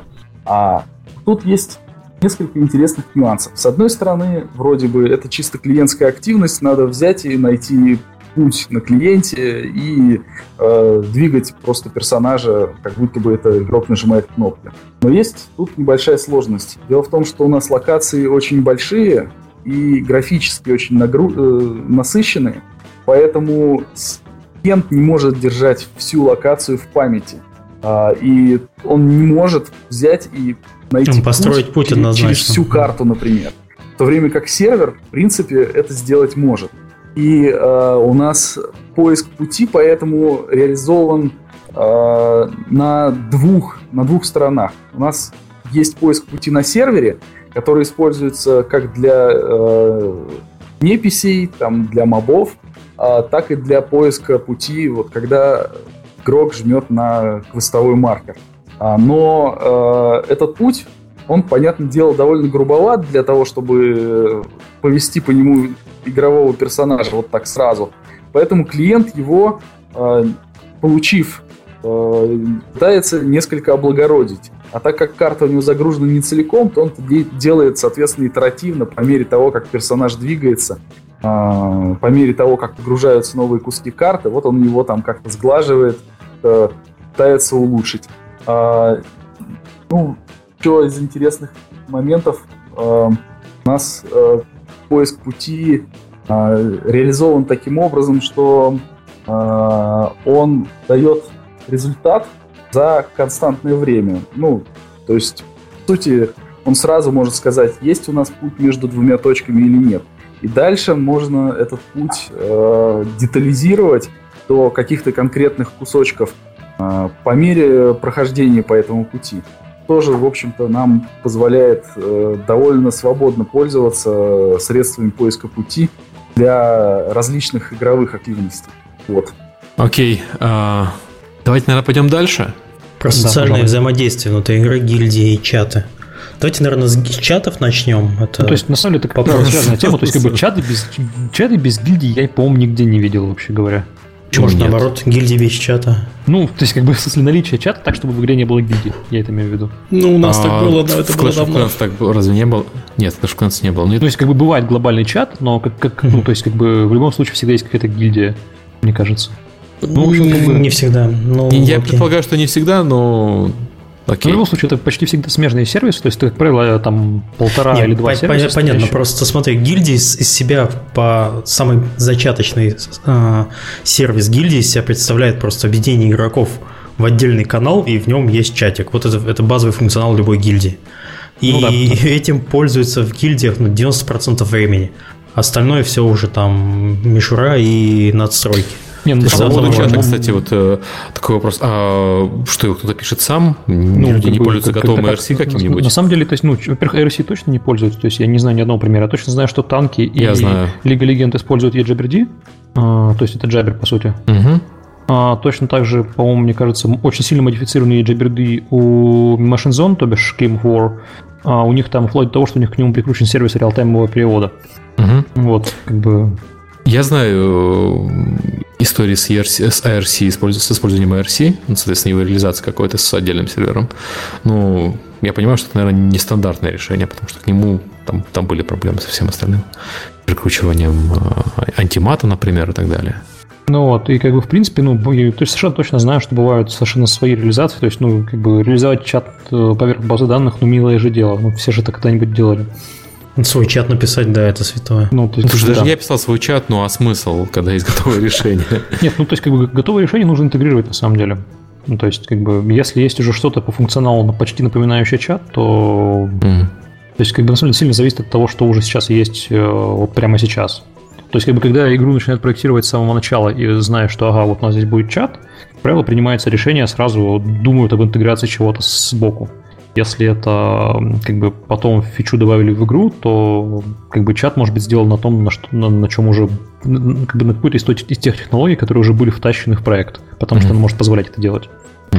А тут есть несколько интересных нюансов. С одной стороны, вроде бы это чисто клиентская активность, надо взять и найти путь на клиенте и э, двигать просто персонажа, как будто бы это игрок нажимает кнопки. Но есть тут небольшая сложность. Дело в том, что у нас локации очень большие и графически очень нагру... э, насыщенные, поэтому клиент не может держать всю локацию в памяти. А, и он не может взять и найти построить путь, путь через, через всю карту, например. В то время как сервер, в принципе, это сделать может. И э, у нас поиск пути поэтому реализован э, на, двух, на двух сторонах. У нас есть поиск пути на сервере, который используется как для э, неписей, там, для мобов, э, так и для поиска пути, вот, когда игрок жмет на квестовой маркер. А, но э, этот путь, он, понятное дело, довольно грубоват для того, чтобы повести по нему игрового персонажа вот так сразу. Поэтому клиент его, э, получив, э, пытается несколько облагородить. А так как карта у него загружена не целиком, то он делает, соответственно, итеративно по мере того, как персонаж двигается, э, по мере того, как погружаются новые куски карты, вот он его там как-то сглаживает, э, пытается улучшить. Э, ну, еще из интересных моментов, э, у нас э, поиск пути э, реализован таким образом, что э, он дает результат за константное время. Ну, то есть, по сути, он сразу может сказать, есть у нас путь между двумя точками или нет. И дальше можно этот путь э, детализировать до каких-то конкретных кусочков э, по мере прохождения по этому пути. Тоже, в общем-то, нам позволяет э, довольно свободно пользоваться средствами поиска пути для различных игровых активностей. Вот. Окей. А, давайте, наверное, пойдем дальше. Про социальное да, взаимодействие внутри игры, гильдии и чаты. Давайте, наверное, с чатов начнем. Это ну, то есть, на самом деле, это как раз связанная тема. То есть, как бы чаты без, чаты без гильдии я, по-моему, нигде не видел, вообще говоря. Может, нет? Наоборот, гильдии без чата. Ну, то есть, как бы, в смысле, наличие чата так, чтобы в игре не было гильдии. Я это имею в виду. Ну, у нас а, так было, да, это было давно. Так было, разве не было? Нет, в Clash of Clans не было. Ну, то есть, как бы, бывает глобальный чат, но, как, как, ну, то есть, как бы, в любом случае всегда есть какая-то гильдия, мне кажется. Ну, в общем, как бы... Не всегда. Но, я окей. предполагаю, что не всегда, но... Okay. В любом случае, это почти всегда смежные сервисы, то есть, как правило, там полтора Нет, или два по- сервиса. Понятно, еще. Просто смотри, гильдии из, из себя по самый зачаточный э, сервис гильдии из себя представляет просто объединение игроков в отдельный канал, и в нем есть чатик. Вот это, это базовый функционал любой гильдии. И ну, да, этим пользуются в гильдиях ну, девяносто процентов времени. Остальное все уже там мишура и надстройки. Не, ну, по поводу чата, кстати, вот э, такой вопрос. А что, кто-то пишет сам? Ну, люди не бы, пользуются как, готовым ай ар си каким-нибудь? На самом деле, то есть, ну, во-первых, ай ар си точно не пользуются. То есть, я не знаю ни одного примера. Я точно знаю, что танки я и знаю. Лига Легенд используют eJabberD. А, то есть, это Jabber, по сути. Угу. А, точно так же, по-моему, мне кажется, очень сильно модифицированный eJabberD у Machine Zone, то бишь Game of War. А, у них там вплоть до того, что у них к нему прикручен сервис реалтаймового перевода. Угу. Вот, как бы... Я знаю истории с, и ар си, с ай ар си, с использованием ай ар си, ну, соответственно, его реализация какой-то с отдельным сервером. Ну, я понимаю, что это, наверное, нестандартное решение, потому что к нему там, там были проблемы со всем остальным. Прикручиванием э, антимата, например, и так далее. Ну вот, и как бы в принципе, ну, я то есть совершенно точно знаю, что бывают совершенно свои реализации. То есть, ну, как бы реализовать чат поверх базы данных, ну, милое же дело. Ну, все же это когда-нибудь делали. Свой чат написать, да, это святое. Ну, то есть, Слушай, даже да. я писал свой чат, ну а смысл, когда есть готовое решение? Нет, ну то есть как бы готовое решение нужно интегрировать на самом деле. Ну то есть как бы если есть уже что-то по функционалу почти напоминающее чат, то mm. то есть как бы на самом деле сильно зависит от того, что уже сейчас есть вот прямо сейчас. То есть как бы когда игру начинают проектировать с самого начала и зная, что ага, вот у нас здесь будет чат, как правило, принимается решение, сразу думают об интеграции чего-то сбоку. Если это как бы потом фичу добавили в игру, то как бы чат может быть сделан на том, на, что, на, на чем уже как бы на какой-то из, из тех технологий, которые уже были втащены в проект, потому mm-hmm. что он может позволять это делать.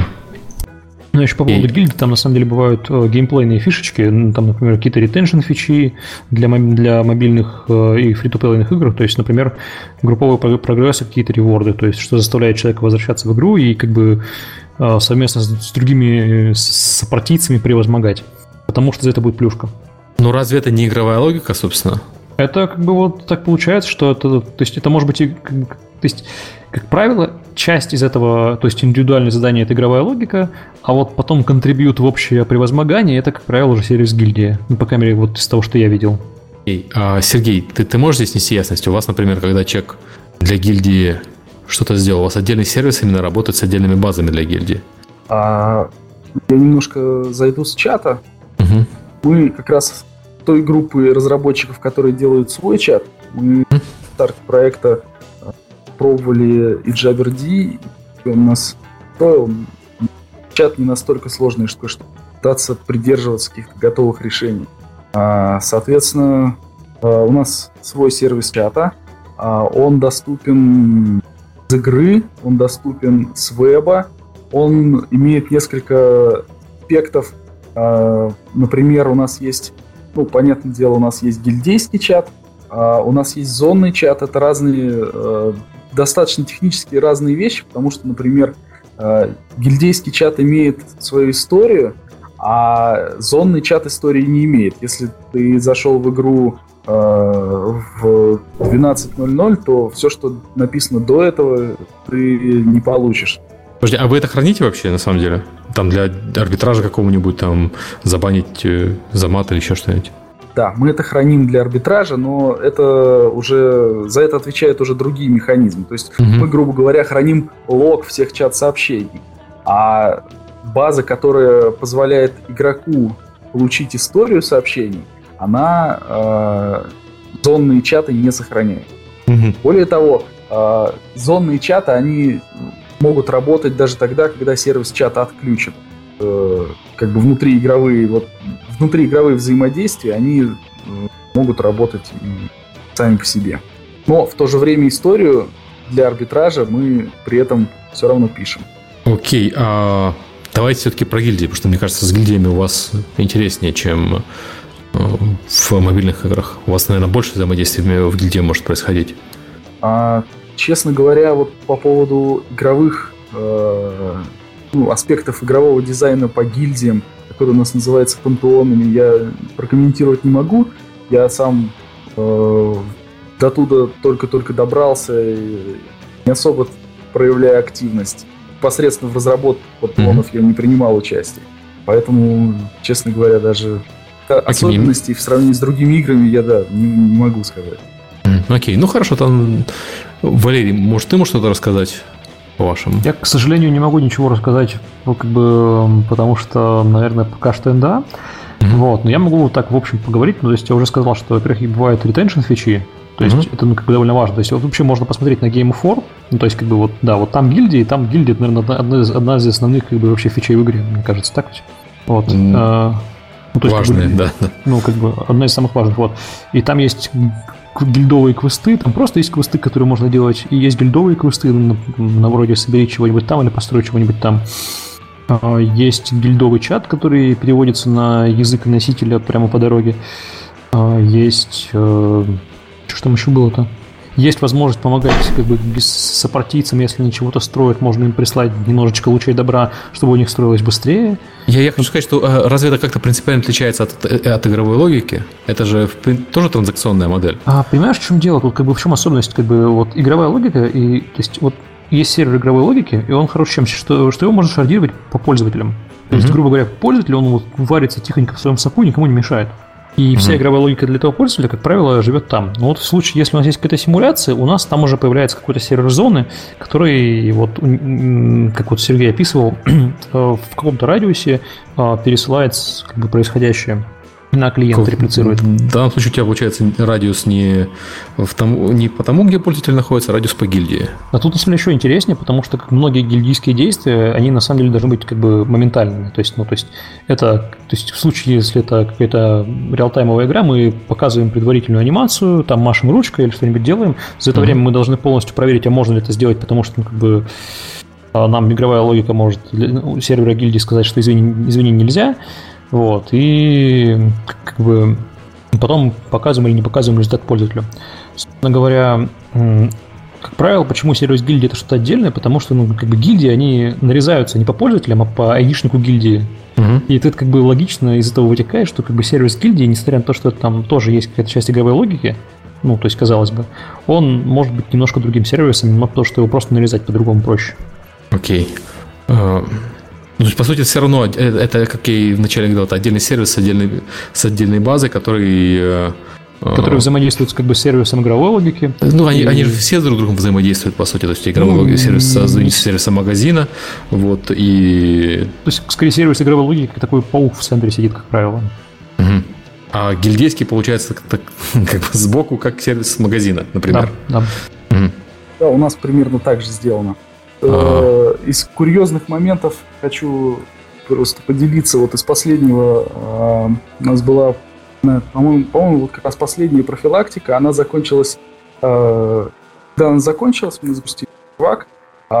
Ну, еще по поводу гильдии, там на самом деле бывают э, геймплейные фишечки, там, например, какие-то ретеншн фичи для, для мобильных э, и фри-то-плейных игр, то есть, например, групповой прогресс и какие-то реворды, то есть, что заставляет человека возвращаться в игру и как бы э, совместно с, с другими сопартийцами превозмогать, потому что за это будет плюшка. Ну, разве это не игровая логика, собственно? Это как бы вот так получается, что это, то есть, это может быть и, как, то есть, как правило, часть из этого, то есть индивидуальное задание — это игровая логика, а вот потом контрибьют в общее превозмогание — это, как правило, уже сервис гильдии. Ну, по крайней мере, вот из того, что я видел. А, Сергей, ты, ты можешь здесь нести ясность? У вас, например, когда человек для гильдии что-то сделал, у вас отдельный сервис именно работает с отдельными базами для гильдии? А, я немножко зайду с чата. Угу. Мы как раз той группы разработчиков, которые делают свой чат, мы в старте проекта пробовали eJabberD, и у нас строил чат не настолько сложный, что пытаться придерживаться каких-то готовых решений. Соответственно, у нас свой сервис чата, он доступен с игры, он доступен с веба, он имеет несколько аспектов. Например, у нас есть, ну, понятное дело, у нас есть гильдейский чат, у нас есть зонный чат, это разные достаточно технически разные вещи, потому что, например, э, гильдейский чат имеет свою историю, а зонный чат истории не имеет. Если ты зашел в игру э, в двенадцать ноль ноль, то все, что написано до этого, ты не получишь. Подожди, а вы это храните вообще, на самом деле? Там для арбитража какого-нибудь там забанить э, за мат или еще что-нибудь? Да, мы это храним для арбитража, но это уже за это отвечают уже другие механизмы. То есть mm-hmm. мы, грубо говоря, храним лог всех чат-сообщений. А база, которая позволяет игроку получить историю сообщений, она э, зонные чаты не сохраняет. Mm-hmm. Более того, э, зонные чаты, они могут работать даже тогда, когда сервис чата отключен. Э, как бы внутриигровые, вот, внутриигровые взаимодействия, они э, могут работать сами по себе. Но в то же время историю для арбитража мы при этом все равно пишем. Окей, а давайте все-таки про гильдии, потому что, мне кажется, с гильдиями у вас интереснее, чем в мобильных играх. У вас, наверное, больше взаимодействия в гильдии может происходить. А, честно говоря, вот по поводу игровых э, ну, аспектов игрового дизайна по гильдиям, которые у нас называются пантеонами, я прокомментировать не могу. Я сам э, до туда только-только добрался и не особо проявляю активность. Непосредственно в разработке пантеонов mm-hmm. я не принимал участие. Поэтому, честно говоря, даже особенностей в сравнении с другими играми я, да, не, не могу сказать. Окей, okay. Ну хорошо, там, Валерий, может, ты можешь что-то рассказать о вашем? Я, к сожалению, не могу ничего рассказать, ну, как бы, потому что, наверное, пока что эн ди эй. Mm-hmm. Вот, но я могу вот так, в общем, поговорить. Ну, то есть я уже сказал, что, во-первых, бывают retention фичи. То есть mm-hmm. это, ну, как бы довольно важно. То есть вот вообще можно посмотреть на Game фор. Ну, то есть, как бы, вот, да, вот там гильдии, там гильдия, это, наверное, одна из, одна из основных, как бы, вообще фичей в игре, мне кажется, так ведь? Вот. Mm-hmm. А, ну, то есть, важные, как бы, да. Ну, как бы, одна из самых важных, вот. И там есть гильдовые квесты, там просто есть квесты, которые можно делать, и есть гильдовые квесты, на, на вроде собери чего-нибудь там или построй чего-нибудь там. А, есть гильдовый чат, который переводится на язык носителя прямо по дороге. А, есть... А, что там еще было-то? Есть возможность помогать как бы без сопартийцам, если они чего-то строят, можно им прислать немножечко лучей добра, чтобы у них строилось быстрее. Я, я хочу сказать, что а, разве это как-то принципиально отличается от, от игровой логики? Это же тоже транзакционная модель. А понимаешь, в чем дело? Тут как бы в чем особенность? Как бы вот игровая логика, и то есть вот есть сервер игровой логики, и он хорош чем, что, что его можно шардировать по пользователям. То есть, mm-hmm. грубо говоря, пользователь, он вот варится тихонько в своем соку, никому не мешает. И mm-hmm. вся игровая логика для этого пользователя, как правило, живет там. Но вот в случае, если у нас есть какая-то симуляция, у нас там уже появляется какой-то сервер зоны, который, вот, как вот Сергей описывал, в каком-то радиусе пересылает как бы происходящее на клиент, как, реплицирует. В данном случае у тебя получается радиус не, в том, не по тому, где пользователь находится, а радиус по гильдии. А тут, на самом деле, еще интереснее, потому что как многие гильдийские действия, они на самом деле должны быть как бы моментальными. То есть, ну, то есть, это, то есть в случае, если это какая-то реалтаймовая игра, мы показываем предварительную анимацию, там машем ручкой или что-нибудь делаем. За это mm-hmm. время мы должны полностью проверить, а можно ли это сделать, потому что, ну, как бы нам игровая логика может у сервера гильдии сказать, что извини, извини, нельзя. Вот, и как бы потом показываем или не показываем результат пользователю. Собственно говоря, как правило, почему сервис гильдии это что-то отдельное, потому что, ну, как бы гильдии, они нарезаются не по пользователям, а по айдишнику гильдии. Uh-huh. И это как бы логично из этого вытекает, что как бы сервис гильдии, несмотря на то, что там тоже есть какая-то часть игровой логики, ну, то есть, казалось бы, он может быть немножко другим сервисом, но потому что его просто нарезать по-другому проще. Окей. Okay. Uh... Ну, то есть, по сути, все равно это, как я и вначале говорил, это отдельный сервис с отдельной, с отдельной базой, который... Который взаимодействует как бы с сервисом игровой логики. Ну, они, и... они же все друг с другом взаимодействуют, по сути. То есть, игровой ну, логика, сервис с сервисом магазина. Вот, и... То есть, скорее, сервис игровой логики, как такой паук в центре сидит, как правило. Угу. А гильдейский, получается, как, как бы сбоку, как сервис магазина, например. Да, да. Угу. Да, у нас примерно так же сделано. А-а-а. Из курьезных моментов хочу просто поделиться. Вот из последнего у нас была, по-моему, по-моему, вот как раз последняя профилактика. Она закончилась. Когда она закончилась, мы запустили сервак,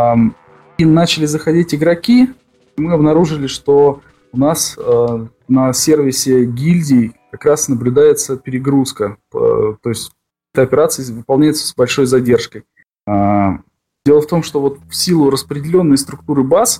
и начали заходить игроки. Мы обнаружили, что у нас на сервисе гильдий как раз наблюдается перегрузка. То есть эта операция выполняется с большой задержкой. Дело в том, что вот в силу распределенной структуры баз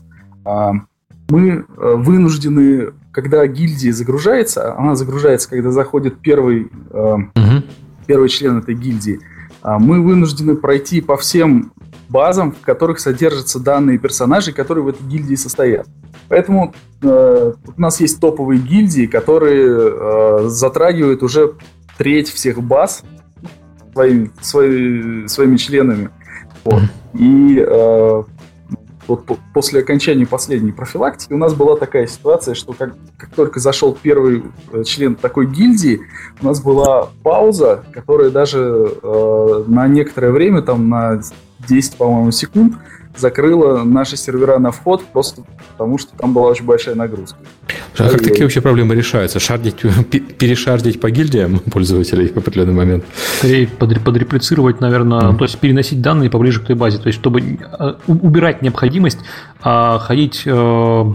мы вынуждены, когда гильдия загружается, она загружается, когда заходит первый, uh-huh. первый член этой гильдии, мы вынуждены пройти по всем базам, в которых содержатся данные персонажей, которые в этой гильдии состоят. Поэтому э, у нас есть топовые гильдии, которые э, затрагивают уже треть всех баз своими, свои, своими членами. Вот. И э, вот после окончания последней профилактики у нас была такая ситуация, что как, как только зашел первый член такой гильдии, у нас была пауза, которая даже э, на некоторое время, там на десять, по-моему, секунд, закрыла наши сервера на вход, просто потому что там была очень большая нагрузка. А как такие вообще проблемы решаются? Шардить, перешардить по гильдиям пользователей в определенный момент? Скорее подреплицировать, наверное, mm. то есть переносить данные поближе к той базе, то есть чтобы убирать необходимость а, ходить э, в,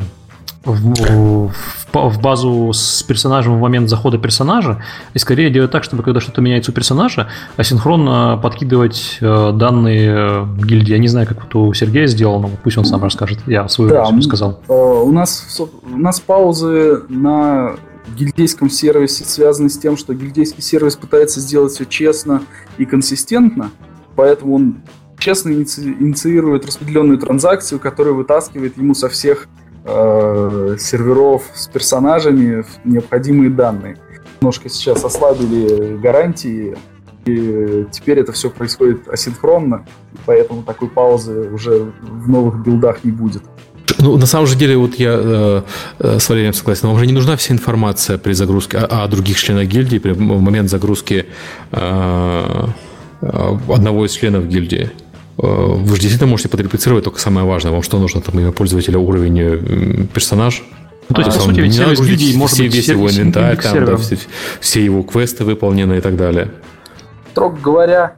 в, в базу с персонажем в момент захода персонажа, и скорее делать так, чтобы когда что-то меняется у персонажа, асинхронно подкидывать э, данные гильдии. Я не знаю, как это у Сергея сделано, пусть он сам расскажет. Я свою да, версию сказал. Э, у, нас, у нас паузы на гильдейском сервисе связаны с тем, что гильдейский сервис пытается сделать все честно и консистентно, поэтому он честно иници- инициирует распределенную транзакцию, которая вытаскивает ему со всех э, серверов с персонажами необходимые данные. Немножко сейчас ослабили гарантии, и теперь это все происходит асинхронно, поэтому такой паузы уже в новых билдах не будет. Ну, на самом же деле, вот я э, с Валерием согласен, вам уже не нужна вся информация при загрузке о, о других членах гильдии при, в момент загрузки э, одного из членов гильдии. Вы же действительно можете подреплицировать только самое важное. Вам что нужно, там, имя пользователя, уровень, персонаж? Ну, то есть, а, по сути, ведь сервис гильдии может быть весь его инвентарь, там, да, все, все его квесты выполнены и так далее. Строго говоря,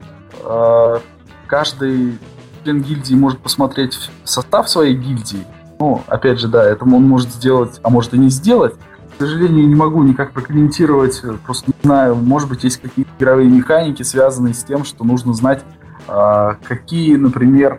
каждый член гильдии может посмотреть состав своей гильдии. Ну, опять же, да, это он может сделать, а может и не сделать. К сожалению, не могу никак прокомментировать, просто не знаю, может быть, есть какие-то игровые механики, связанные с тем, что нужно знать, какие, например,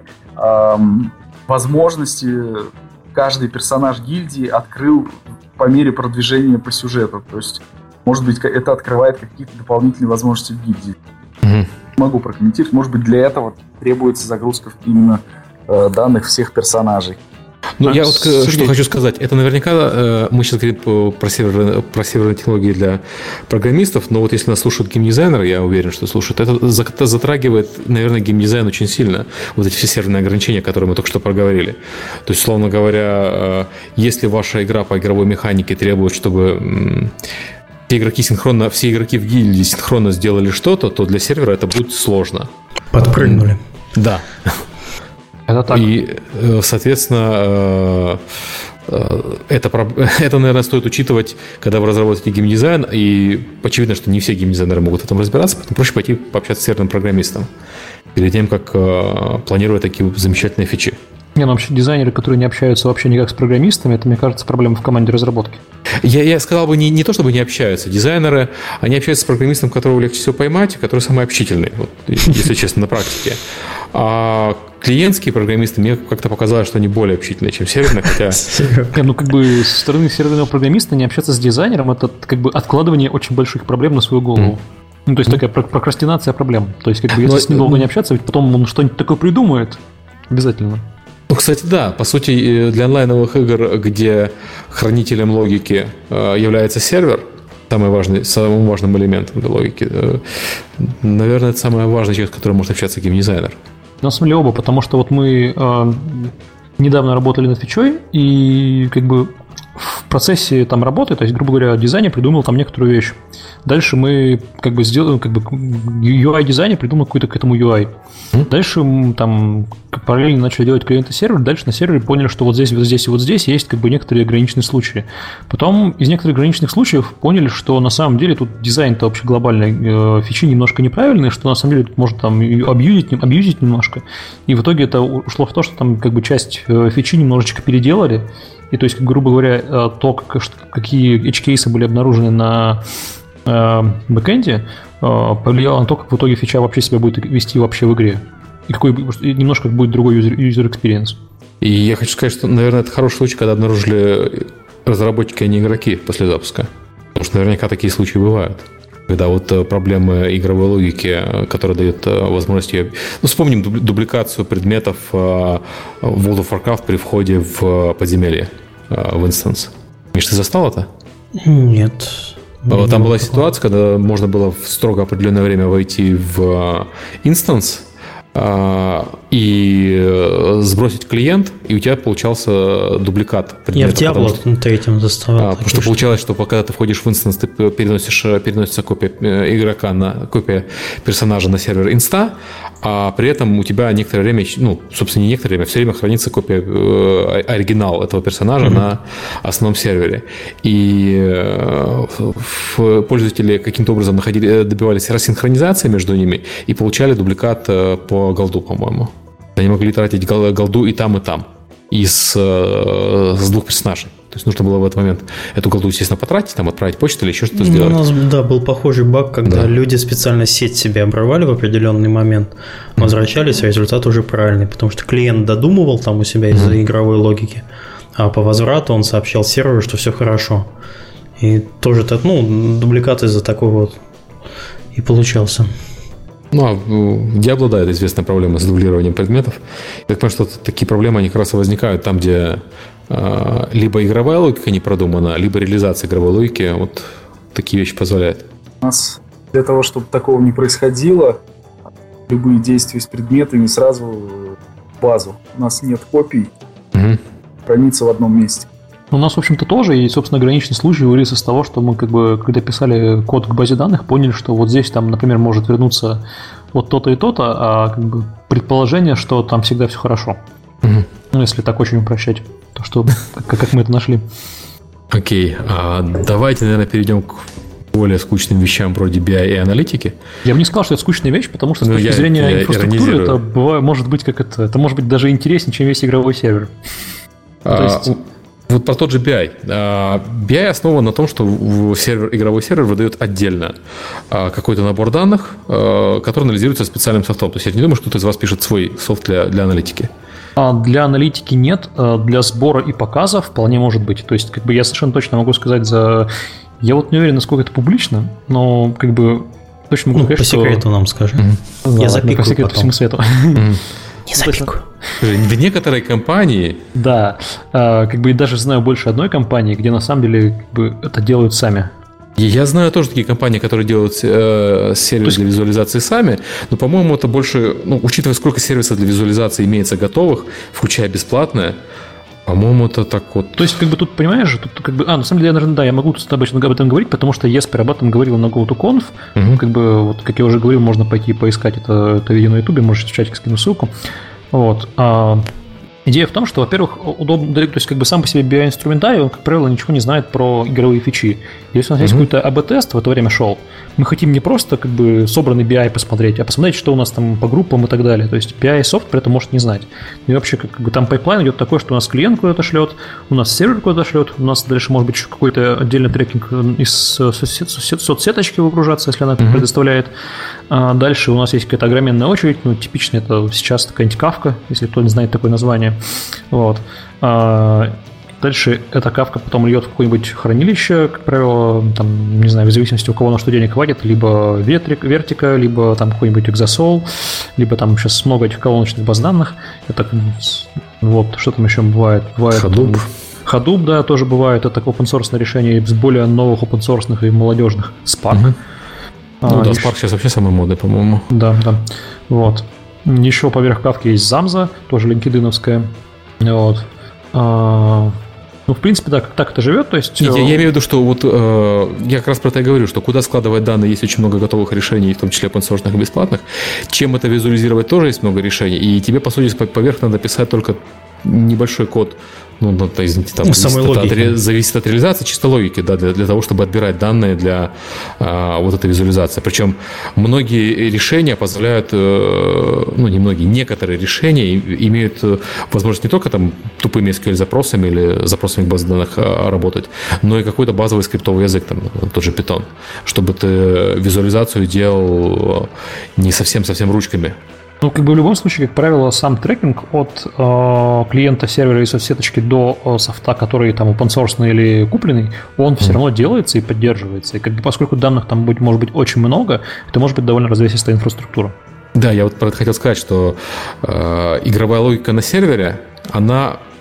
возможности каждый персонаж гильдии открыл по мере продвижения по сюжету. То есть, может быть, это открывает какие-то дополнительные возможности в гильдии. Mm-hmm. Могу прокомментировать. Может быть, для этого требуется загрузка именно э, данных всех персонажей. Ну, а я вот Сергей. что хочу сказать. Это наверняка э, мы сейчас говорим про серверные, про серверные технологии для программистов, но вот если нас слушают геймдизайнеры, я уверен, что слушают, это, это затрагивает, наверное, геймдизайн очень сильно. Вот эти все серверные ограничения, которые мы только что проговорили. То есть, условно говоря, э, если ваша игра по игровой механике требует, чтобы... М- все игроки синхронно, все игроки в гильдии синхронно сделали что-то, то для сервера это будет сложно. Подпрыгнули. Да. Это так. И, соответственно, это, это, наверное, стоит учитывать, когда вы разработаете геймдизайн, и очевидно, что не все геймдизайнеры могут в этом разбираться, поэтому проще пойти пообщаться с серверным программистом перед тем, как планировать такие замечательные фичи. Не, ну вообще дизайнеры, которые не общаются вообще никак с программистами, это, мне кажется, проблема в команде разработки. Я, я сказал бы не, не то, чтобы не общаются. Дизайнеры, они общаются с программистом, которого легче всего поймать, который самый общительный, вот, если честно, на практике. А клиентские программисты, мне как-то показалось, что они более общительные, чем серверные, хотя... Ну, как бы со стороны серверного программиста не общаться с дизайнером, это как бы откладывание очень больших проблем на свою голову. Ну, то есть такая прокрастинация проблем. То есть, как бы, если с ним долго не общаться, ведь потом он что-нибудь такое придумает обязательно. Ну, кстати, да, по сути, для онлайновых игр, где хранителем логики является сервер, самый важный, самым важным элементом для логики, наверное, это самый важный человек, с которым может общаться геймдизайнер. На самом деле оба, потому что вот мы э, недавно работали над фичой, и как бы в процессе там работы, то есть, грубо говоря, дизайнер придумал там некоторую вещь. Дальше мы как бы сделали, как бы ю ай-дизайнер придумал какой-то к этому ю ай. Mm-hmm. Дальше мы там параллельно начали делать клиент и сервер. Дальше на сервере поняли, что вот здесь, вот здесь и вот здесь есть как бы некоторые ограниченные случаи. Потом из некоторых ограниченных случаев поняли, что на самом деле тут дизайн-то вообще глобальный, э, фичи немножко неправильные, что на самом деле тут можно там абьюзить, абьюзить немножко. И в итоге это ушло в то, что там как бы часть э, фичи немножечко переделали. И то есть, грубо говоря, то, как, какие edge-кейсы были обнаружены на э, бэкэнде, э, повлияло на то, как в итоге фича вообще себя будет вести вообще в игре. И какой немножко будет другой user experience. И я хочу сказать, что, наверное, это хороший случай, когда обнаружили разработчики, а не игроки после запуска. Потому что наверняка такие случаи бывают. Когда вот проблемы игровой логики, которая дает возможность ее... Ну, вспомним дубликацию предметов в World of Warcraft при входе в подземелье. в инстанс. Миш, ты застал это? Нет. Там не была ситуация, когда можно было в строго определенное время войти в инстанс и сбросить клиент, и у тебя получался дубликат предмета. Я в Диабло третьем заставал. Потому что получалось, что когда ты входишь в инстанс, ты переносишь, переносится копия игрока, на, копия персонажа на сервер инста, а при этом у тебя некоторое время, ну, собственно, не некоторое время, все время хранится копия, э, оригинал этого персонажа mm-hmm. на основном сервере. И э, пользователи каким-то образом находили, добивались рассинхронизации между ними и получали дубликат э, по голду, по-моему. Они могли тратить голду и там, и там. Из, э, с двух персонажей. То есть нужно было в этот момент эту голду, естественно, потратить, там, отправить почту или еще что-то сделать. Ну, у нас, да, был похожий баг, когда да. люди специально сеть себе обрывали в определенный момент, возвращались, а результат уже правильный, потому что клиент додумывал там у себя из-за mm-hmm. игровой логики, а по возврату он сообщал серверу, что все хорошо. И тоже так, ну, дубликат из-за такого вот и получался. Ну, а в Diablo, да, это известная проблема с дублированием предметов. Я так понимаю, что такие проблемы, они как раз и возникают там, где э, либо игровая логика не продумана, либо реализация игровой логики вот такие вещи позволяет. У нас для того, чтобы такого не происходило, любые действия с предметами сразу в базу. У нас нет копий, угу. хранится в одном месте. У нас, в общем-то, тоже, и, собственно, ограниченный случай вылез из того, что мы, как бы, когда писали код к базе данных, поняли, что вот здесь, там, например, может вернуться вот то-то и то-то, а как бы предположение, что там всегда все хорошо. Угу. Ну, если так очень упрощать, то что, как, как мы это нашли. Окей, а давайте, наверное, перейдем к более скучным вещам вроде би ай и аналитики. Я бы не сказал, что это скучная вещь, потому что с ну, точки я, зрения я инфраструктуры это бывает, может быть как это, это может быть даже интереснее, чем весь игровой сервер. А, то есть... Вот про тот же би ай. би ай основан на том, что сервер, игровой сервер выдает отдельно какой-то набор данных, который анализируется специальным софтом. То есть я не думаю, что кто-то из вас пишет свой софт для, для аналитики. Для аналитики нет, для сбора и показа вполне может быть. То есть как бы я совершенно точно могу сказать за... Я вот не уверен, насколько это публично, но как бы точно могу ну, сказать, по что... По секрету нам скажи. Mm-hmm. Я запикаю по секрету всему свету. Mm-hmm. Не запикаю. В некоторой компании... Да, как бы даже знаю больше одной компании, где на самом деле как бы, это делают сами. Я знаю тоже такие компании, которые делают э, сервис есть... для визуализации сами, но, по-моему, это больше, ну, учитывая, сколько сервисов для визуализации имеется готовых, включая бесплатное, по-моему, это так вот... То есть, как бы тут, понимаешь, тут как бы... А, на самом деле, я, наверное, да, я могу тут обычно об этом говорить, потому что Еспер об этом говорил на GoToConf. Угу. Как бы, вот, как я уже говорил, можно пойти поискать это, это видео на Ютубе, можете в чатик скину ссылку. Вот. А, идея в том, что, во-первых, удобно, то есть, как бы сам по себе би ай-инструментарий, он, как правило, ничего не знает про игровые фичи. Если у нас угу. есть какой-то эй би-тест в это время шел, мы хотим не просто как бы собранный би ай посмотреть, а посмотреть, что у нас там по группам и так далее. То есть би ай-софт при этом может не знать. И вообще как бы там пайплайн идет такой, что у нас клиент куда-то шлет, у нас сервер куда-то шлет, у нас дальше может быть еще какой-то отдельный трекинг из соцсеточки выгружаться, если она это mm-hmm. предоставляет. А дальше у нас есть какая-то огроменная очередь, ну типично это сейчас какая-нибудь Kafka, если кто не знает такое название. Вот. А дальше эта кавка потом льет в какое-нибудь хранилище, как правило, там, не знаю, в зависимости у кого на что денег хватит, либо ветрик, вертика, либо там какой-нибудь экзосол, либо там сейчас много этих колоночных баз данных. Это вот, что там еще бывает? Бывает Hadoop. Hadoop, да, тоже бывает. Это open-source решение из более новых open-source и молодежных. Spark. Угу. А, ну да, еще... Spark сейчас вообще самый модный, по-моему. Да, да. Вот. Еще поверх кавки есть Замза, тоже линкединовская. Вот. А... Ну, в принципе, да, так это живет, то есть... Я, я имею в виду, что вот э, я как раз про это и говорю, что куда складывать данные, есть очень много готовых решений, в том числе open-source и бесплатных. Чем это визуализировать, тоже есть много решений, и тебе, по сути, поверх надо писать только небольшой код. Ну, ну извините, там ну, зависит, от, зависит от реализации, чисто логики, да, для, для того, чтобы отбирать данные для а, вот этой визуализации. Причем многие решения позволяют, ну, не многие, некоторые решения имеют возможность не только там тупыми эс кью эль-запросами или запросами к базе данных работать, но и какой-то базовый скриптовый язык, там, тот же Python, чтобы ты визуализацию делал не совсем-совсем ручками. Ну, как бы в любом случае, как правило, сам трекинг от э, клиента сервера и соцсеточки до э, софта, который там open-source или купленный, он mm. все равно делается и поддерживается. И как бы поскольку данных там будет, может быть очень много, это может быть довольно развесистая инфраструктура. Да, я вот про это хотел сказать, что э, игровая логика на сервере, она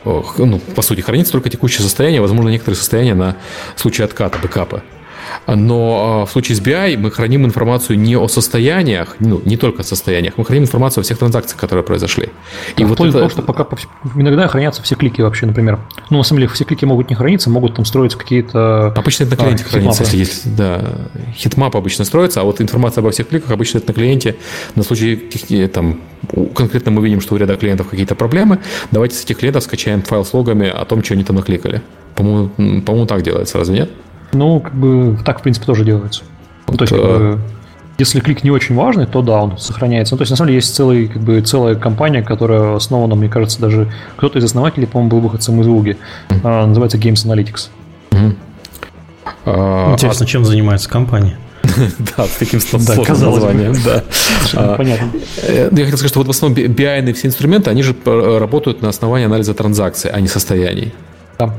ну, по сути, хранится только текущее состояние, возможно, некоторые состояния на случай отката, бэкапа. Но в случае с би ай мы храним информацию не о состояниях, ну, не только о состояниях, мы храним информацию о всех транзакциях, которые произошли. И да, вот это... того, что пока иногда хранятся все клики вообще, например. Ну, на самом деле, все клики могут не храниться, могут там строиться какие-то... Обычно это на клиенте а, хранится, если есть, да, хитмап обычно строится, а вот информация обо всех кликах обычно это на клиенте. На случай, там, конкретно мы видим, что у ряда клиентов какие-то проблемы, давайте с этих клиентов скачаем файл с логами о том, что они там накликали. По-моему, по-моему так делается, разве нет? Ну, как бы так, в принципе, тоже делается. Вот, то есть, как бы, если клик не очень важный, то да, он сохраняется. Ну, то есть, на самом деле, есть целый, как бы, целая компания, которая основана, мне кажется, даже кто-то из основателей, по-моему, был выходцем из Уги. Mm-hmm. А, называется Games Analytics. Mm-hmm. Интересно, а... чем занимается компания? Да, с таким сложным названием. Понятно. Я хотел сказать, что вот в основном би ай-ные все инструменты, они же работают на основании анализа транзакций, а не состояний. Да.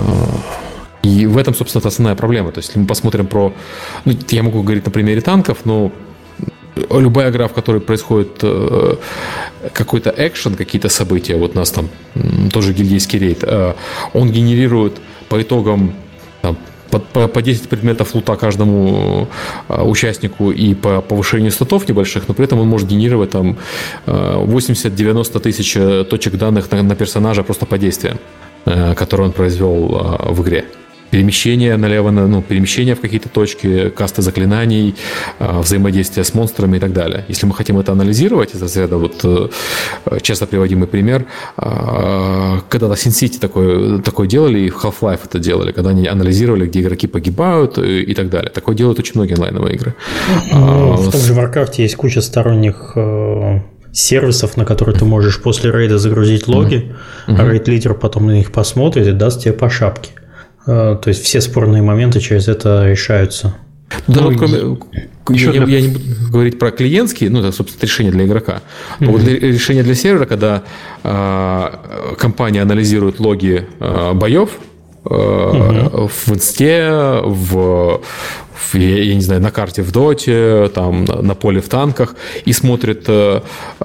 И в этом, собственно, это основная проблема. То есть, если мы посмотрим про... Ну, я могу говорить на примере танков, но любая игра, в которой происходит э, какой-то экшен, какие-то события, вот у нас там тоже гильдейский рейд, э, он генерирует по итогам там, по, по, по десять предметов лута каждому э, участнику и по повышению статов небольших, но при этом он может генерировать там э, восемьдесят-девяносто тысяч точек данных на, на персонажа просто по действиям, э, которые он произвел э, в игре. Перемещение налево, ну, перемещение в какие-то точки, касты заклинаний, взаимодействие с монстрами и так далее. Если мы хотим это анализировать, из разряда вот часто приводимый пример, когда-то Sin City такое, такое делали, и в Half-Life это делали, когда они анализировали, где игроки погибают и так далее. Такое делают очень многие онлайновые игры. Ну, в том же Warcraft есть куча сторонних сервисов, на которые ты можешь после рейда загрузить логи, mm-hmm. а рейд-лидер потом на них посмотрит и даст тебе по шапке. То есть все спорные моменты через это решаются. Да, ну, вот, кроме, я, для... я не буду говорить про клиентские, ну, это, собственно, решение для игрока. Но mm-hmm. вот решение для сервера, когда э, компания анализирует логи э, боев э, mm-hmm. в инсте, в, в, я не знаю, на карте в доте, там, на, на поле в танках, и смотрит э,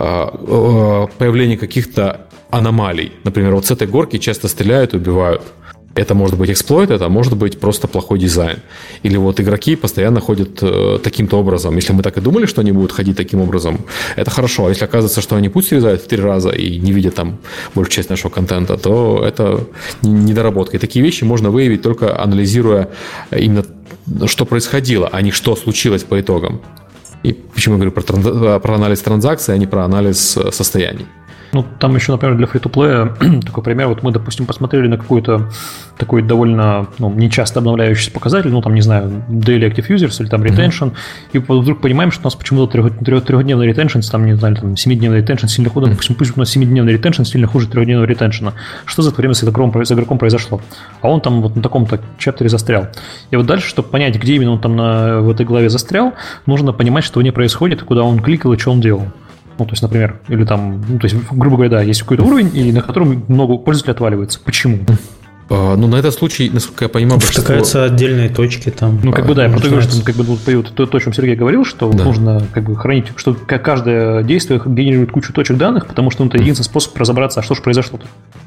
э, появление каких-то аномалий. Например, вот с этой горки часто стреляют и убивают. Это может быть эксплойт, это может быть просто плохой дизайн. Или вот игроки постоянно ходят э, таким-то образом. Если мы так и думали, что они будут ходить таким образом, это хорошо. А если оказывается, что они путь срезают в три раза и не видят там большую часть нашего контента, то это недоработка. И такие вещи можно выявить только анализируя именно, что происходило, а не что случилось по итогам. И почему я говорю про, транз... про анализ транзакций, а не про анализ состояний. Ну, там еще, например, для фри-то-плея такой пример. Вот мы, допустим, посмотрели на какой-то такой довольно, ну, нечасто обновляющийся показатель, ну, там, не знаю, Daily Active Users или там Retention, mm-hmm. и вдруг понимаем, что у нас почему-то трехдневный Retention, там, не знаю, там, семидневный Retention сильно хуже, mm-hmm. допустим, пусть у нас семидневный Retention сильно хуже трехдневного Retention. Что за это время с игроком, с игроком произошло? А он там вот на таком-то чаптере застрял. И вот дальше, чтобы понять, где именно он там на, в этой главе застрял, нужно понимать, что в ней происходит, куда он кликал и что он делал. Ну, то есть, например, или там, ну, то есть, грубо говоря, да, есть какой-то уровень, и на котором много пользователей отваливается. Почему? А, ну, на этот случай, насколько я понимаю, большинство... Втыкаются отдельные точки там. Ну, как бы, да, я про то, что как бы, то, то, о чем Сергей говорил, что да. нужно как бы хранить, что каждое действие генерирует кучу точек данных, потому что ну, это единственный способ разобраться, а что же произошло-то.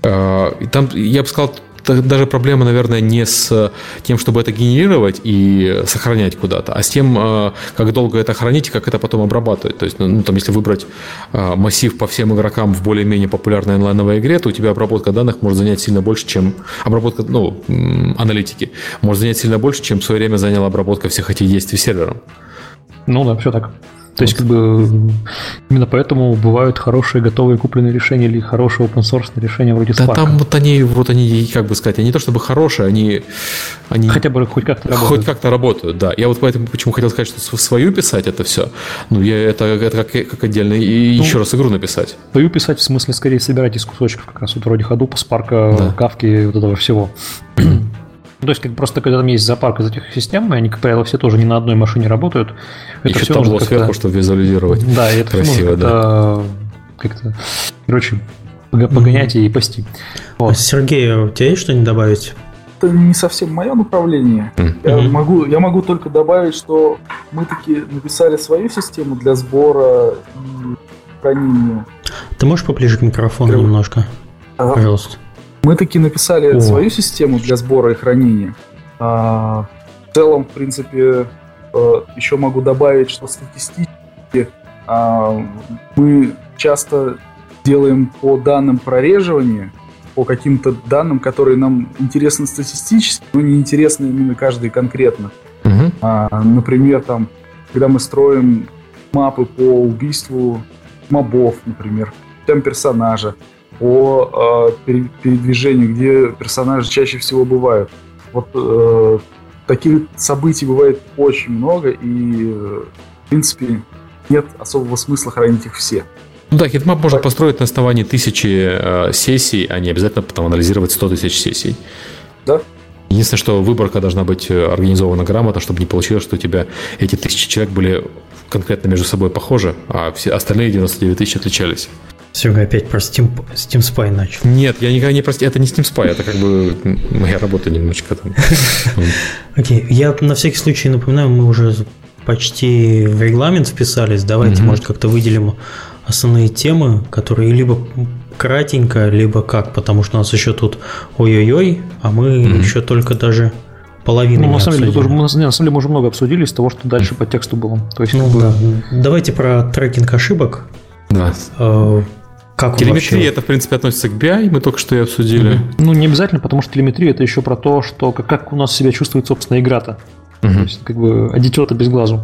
А, там, я бы сказал, даже проблема, наверное, не с тем, чтобы это генерировать и сохранять куда-то, а с тем, как долго это хранить и как это потом обрабатывать. То есть, ну, там, если выбрать массив по всем игрокам в более-менее популярной онлайновой игре, то у тебя обработка данных может занять сильно больше, чем обработка, ну, аналитики, может занять сильно больше, чем в свое время заняла обработка всех этих действий сервером. Ну да, все так. То есть, как бы, именно поэтому бывают хорошие готовые купленные решения или хорошие open-source решения вроде Spark. Да там вот они, вот они, как бы сказать, они не то чтобы хорошие, они... они хотя бы хоть как-то работают. Хоть как-то работают, да. Я вот поэтому почему хотел сказать, что свою писать это все, ну, я, это, это как, как отдельно, и ну, еще раз игру написать. Свою писать, в смысле, скорее собирать из кусочков, как раз вот вроде Hadoop, Spark, да. Kafka, вот этого всего. То есть, как просто когда там есть зоопарк из этих систем, и они, как правило, все тоже не на одной машине работают. Это еще табло сверху, чтобы визуализировать. Да, и это красиво, да. Как-то, короче, погонять mm-hmm. и пасти. Вот. Сергей, у тебя есть что-нибудь добавить? Это не совсем мое направление. Mm-hmm. Я, могу, я могу только добавить, что мы таки написали свою систему для сбора и хранения. Ты можешь поближе к микрофону Прям... немножко? Ага. Пожалуйста. Мы таки написали О. свою систему для сбора и хранения. А, в целом, в принципе, еще могу добавить, что статистически а, мы часто делаем по данным прореживания, по каким-то данным, которые нам интересны статистически, но не интересны именно каждый конкретно. Uh-huh. А, например, там, когда мы строим мапы по убийству мобов, например, там персонажа, по э, передвижению, где персонажи чаще всего бывают. Вот э, таких событий бывает очень много, и, в принципе, нет особого смысла хранить их все. Ну да, хитмап можно построить на основании тысячи э, сессий, а не обязательно потом анализировать сто тысяч сессий. Да. Единственное, что выборка должна быть организована грамотно, чтобы не получилось, что у тебя эти тысячи человек были конкретно между собой похожи, а все остальные девяносто девять тысяч отличались. Серега опять про Steam, Steam Spy начал. Нет, я никогда не про... Это не Steam Spy, это как бы моя работа немножечко там. Окей, я на всякий случай напоминаю, мы уже почти в регламент вписались. Давайте, может, как-то выделим основные темы, которые либо кратенько, либо как, потому что у нас еще тут ой-ой-ой, а мы еще только даже половину ну, не на самом обсудили. Деле, тоже, на самом деле мы уже много обсудили из того, что дальше по тексту было. То есть, ну, как бы... да. Давайте про трекинг ошибок. Да. Как телеметрия вообще... это, в принципе, относится к би ай, мы только что и обсудили. Mm-hmm. Ну, не обязательно, потому что телеметрия это еще про то, что как, как у нас себя чувствует, собственно, игра-то. Mm-hmm. То есть, как бы, а дитё-то без глазу.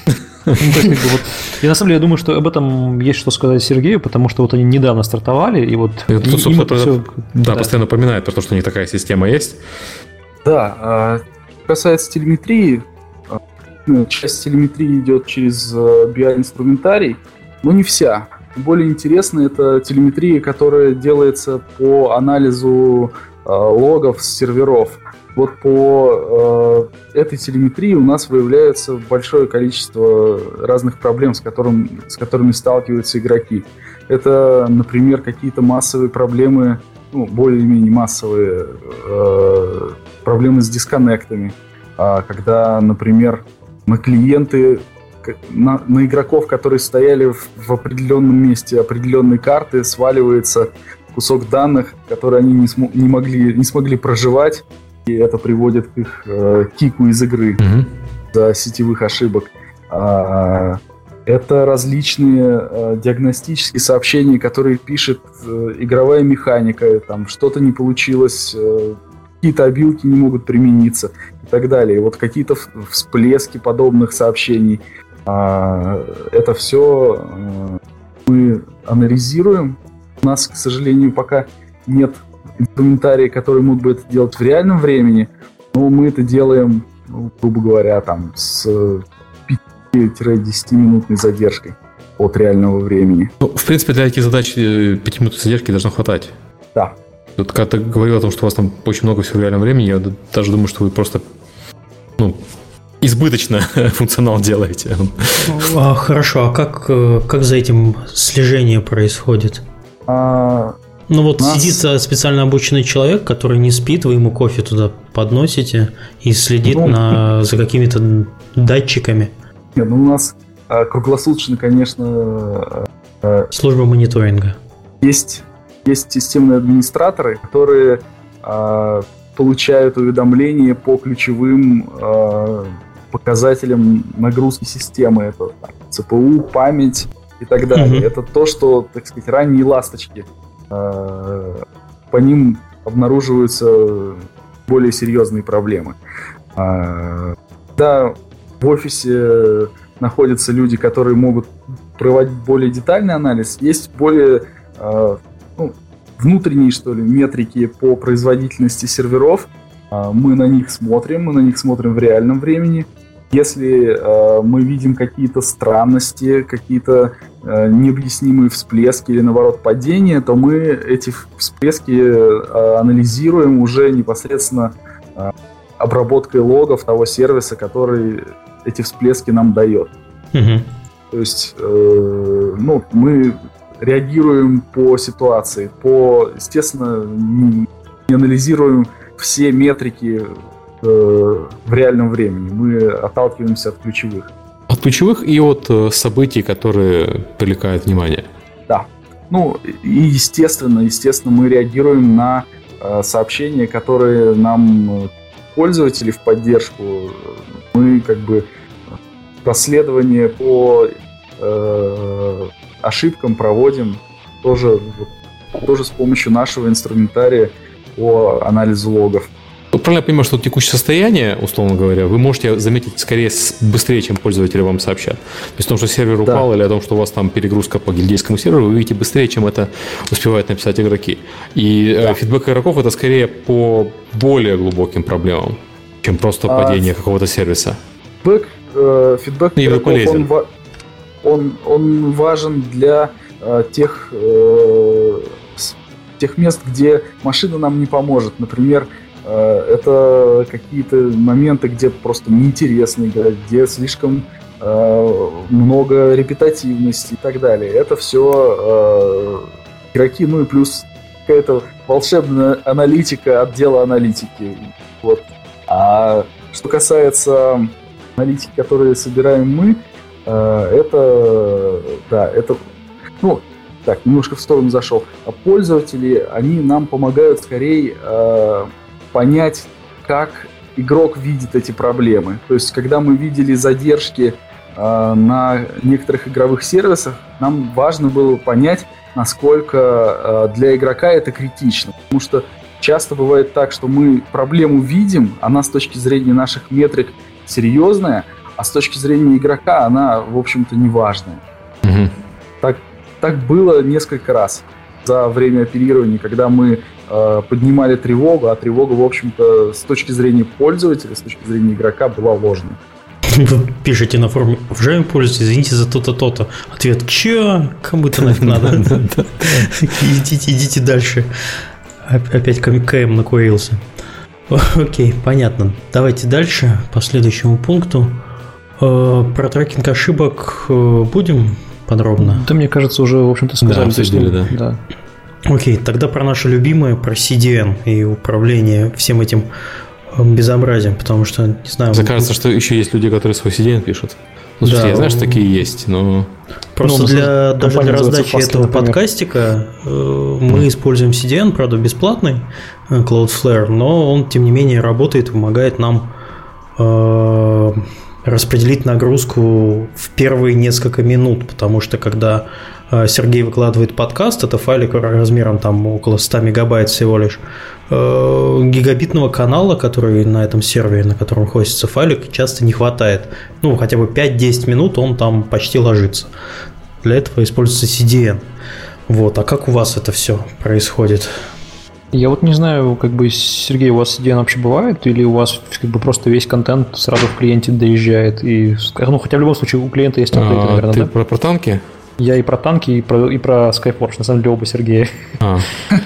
И на самом деле я думаю, что об этом есть что сказать Сергею, потому что вот они недавно стартовали, и вот да, постоянно упоминают про то, что у них такая система есть. Да, касается телеметрии, часть телеметрии идет через би ай-инструментарий, но не вся. Более интересно, это телеметрия, которая делается по анализу э, логов с серверов. Вот по э, этой телеметрии у нас выявляется большое количество разных проблем, с, которым, с которыми сталкиваются игроки. Это, например, какие-то массовые проблемы, ну, более-менее массовые э, проблемы с дисконнектами. Э, когда, например, на клиенты... На, на игроков, которые стояли в, в определенном месте определенной карты, сваливается кусок данных, которые они не, см- не, могли, не смогли проживать, и это приводит к их э, кику из игры mm-hmm. за сетевых ошибок. А, это различные э, диагностические сообщения, которые пишет э, игровая механика, там что-то не получилось, э, какие-то обилки не могут примениться и так далее. И вот какие-то всплески подобных сообщений. Это все мы анализируем. У нас, к сожалению, пока нет инструментария, который мог бы это делать в реальном времени, но мы это делаем, ну, грубо говоря, там, с пяти-десятиминутной задержкой от реального времени. Ну, в принципе, для этих задач пятиминутной задержки должно хватать. Да. Вот когда ты говорил о том, что у вас там очень много всего в реальном времени, я даже думаю, что вы просто... ну, избыточно функционал делаете. А, хорошо, а как, как за этим слежение происходит? А, ну вот нас... сидит специально обученный человек, который не спит, вы ему кофе туда подносите и следит ну, на, за какими-то датчиками. Нет, ну у нас а, круглосуточно, конечно... А, служба мониторинга. Есть, есть системные администраторы, которые а, получают уведомления по ключевым... А, показателям нагрузки системы. Это там, ЦПУ, память и так далее. Mm-hmm. Это то, что, так сказать, ранние ласточки. Э, по ним обнаруживаются более серьезные проблемы. Э, да, в офисе находятся люди, которые могут проводить более детальный анализ. Есть более э, ну, внутренние, что ли, метрики по производительности серверов. Э, мы на них смотрим, мы на них смотрим в реальном времени. Если э, мы видим какие-то странности, какие-то э, необъяснимые всплески или, наоборот, падения, то мы эти всплески э, анализируем уже непосредственно э, обработкой логов того сервиса, который эти всплески нам дает. Mm-hmm. То есть э, ну, мы реагируем по ситуации, по, естественно, не, не анализируем все метрики в реальном времени. Мы отталкиваемся от ключевых. От ключевых и от событий, которые привлекают внимание. Да. Ну, и естественно, естественно, мы реагируем на сообщения, которые нам пользователи в поддержку, мы как бы расследование по э, ошибкам проводим тоже, тоже с помощью нашего инструментария по анализу логов. Правильно я понимаю, что текущее состояние, условно говоря, вы можете заметить скорее быстрее, чем пользователи вам сообщат. То есть о том, что сервер упал, да. или о том, что у вас там перегрузка по гильдейскому серверу, вы видите быстрее, чем это успевают написать игроки. И да. фидбэк игроков это скорее по более глубоким проблемам, чем просто а, падение ф... какого-то сервиса. Фидбэк, э, фидбэк игроков, он, он, он важен для э, тех, э, тех мест, где машина нам не поможет. Например, это какие-то моменты, где просто неинтересно играть, где слишком э, много репетативности и так далее. Это все э, игроки, ну и плюс какая-то волшебная аналитика отдела аналитики. Вот. А что касается аналитики, которые собираем мы, э, это, да, это, ну, так, немножко в сторону зашел. А пользователи, они нам помогают скорее э, понять, как игрок видит эти проблемы. То есть, когда мы видели задержки э, на некоторых игровых сервисах, нам важно было понять, насколько э, для игрока это критично. Потому что часто бывает так, что мы проблему видим, она с точки зрения наших метрик серьезная, а с точки зрения игрока она, в общем-то, неважная. Mm-hmm. Так, так было несколько раз за время оперирования, когда мы э, поднимали тревогу, а тревога, в общем-то, с точки зрения пользователя, с точки зрения игрока была ложной. Вы пишете на форуме: уважаемый пользователь, извините за то-то, то-то. Ответ: че? Кому-то нафиг надо. Идите, идите дальше. Опять КМ накурился. Окей, понятно. Давайте дальше, по следующему пункту. Про трекинг ошибок будем подробно? Да, мне кажется, уже, в общем-то, сказали. Да, обсудили, да. да. Окей, тогда про наше любимое, про си ди эн и управление всем этим безобразием, потому что, не знаю... Мне кажется, что еще есть люди, которые свой си ди эн пишут. Ну, да, я знаю, что такие есть, но... Просто ну, для, даже для раздачи этого например. подкастика э, мы mm. используем си ди эн, правда, бесплатный, Cloudflare, но он, тем не менее, работает, помогает нам э, распределить нагрузку в первые несколько минут, потому что, когда э, Сергей выкладывает подкаст, это файлик размером там около сто мегабайт всего лишь, э, гигабитного канала, который на этом сервере, на котором хостится файлик, часто не хватает. Ну, хотя бы пять-десять минут он там почти ложится. Для этого используется си ди эн. Вот. А как у вас это все происходит? Я вот не знаю, как бы, Сергей, у вас си ди эн вообще бывает, или у вас как бы просто весь контент сразу в клиенте доезжает? И, ну, хотя в любом случае у клиента есть темплейты, а, наверное, ты да? Ты про, про танки? Я и про танки, и про, и про Skyforge, на самом деле оба Сергея. А.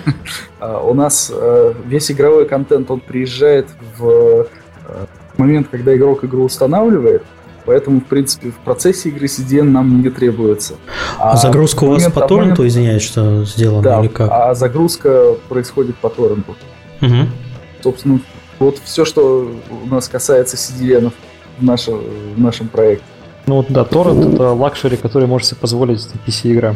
У нас весь игровой контент, он приезжает в момент, когда игрок игру устанавливает, поэтому, в принципе, в процессе игры си ди эн нам не требуется. А, а загрузка у вас по торренту, извиняюсь, что сделана, да, или как? А загрузка происходит по торренту. Угу. Собственно, вот все, что у нас касается си ди эн в нашем, в нашем проекте. Ну вот да, торрент — это лакшери, который может себе позволить пи си-игра.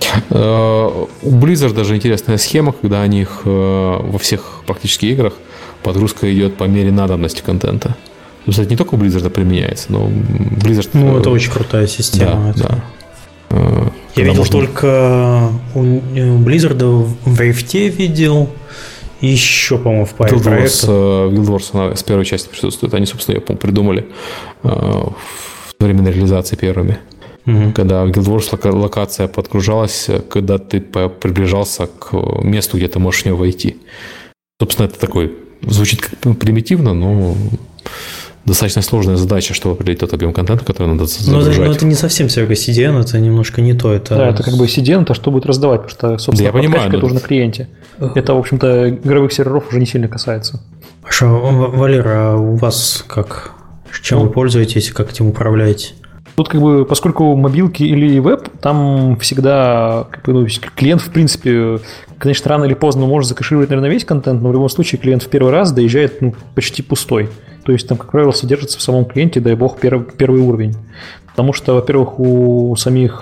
У Blizzard даже интересная схема, когда у них во всех практически играх подгрузка идет по мере надобности контента. Кстати, не только у Blizzard применяется, но Blizzard... Ну, это очень крутая система. Да, да. Я видел можно... только у Blizzard в Рифте видел, и еще, по-моему, в паре проектов. Guild Wars, она с первой части присутствует. Они, собственно, ее, по-моему, придумали в время реализации первыми. Mm-hmm. Когда в Guild Wars локация подгружалась, когда ты приближался к месту, где ты можешь в нее войти. Собственно, это такой... Звучит как примитивно, но... достаточно сложная задача, чтобы определить тот объем контента, который надо загружать. Но, но это не совсем все си ди эн, это немножко не то. Это... Да, это как бы си ди эн, это что будет раздавать, потому что, собственно, да, подкачка тоже на клиенте. Это, в общем-то, игровых серверов уже не сильно касается. Хорошо, Валера, а у вас как? Чем ну, вы пользуетесь, как этим управляете? Тут как бы, поскольку мобилки или веб, там всегда как бы, ну, клиент, в принципе, конечно, рано или поздно может закэшировать, наверное, весь контент, но в любом случае клиент в первый раз доезжает ну, почти пустой. То есть там, как правило, содержится в самом клиенте, дай бог, первый, первый уровень. Потому что, во-первых, у самих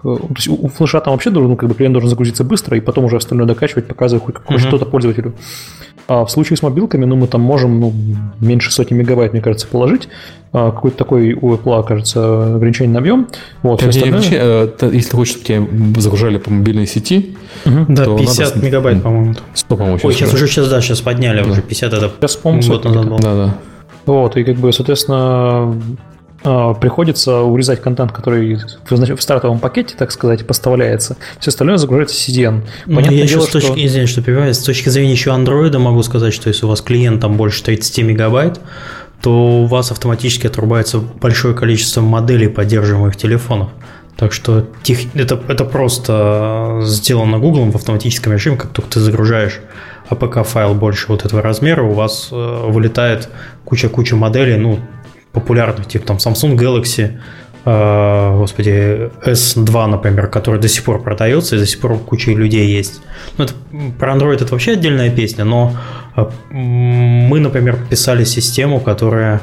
То есть у флеша там вообще должен, как бы клиент должен загрузиться быстро, и потом уже остальное докачивать, показывать хоть uh-huh. что-то пользователю. А в случае с мобилками, ну, мы там можем ну, меньше сотни мегабайт, мне кажется, положить. А, какой-то такой у Apple, кажется, ограничение на объем. Вот, остальное... Если ты хочешь, чтобы тебя загружали по мобильной сети, uh-huh. да, пятьдесят надо... мегабайт, по-моему. сто, по-моему, Ой, сейчас уже сейчас, да, сейчас подняли да. уже пятьдесят, это сейчас, по-моему, год назад был. Да, да. Вот, и как бы, соответственно, приходится урезать контент, который в стартовом пакете, так сказать, поставляется. Все остальное загружается си ди эн. Понятное я дело, с точки, что... Извините, что перебиваю, с точки зрения еще Android могу сказать, что если у вас клиент там больше тридцать мегабайт, то у вас автоматически отрубается большое количество моделей поддерживаемых телефонов. Так что тех... это, это просто сделано Google в автоматическом режиме, как только ты загружаешь эй пи кей-файл больше вот этого размера, у вас вылетает куча-куча моделей, ну, популярных, типа там Samsung Galaxy, э, господи, эс два, например, который до сих пор продается, и до сих пор куча людей есть. Ну, это, про Android это вообще отдельная песня, но э, мы, например, писали систему, которая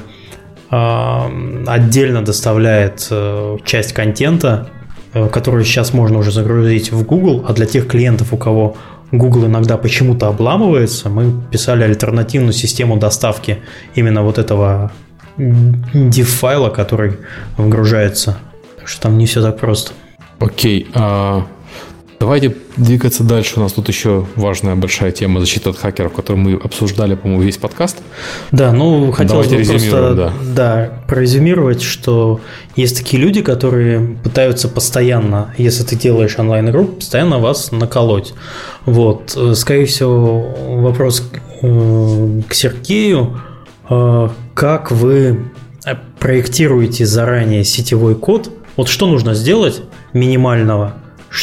э, отдельно доставляет э, часть контента, э, которую сейчас можно уже загрузить в Google, а для тех клиентов, у кого Google иногда почему-то обламывается, мы писали альтернативную систему доставки именно вот этого div-файла, который вгружается. Так что там не все так просто. Окей. А, давайте двигаться дальше. У нас тут еще важная большая тема защиты от хакеров, которую мы обсуждали, по-моему, весь подкаст. Да, ну, хотелось бы просто да. Да, прорезюмировать, что есть такие люди, которые пытаются постоянно, если ты делаешь онлайн-игру, постоянно вас наколоть. Вот. Скорее всего, вопрос к Сергею. Как вы проектируете заранее сетевой код? Вот что нужно сделать минимального,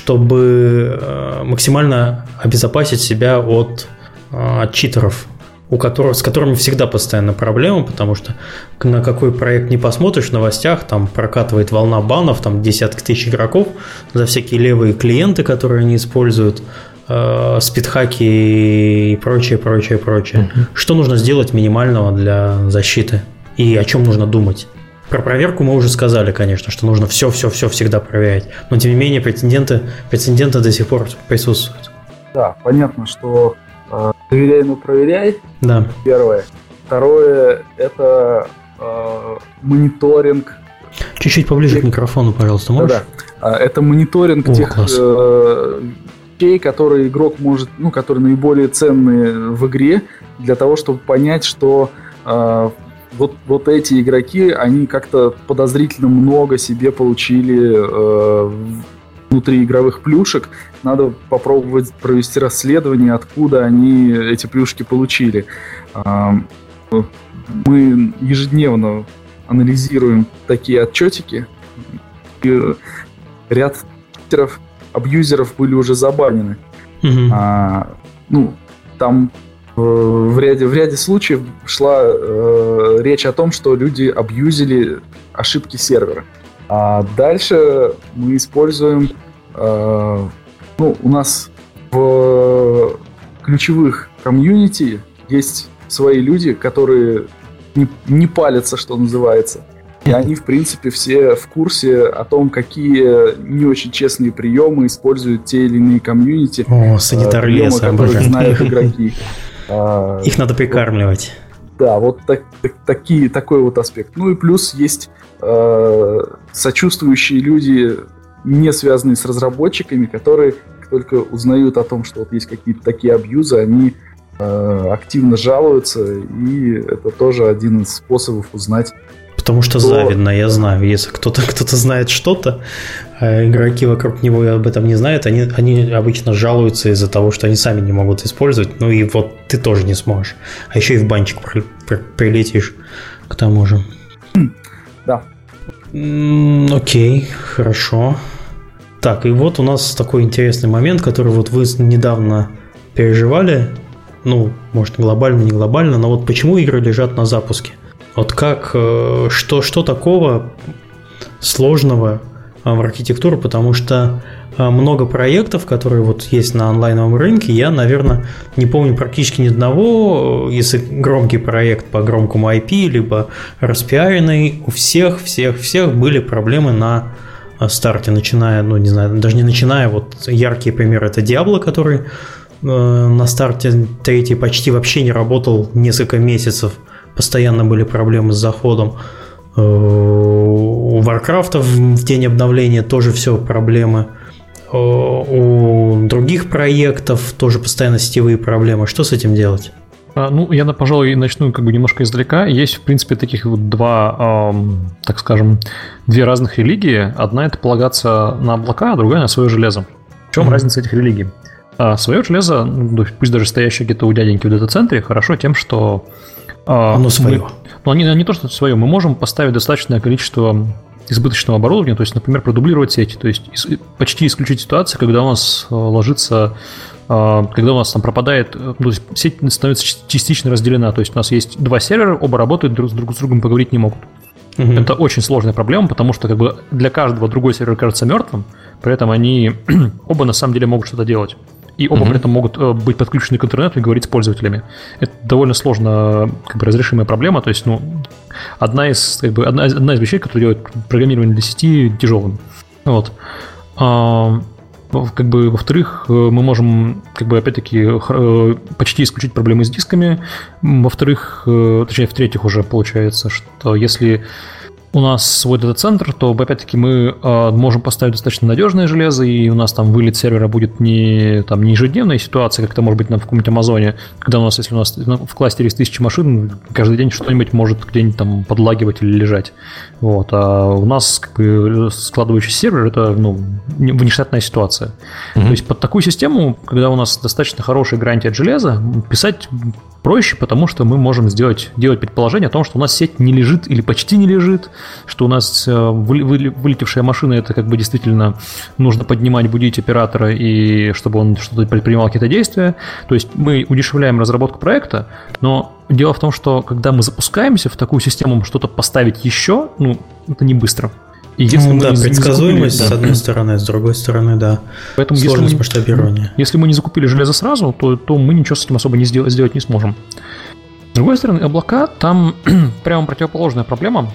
чтобы максимально обезопасить себя от, от читеров, у которых, с которыми всегда постоянно проблема, потому что на какой проект не посмотришь в новостях, там прокатывает волна банов, там десятки тысяч игроков за всякие левые клиенты, которые они используют, спидхаки и прочее, прочее, прочее. Uh-huh. Что нужно сделать минимального для защиты? И о чем нужно думать? Про проверку мы уже сказали, конечно, что нужно все-все-все всегда проверять. Но, тем не менее, прецеденты, прецеденты до сих пор присутствуют. Да, понятно, что э, доверяй, но проверяй. Да. Первое. Второе – это э, мониторинг. Чуть-чуть поближе тех... к микрофону, пожалуйста, можешь? Да-да. Это мониторинг О, тех... которые игрок может, ну, которые наиболее ценные в игре, для того, чтобы понять, что э, вот, вот эти игроки, они как-то подозрительно много себе получили э, внутри игровых плюшек. Надо попробовать провести расследование, откуда они эти плюшки получили. Э, мы ежедневно анализируем такие отчетики, и ряд читеров, абьюзеров были уже забанены. Uh-huh. А, ну, там э, в, ряде, в ряде случаев шла э, речь о том, что люди абьюзили ошибки сервера. А дальше мы используем... Э, ну, у нас в ключевых комьюнити есть свои люди, которые не, не палятся, что называется. И они, в принципе, все в курсе о том, какие не очень честные приемы используют те или иные комьюнити. О, санитар леса, которые знают игроки. Их надо прикармливать. Да, вот так, так, такие, такой вот аспект. Ну и плюс есть э, сочувствующие люди, не связанные с разработчиками, которые только узнают о том, что вот есть какие-то такие абьюзы, они э, активно жалуются, и это тоже один из способов узнать. Потому что завидно, я знаю. Если кто-то, кто-то знает что-то, а игроки вокруг него об этом не знают, они, они обычно жалуются из-за того, что они сами не могут использовать. Ну и вот ты тоже не сможешь. А еще и в банчик при, при, прилетишь к тому же. Да. М-м, окей, хорошо. Так, и вот у нас такой интересный момент, который вот вы недавно переживали. Ну, может, глобально, не глобально, но вот почему игры лежат на запуске? Вот как, что, что такого сложного в архитектуре, потому что много проектов, которые вот есть на онлайновом рынке, я, наверное, не помню практически ни одного, если громкий проект по громкому ай пи, либо распиаренный, у всех, всех, всех были проблемы на старте, начиная, ну, не знаю, даже не начиная, вот яркий пример – это Diablo, который на старте третий почти вообще не работал несколько месяцев, постоянно были проблемы с заходом. У Warcraft в день обновления тоже все проблемы. У других проектов тоже постоянно сетевые проблемы. Что с этим делать? Ну, я, пожалуй, начну как бы немножко издалека. Есть, в принципе, таких вот два, эм, так скажем, две разных религии. Одна – это полагаться на облака, а другая – на свое железо. В чем mm-hmm. разница этих религий? А свое железо, ну, пусть даже стоящее где-то у дяденьки в дата-центре, хорошо тем, что… Э, Оно свое. Мы, ну, не, не то, что это свое. Мы можем поставить достаточное количество избыточного оборудования, то есть, например, продублировать сети, то есть почти исключить ситуацию, когда у нас ложится… когда у нас там пропадает, то есть сеть становится частично разделена, то есть у нас есть два сервера, оба работают, друг с, друг с другом поговорить не могут. Uh-huh. Это очень сложная проблема, потому что как бы для каждого другой сервер кажется мертвым, при этом они оба на самом деле могут что-то делать. И оба uh-huh. при этом могут быть подключены к интернету и говорить с пользователями. Это довольно сложно как бы разрешимая проблема, то есть ну, одна, из, как бы, одна, одна из вещей, которая делает программирование для сети тяжелым. Вот. Как бы, во-вторых, мы можем, как бы, опять-таки, почти исключить проблемы с дисками. Во-вторых, точнее, в-третьих уже получается, что если у нас свой дата-центр, то, опять-таки, мы можем поставить достаточно надежное железо, и у нас там вылет сервера будет не, там, не ежедневная ситуация, как это может быть на каком-нибудь Амазоне, когда у нас, если у нас в кластере из тысячи машин, каждый день что-нибудь может где-нибудь там подлагивать или лежать. Вот. А у нас как бы складывающий сервер – это ну, внештатная ситуация. Mm-hmm. То есть под такую систему, когда у нас достаточно хорошая гарантия от железа, писать проще, потому что мы можем сделать, делать предположение о том, что у нас сеть не лежит или почти не лежит, что у нас вылетевшая машина, это как бы действительно нужно поднимать, будить оператора, и чтобы он что-то предпринимал какие-то действия. То есть мы удешевляем разработку проекта, но дело в том, что когда мы запускаемся в такую систему, что-то поставить еще, ну, это не быстро. И если ну, мы да, не предсказуемость закупили, с одной да. стороны, с другой стороны, да. Поэтому сложность масштабирования. Если мы не закупили железо сразу, то, то мы ничего с этим особо не сделать, сделать не сможем. С другой стороны, облака, там прямо противоположная проблема.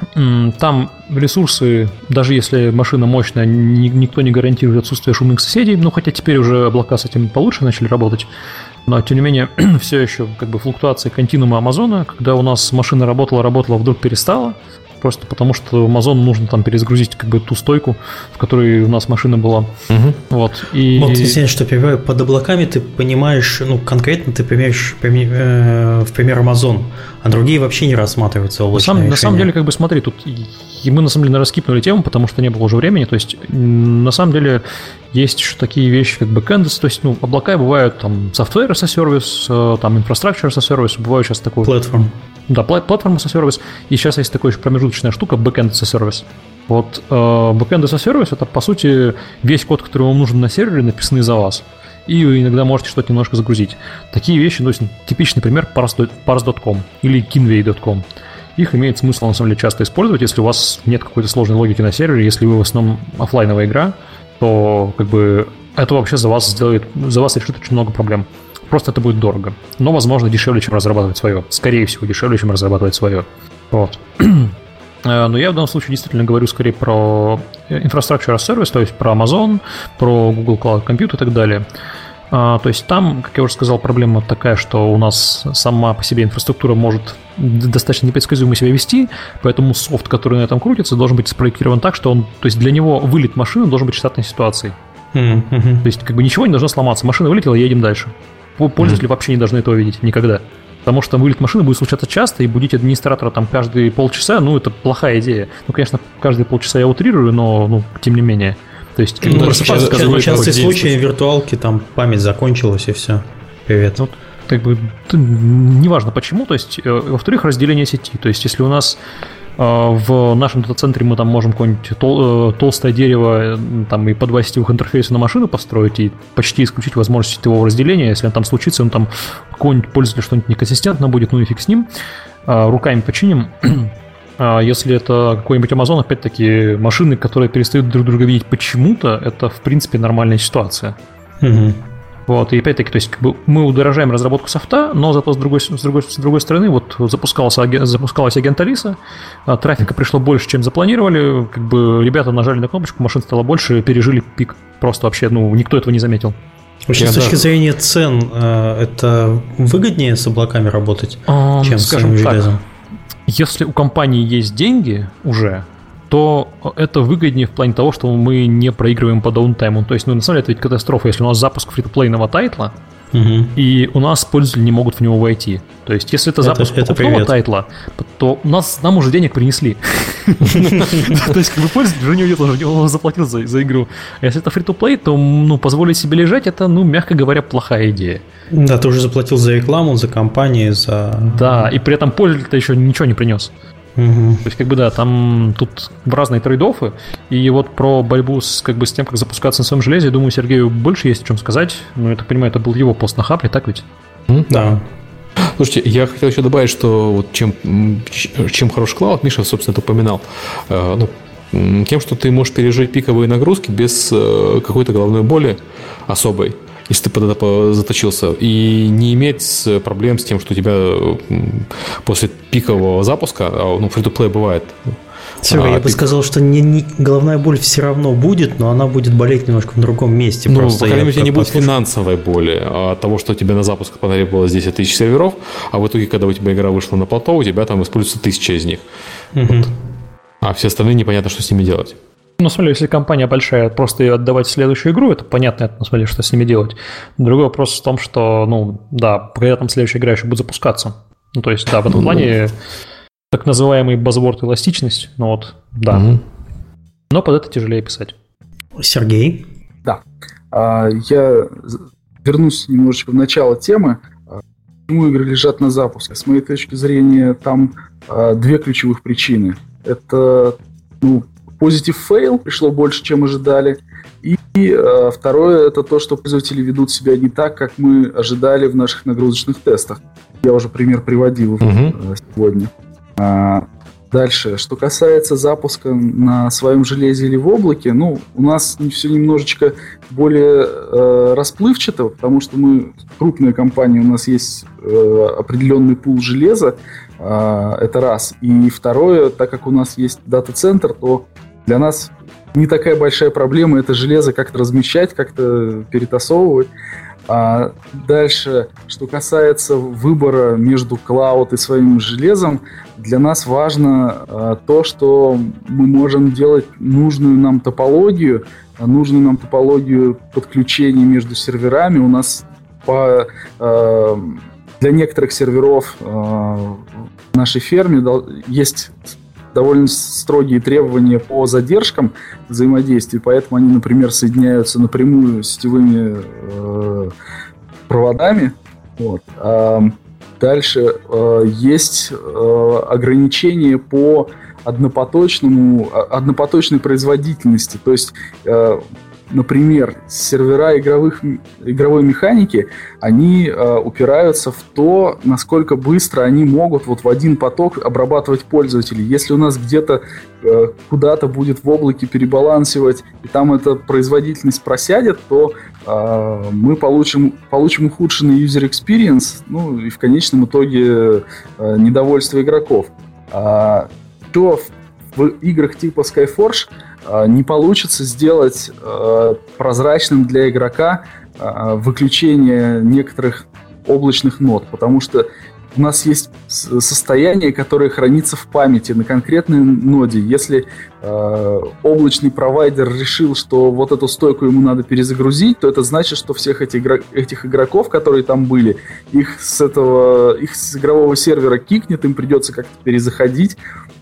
Там ресурсы, даже если машина мощная, никто не гарантирует отсутствие шумных соседей, ну хотя теперь уже облака с этим получше начали работать. Но, тем не менее, все еще как бы флуктуация континуума Амазона, когда у нас машина работала, работала, вдруг перестала, просто потому что Амазону нужно там перезагрузить как бы ту стойку, в которой у нас машина была. Угу. Вот, и... вот, извиняюсь, что перебиваю, под облаками ты понимаешь, ну, конкретно ты понимаешь э, в пример Amazon, а другие вообще не рассматриваются облачные решения. На самом деле, как бы смотри, тут и мы на самом деле раскипнули тему, потому что не было уже времени, то есть на самом деле есть еще такие вещи, как бэкэнды, то есть ну, облака бывают там software as a service, там infrastructure as a service, бывают сейчас такой... Платформ. Да, платформа as a service, и сейчас есть такая еще промежуточная штука backend as a service. Вот э, backend as a service — это по сути весь код, который вам нужен на сервере, написанный за вас. И вы иногда можете что-то немножко загрузить. Такие вещи, ну, типичный пример parse точка ком или kinway точка ком. Их имеет смысл, на самом деле, часто использовать, если у вас нет какой-то сложной логики на сервере, если вы в основном офлайновая игра, то как бы это вообще за вас сделает, за вас решит очень много проблем. Просто это будет дорого. Но, возможно, дешевле, чем разрабатывать свое. Скорее всего, дешевле, чем разрабатывать свое. Вот. Но я в данном случае действительно говорю скорее про Infrastructure as Service, то есть про Amazon, про Google Cloud Compute и так далее. То есть там, как я уже сказал, проблема такая, что у нас сама по себе инфраструктура может достаточно непредсказуемо себя вести, поэтому софт, который на этом крутится, должен быть спроектирован так, что он, то есть для него вылет машины должен быть штатной ситуацией. Mm-hmm. То есть как бы ничего не должно сломаться. Машина вылетела, едем дальше. Пользователи mm-hmm. вообще не должны этого видеть никогда. Потому что вылет машины будет случаться часто, и будить администратора там каждые полчаса, ну, это плохая идея. Ну, конечно, каждые полчаса я утрирую, но, ну, тем не менее. То есть, ну, просыпаться, частые случаи виртуалки, там память закончилась, и все. Привет. Вот, как бы, неважно почему, то есть, э, во-вторых, разделение сети. То есть, если у нас э, в нашем дата-центре мы там можем какое-нибудь тол- толстое дерево там, и по два сетевых интерфейса на машину построить и почти исключить возможность сетевого разделения, если он там случится, он там какой-нибудь пользователь что-нибудь неконсистентно будет, ну и фиг с ним, э, руками починим. Если это какой-нибудь Amazon, опять-таки, машины, которые перестают друг друга видеть почему-то, это, в принципе, нормальная ситуация. Угу. Вот, и опять-таки, то есть как бы мы удорожаем разработку софта, но зато с другой, с другой, с другой стороны вот запускался, запускалась агент Алиса, трафика пришло больше, чем запланировали, как бы ребята нажали на кнопочку, машин стало больше, пережили пик. Просто вообще, ну, никто этого не заметил. Вообще, с точки зрения цен, это выгоднее с облаками работать, um, чем с самим железом? Если у компании есть деньги уже, то это выгоднее в плане того, что мы не проигрываем по даунтайму. То есть, ну, на самом деле, это ведь катастрофа, если у нас запуск фри-то-плейного тайтла, угу. и у нас пользователи не могут в него войти. То есть, если это, это запуск покупного тайтла, то у нас, нам уже денег принесли. То есть, как бы пользователь уже не уйдет, он заплатил за игру. А если это фри-то-плей, то позволить себе лежать, это, ну, мягко говоря, плохая идея. Да, ты уже заплатил за рекламу, за компании, за... Да, и при этом пользователь-то еще ничего не принес. Угу. То есть, как бы, да, там тут разные трейд-оффы. И вот про борьбу с, как бы, с тем, как запускаться на своем железе, я думаю, Сергею больше есть о чем сказать. Ну, я так понимаю, это был его пост на Хапле, так ведь? Да. Слушайте, я хотел еще добавить, что вот чем, чем хорош клауд, Миша, собственно, это упоминал. Ну, тем, что ты можешь пережить пиковые нагрузки без какой-то головной боли особой, если ты под это заточился, и не иметь проблем с тем, что у тебя после пикового запуска, ну, фри-то-плей бывает. Серега, а, я пик... бы сказал, что не, не, головная боль все равно будет, но она будет болеть немножко в другом месте. Ну, по крайней мере, у тебя не будет финансовой боли от того, что тебе на запуск понадобилось десять тысяч серверов, а в итоге, когда у тебя игра вышла на плато, у тебя там используется тысяча из них. Угу. Вот. А все остальные непонятно, что с ними делать. Ну, смотри, если компания большая, просто ее отдавать в следующую игру, это понятно, на самом деле, что с ними делать. Другой вопрос в том, что, ну, да, когда там следующая игра еще будет запускаться. Ну, то есть, да, в этом плане так называемый базворд эластичность, ну вот, да. Mm-hmm. Но под это тяжелее писать. Сергей? Да. Я вернусь немножечко в начало темы. Почему игры лежат на запуске? С моей точки зрения, там две ключевых причины. Это, ну, positive fail, пришло больше, чем ожидали. И э, второе, это то, что пользователи ведут себя не так, как мы ожидали в наших нагрузочных тестах. Я уже пример приводил uh-huh. сегодня. А, дальше, что касается запуска на своем железе или в облаке, ну, у нас все немножечко более э, расплывчато, потому что мы крупная компания, у нас есть э, определенный пул железа, э, это раз. И второе, так как у нас есть дата-центр, то для нас не такая большая проблема это железо как-то размещать, как-то перетасовывать. А дальше, что касается выбора между клауд и своим железом, для нас важно а, то, что мы можем делать нужную нам топологию, нужную нам топологию подключения между серверами. У нас по, а, для некоторых серверов а, в нашей ферме есть довольно строгие требования по задержкам взаимодействия, поэтому они, например, соединяются напрямую сетевыми э, проводами. Вот. А дальше э, есть э, ограничения по однопоточному, однопоточной производительности. То есть, э, например, сервера игровых, игровой механики, они э, упираются в то, насколько быстро они могут вот в один поток обрабатывать пользователей. Если у нас где-то э, куда-то будет в облаке перебалансивать, и там эта производительность просядет, то э, мы получим, получим ухудшенный user experience, ну и в конечном итоге э, недовольство игроков. А, то в, в играх типа Skyforge не получится сделать э, прозрачным для игрока э, выключение некоторых облачных нод, потому что у нас есть состояние, которое хранится в памяти на конкретной ноде. Если э, облачный провайдер решил, что вот эту стойку ему надо перезагрузить, то это значит, что всех этих, игрок, этих игроков, которые там были, их с, этого, их с игрового сервера кикнет, им придется как-то перезаходить.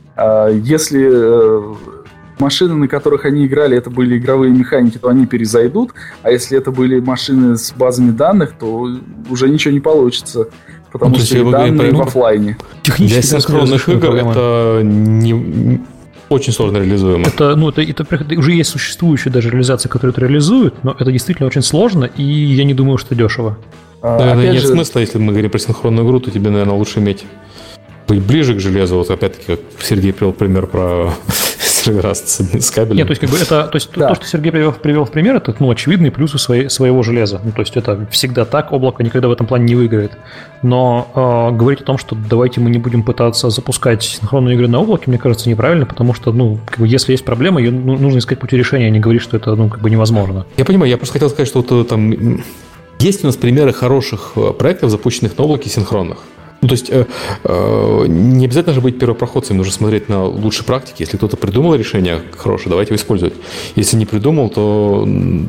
Э, если... Э, машины, на которых они играли, это были игровые механики, то они перезайдут, а если это были машины с базами данных, то уже ничего не получится, потому ну, что данные в офлайне. Для синхронных игр это не... очень сложно реализуемо. Это, ну, это, это, это уже есть существующие даже реализации, которые это реализуют, но это действительно очень сложно, и я не думаю, что дешево. А, наверное, нет же... смысла, если мы говорим про синхронную игру, то тебе, наверное, лучше иметь быть ближе к железу. Вот опять-таки, как Сергей привел пример про каждый раз с, с кабелем. Нет, то есть, как бы это, то, есть да. то, что Сергей привел, привел в пример, это ну, очевидные плюсы своей, своего железа. Ну, то есть это всегда так, облако никогда в этом плане не выиграет. Но э, говорить о том, что давайте мы не будем пытаться запускать синхронные игры на облаке, мне кажется, неправильно, потому что, ну, как бы, если есть проблема, ее нужно искать пути решения, а не говорить, что это, ну, как бы невозможно. Я понимаю, я просто хотел сказать, что вот там есть у нас примеры хороших проектов, запущенных на облаке синхронных. Ну, то есть э, э, не обязательно же быть первопроходцем, нужно смотреть на лучшие практики. Если кто-то придумал решение хорошее, давайте его использовать. Если не придумал, то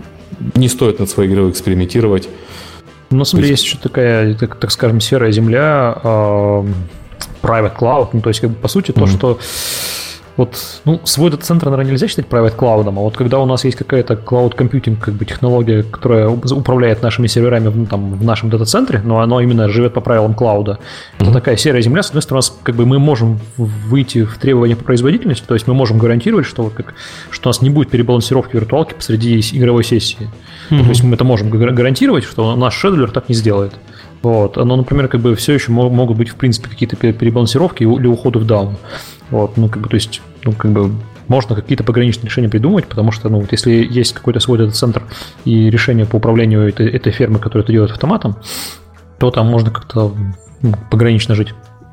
не стоит над своей игрой экспериментировать. Ну, на самом деле, есть еще такая, так, так скажем, серая земля, э, private cloud. Ну, то есть, как бы, по сути, mm-hmm. то, что вот, ну, свой дата-центр, наверное, нельзя считать private cloud, а вот когда у нас есть какая-то cloud computing, как бы, технология, которая управляет нашими серверами в, там, в нашем дата-центре, но она именно живет по правилам клауда, mm-hmm. это такая серая земля. С одной стороны, у нас, как бы, мы можем выйти в требования по производительности, то есть мы можем гарантировать, что, вот, как, что у нас не будет перебалансировки виртуалки посреди игровой сессии. Mm-hmm. То есть мы это можем гарантировать, что наш шедлер так не сделает. Вот. Но, например, как бы все еще могут быть, в принципе, какие-то перебалансировки или уходы в даун. Вот, ну, как бы, то есть, ну, как бы, можно какие-то пограничные решения придумать, потому что, ну, вот если есть какой-то свой дата-центр и решение по управлению этой, этой фермой, которая это делает автоматом, то там можно как-то ну, погранично жить.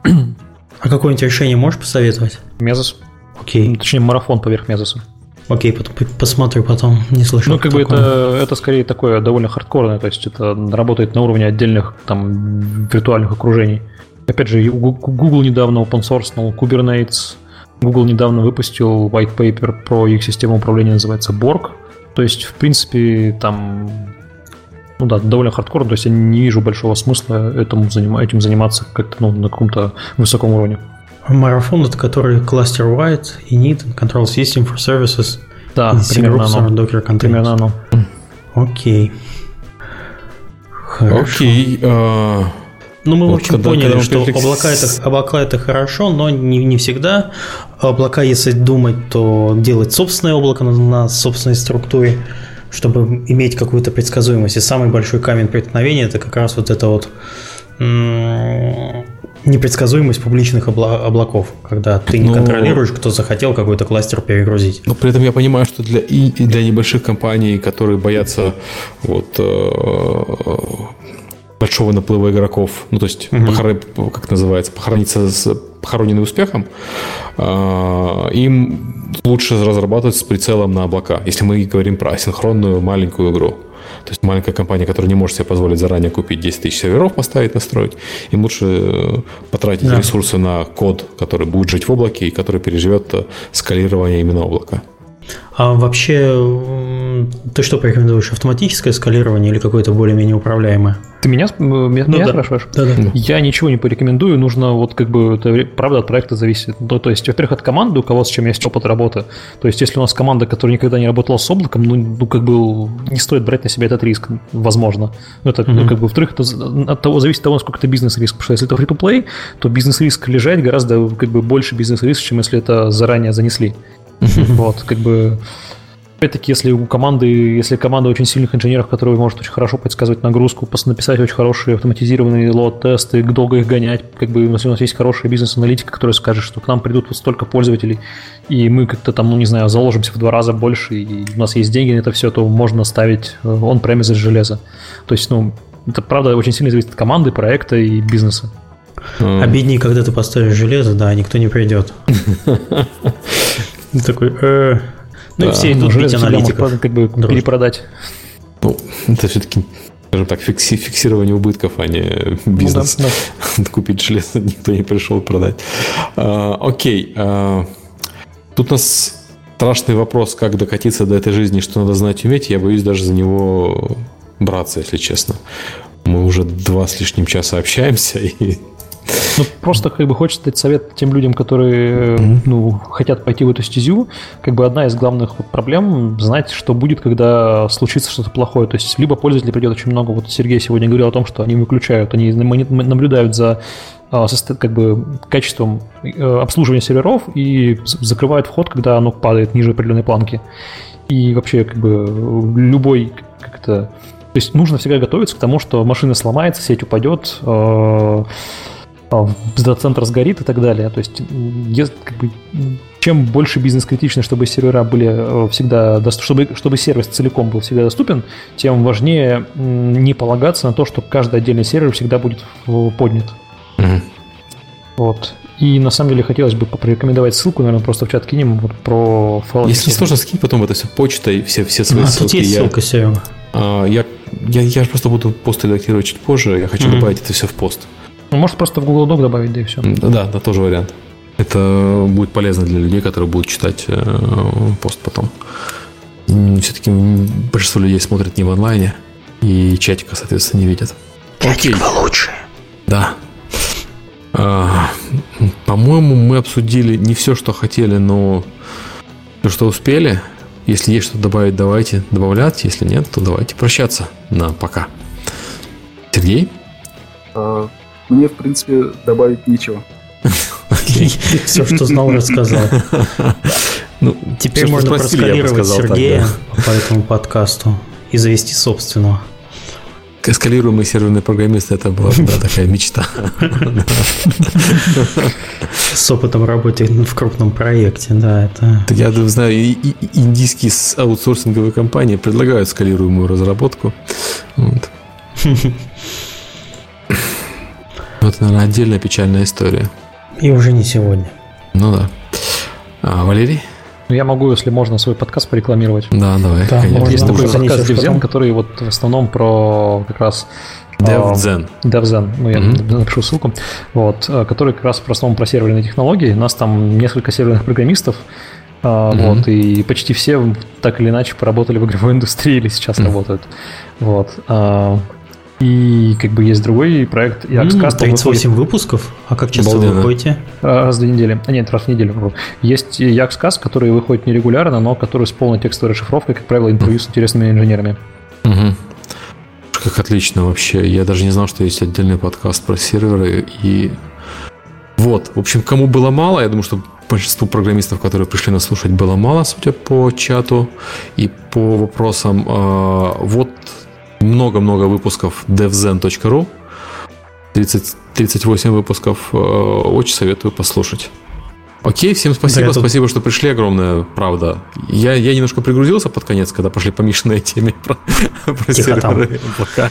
А какое-нибудь решение можешь посоветовать? Mesos. Окей. Ну, точнее, марафон поверх Mesos. Окей, потом, посмотрю потом, не слышал. Ну, как бы это, это скорее такое довольно хардкорное, то есть это работает на уровне отдельных там виртуальных окружений. Опять же, Google недавно open-source Kubernetes, Google недавно выпустил white paper про их систему управления, называется Borg. То есть, в принципе, там, ну да, довольно хардкорно, то есть я не вижу большого смысла этому, этим заниматься как-то ну, на каком-то высоком уровне. Марафон, это который cluster-wide, init, control system for services, да, примерно оно. Docker containers. Примерно оно. Окей. Хорошо. Окей. Uh... Ну, мы, вот в общем, когда, поняли, когда что префикс... облака, это, облака это хорошо, но не, не всегда. Облака, если думать, то делать собственное облако на, на собственной структуре, чтобы иметь какую-то предсказуемость. И самый большой камень преткновения – это как раз вот эта вот м- непредсказуемость публичных обла- облаков, когда ты не но... контролируешь, кто захотел какой-то кластер перегрузить. Но при этом я понимаю, что для, и для небольших компаний, которые боятся вот, большого наплыва игроков, ну, то есть, угу. похор... как называется, похорониться с похороненным успехом, им лучше разрабатывать с прицелом на облака, если мы говорим про асинхронную маленькую игру. То есть маленькая компания, которая не может себе позволить заранее купить десять тысяч серверов, поставить, настроить, им лучше потратить да. ресурсы на код, который будет жить в облаке и который переживет скалирование именно облака. А вообще, ты что порекомендуешь? Автоматическое скалирование или какое-то более-менее управляемое? Ты меня, меня, ну, меня да. спрашиваешь? Да, да. Я ничего не порекомендую, нужно вот как бы, это правда от проекта зависит. Ну, то есть, во-первых, от команды, у кого с чем есть опыт работы. То есть, если у нас команда, которая никогда не работала с облаком, ну, ну как бы не стоит брать на себя этот риск, возможно. Ну, это, mm-hmm. ну, как бы, во-вторых, это от того, зависит от того, насколько это бизнес-риск. Потому что если это free-to-play, то бизнес-риск лежать гораздо как бы больше бизнес-риск, чем если это заранее занесли. Вот, как бы. Опять-таки, если у команды, если команда очень сильных инженеров, которые может очень хорошо предсказывать нагрузку, написать очень хорошие автоматизированные лоад-тесты, долго их гонять, как бы, если у нас есть хорошая бизнес-аналитика, которая скажет, что к нам придут вот столько пользователей, и мы как-то там, ну не знаю, заложимся в два раза больше, и у нас есть деньги на это все, то можно ставить on-premise железо. То есть, ну, это правда очень сильно зависит от команды, проекта и бизнеса. Обиднее, когда ты поставишь железо, да, никто не придет. Такой, э, ну да, и все идут бить аналитиков. Как бы дружно. Перепродать. Ну, это все-таки, скажем так, фикси- фиксирование убытков, а не бизнес. Ну, да, да. Купить железо никто не пришел продать. А, окей. А, тут у нас страшный вопрос, как докатиться до этой жизни, что надо знать и уметь. Я боюсь даже за него браться, если честно. Мы уже два с лишним часа общаемся, и... Ну, просто как бы хочется дать совет тем людям, которые mm-hmm. ну, хотят пойти в эту стезю. Как бы одна из главных вот проблем — знать, что будет, когда случится что-то плохое. То есть либо пользователей придет очень много. Вот Сергей сегодня говорил о том, что они выключают, они наблюдают за как бы качеством обслуживания серверов и закрывают вход, когда оно падает ниже определенной планки. И вообще как бы любой как-то... То есть нужно всегда готовиться к тому, что машина сломается, сеть упадет, дата-центр сгорит и так далее. То есть, как бы, чем больше бизнес-критично, чтобы сервера были всегда, чтобы, чтобы сервис целиком был всегда доступен, тем важнее не полагаться на то, что каждый отдельный сервер всегда будет поднят. Mm-hmm. Вот. И на самом деле хотелось бы порекомендовать ссылку, наверное, просто в чат кинем вот про файл. Если не сложно, скинь потом это все почтой, все, все свои а, ссылки. Тут есть я, ссылка, Серега. А, я, я, я просто буду пост редактировать чуть позже, я хочу mm-hmm. добавить это все в пост. Ну, может, просто в Google Doc добавить, да и все. Да, да, да, тоже вариант. Это будет полезно для людей, которые будут читать э, пост потом. Все-таки большинство людей смотрят не в онлайне, и чатика, соответственно, не видят. Чатик получше. Да. А, по-моему, мы обсудили не все, что хотели, но все, что успели. Если есть что добавить, давайте добавлять. Если нет, то давайте прощаться. На пока. Сергей? А, мне, в принципе, добавить нечего. Все, что знал, рассказал. Ну, теперь можно проскалировать Сергея по этому подкасту и завести собственного. Эскалируемый серверный программист — это была да, такая мечта. С опытом работы в крупном проекте, да, это... Я знаю, и, и, индийские аутсорсинговые компании предлагают скалируемую разработку. Вот. Вот, наверное, отдельная печальная история. И уже не сегодня. Ну да. А, Валерий? Я могу, если можно, свой подкаст порекламировать. Да, давай. Да, конечно. Есть такой можно подкаст DevZen, который вот в основном про как раз... DevZen. DevZen, ну я mm-hmm. напишу ссылку. Вот, который как раз в основном про серверные технологии. У нас там несколько серверных программистов, mm-hmm. вот, и почти все так или иначе поработали в игровой индустрии или сейчас mm-hmm. работают. Вот. И как бы есть другой проект Yaxcast. тридцать восемь выпусков? А как часто вы выходите? Раз в две недели. А нет, раз в неделю. Есть Yaxcast, который выходит нерегулярно, но который с полной текстовой расшифровкой, как правило, интервью с интересными инженерами. Угу. Как отлично вообще. Я даже не знал, что есть отдельный подкаст про серверы. И вот, в общем, кому было мало, я думаю, что большинству программистов, которые пришли нас слушать, было мало, судя по чату и по вопросам. Вот много-много выпусков devzen точка ру, тридцать, тридцать восемь выпусков, очень советую послушать. Окей, всем спасибо, да, спасибо, тут... что пришли, огромное, правда. Я, я немножко пригрузился под конец, когда пошли по Мишиной теме про, про серверы облака.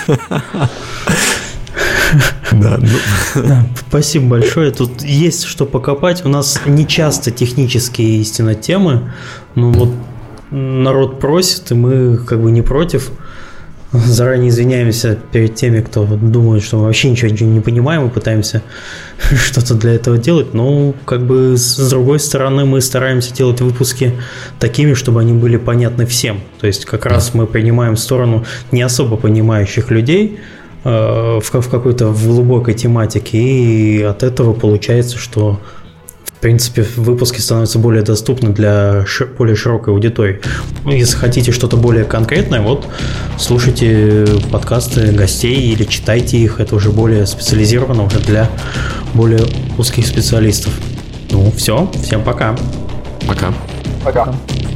Да, ну. Да, спасибо большое. Тут есть что покопать. У нас не часто технические истинно темы, но вот народ просит, и мы как бы не против. Заранее извиняемся перед теми, кто думает, что мы вообще ничего, ничего не понимаем и пытаемся что-то для этого делать. Но как бы с другой стороны мы стараемся делать выпуски такими, чтобы они были понятны всем. То есть как раз мы принимаем сторону не особо понимающих людей э, в, в какой-то глубокой тематике, и от этого получается, что в принципе, выпуски становятся более доступны для шир- более широкой аудитории. Если хотите что-то более конкретное, вот слушайте подкасты гостей или читайте их. Это уже более специализировано, уже для более узких специалистов. Ну, все. Всем пока. Пока. Пока.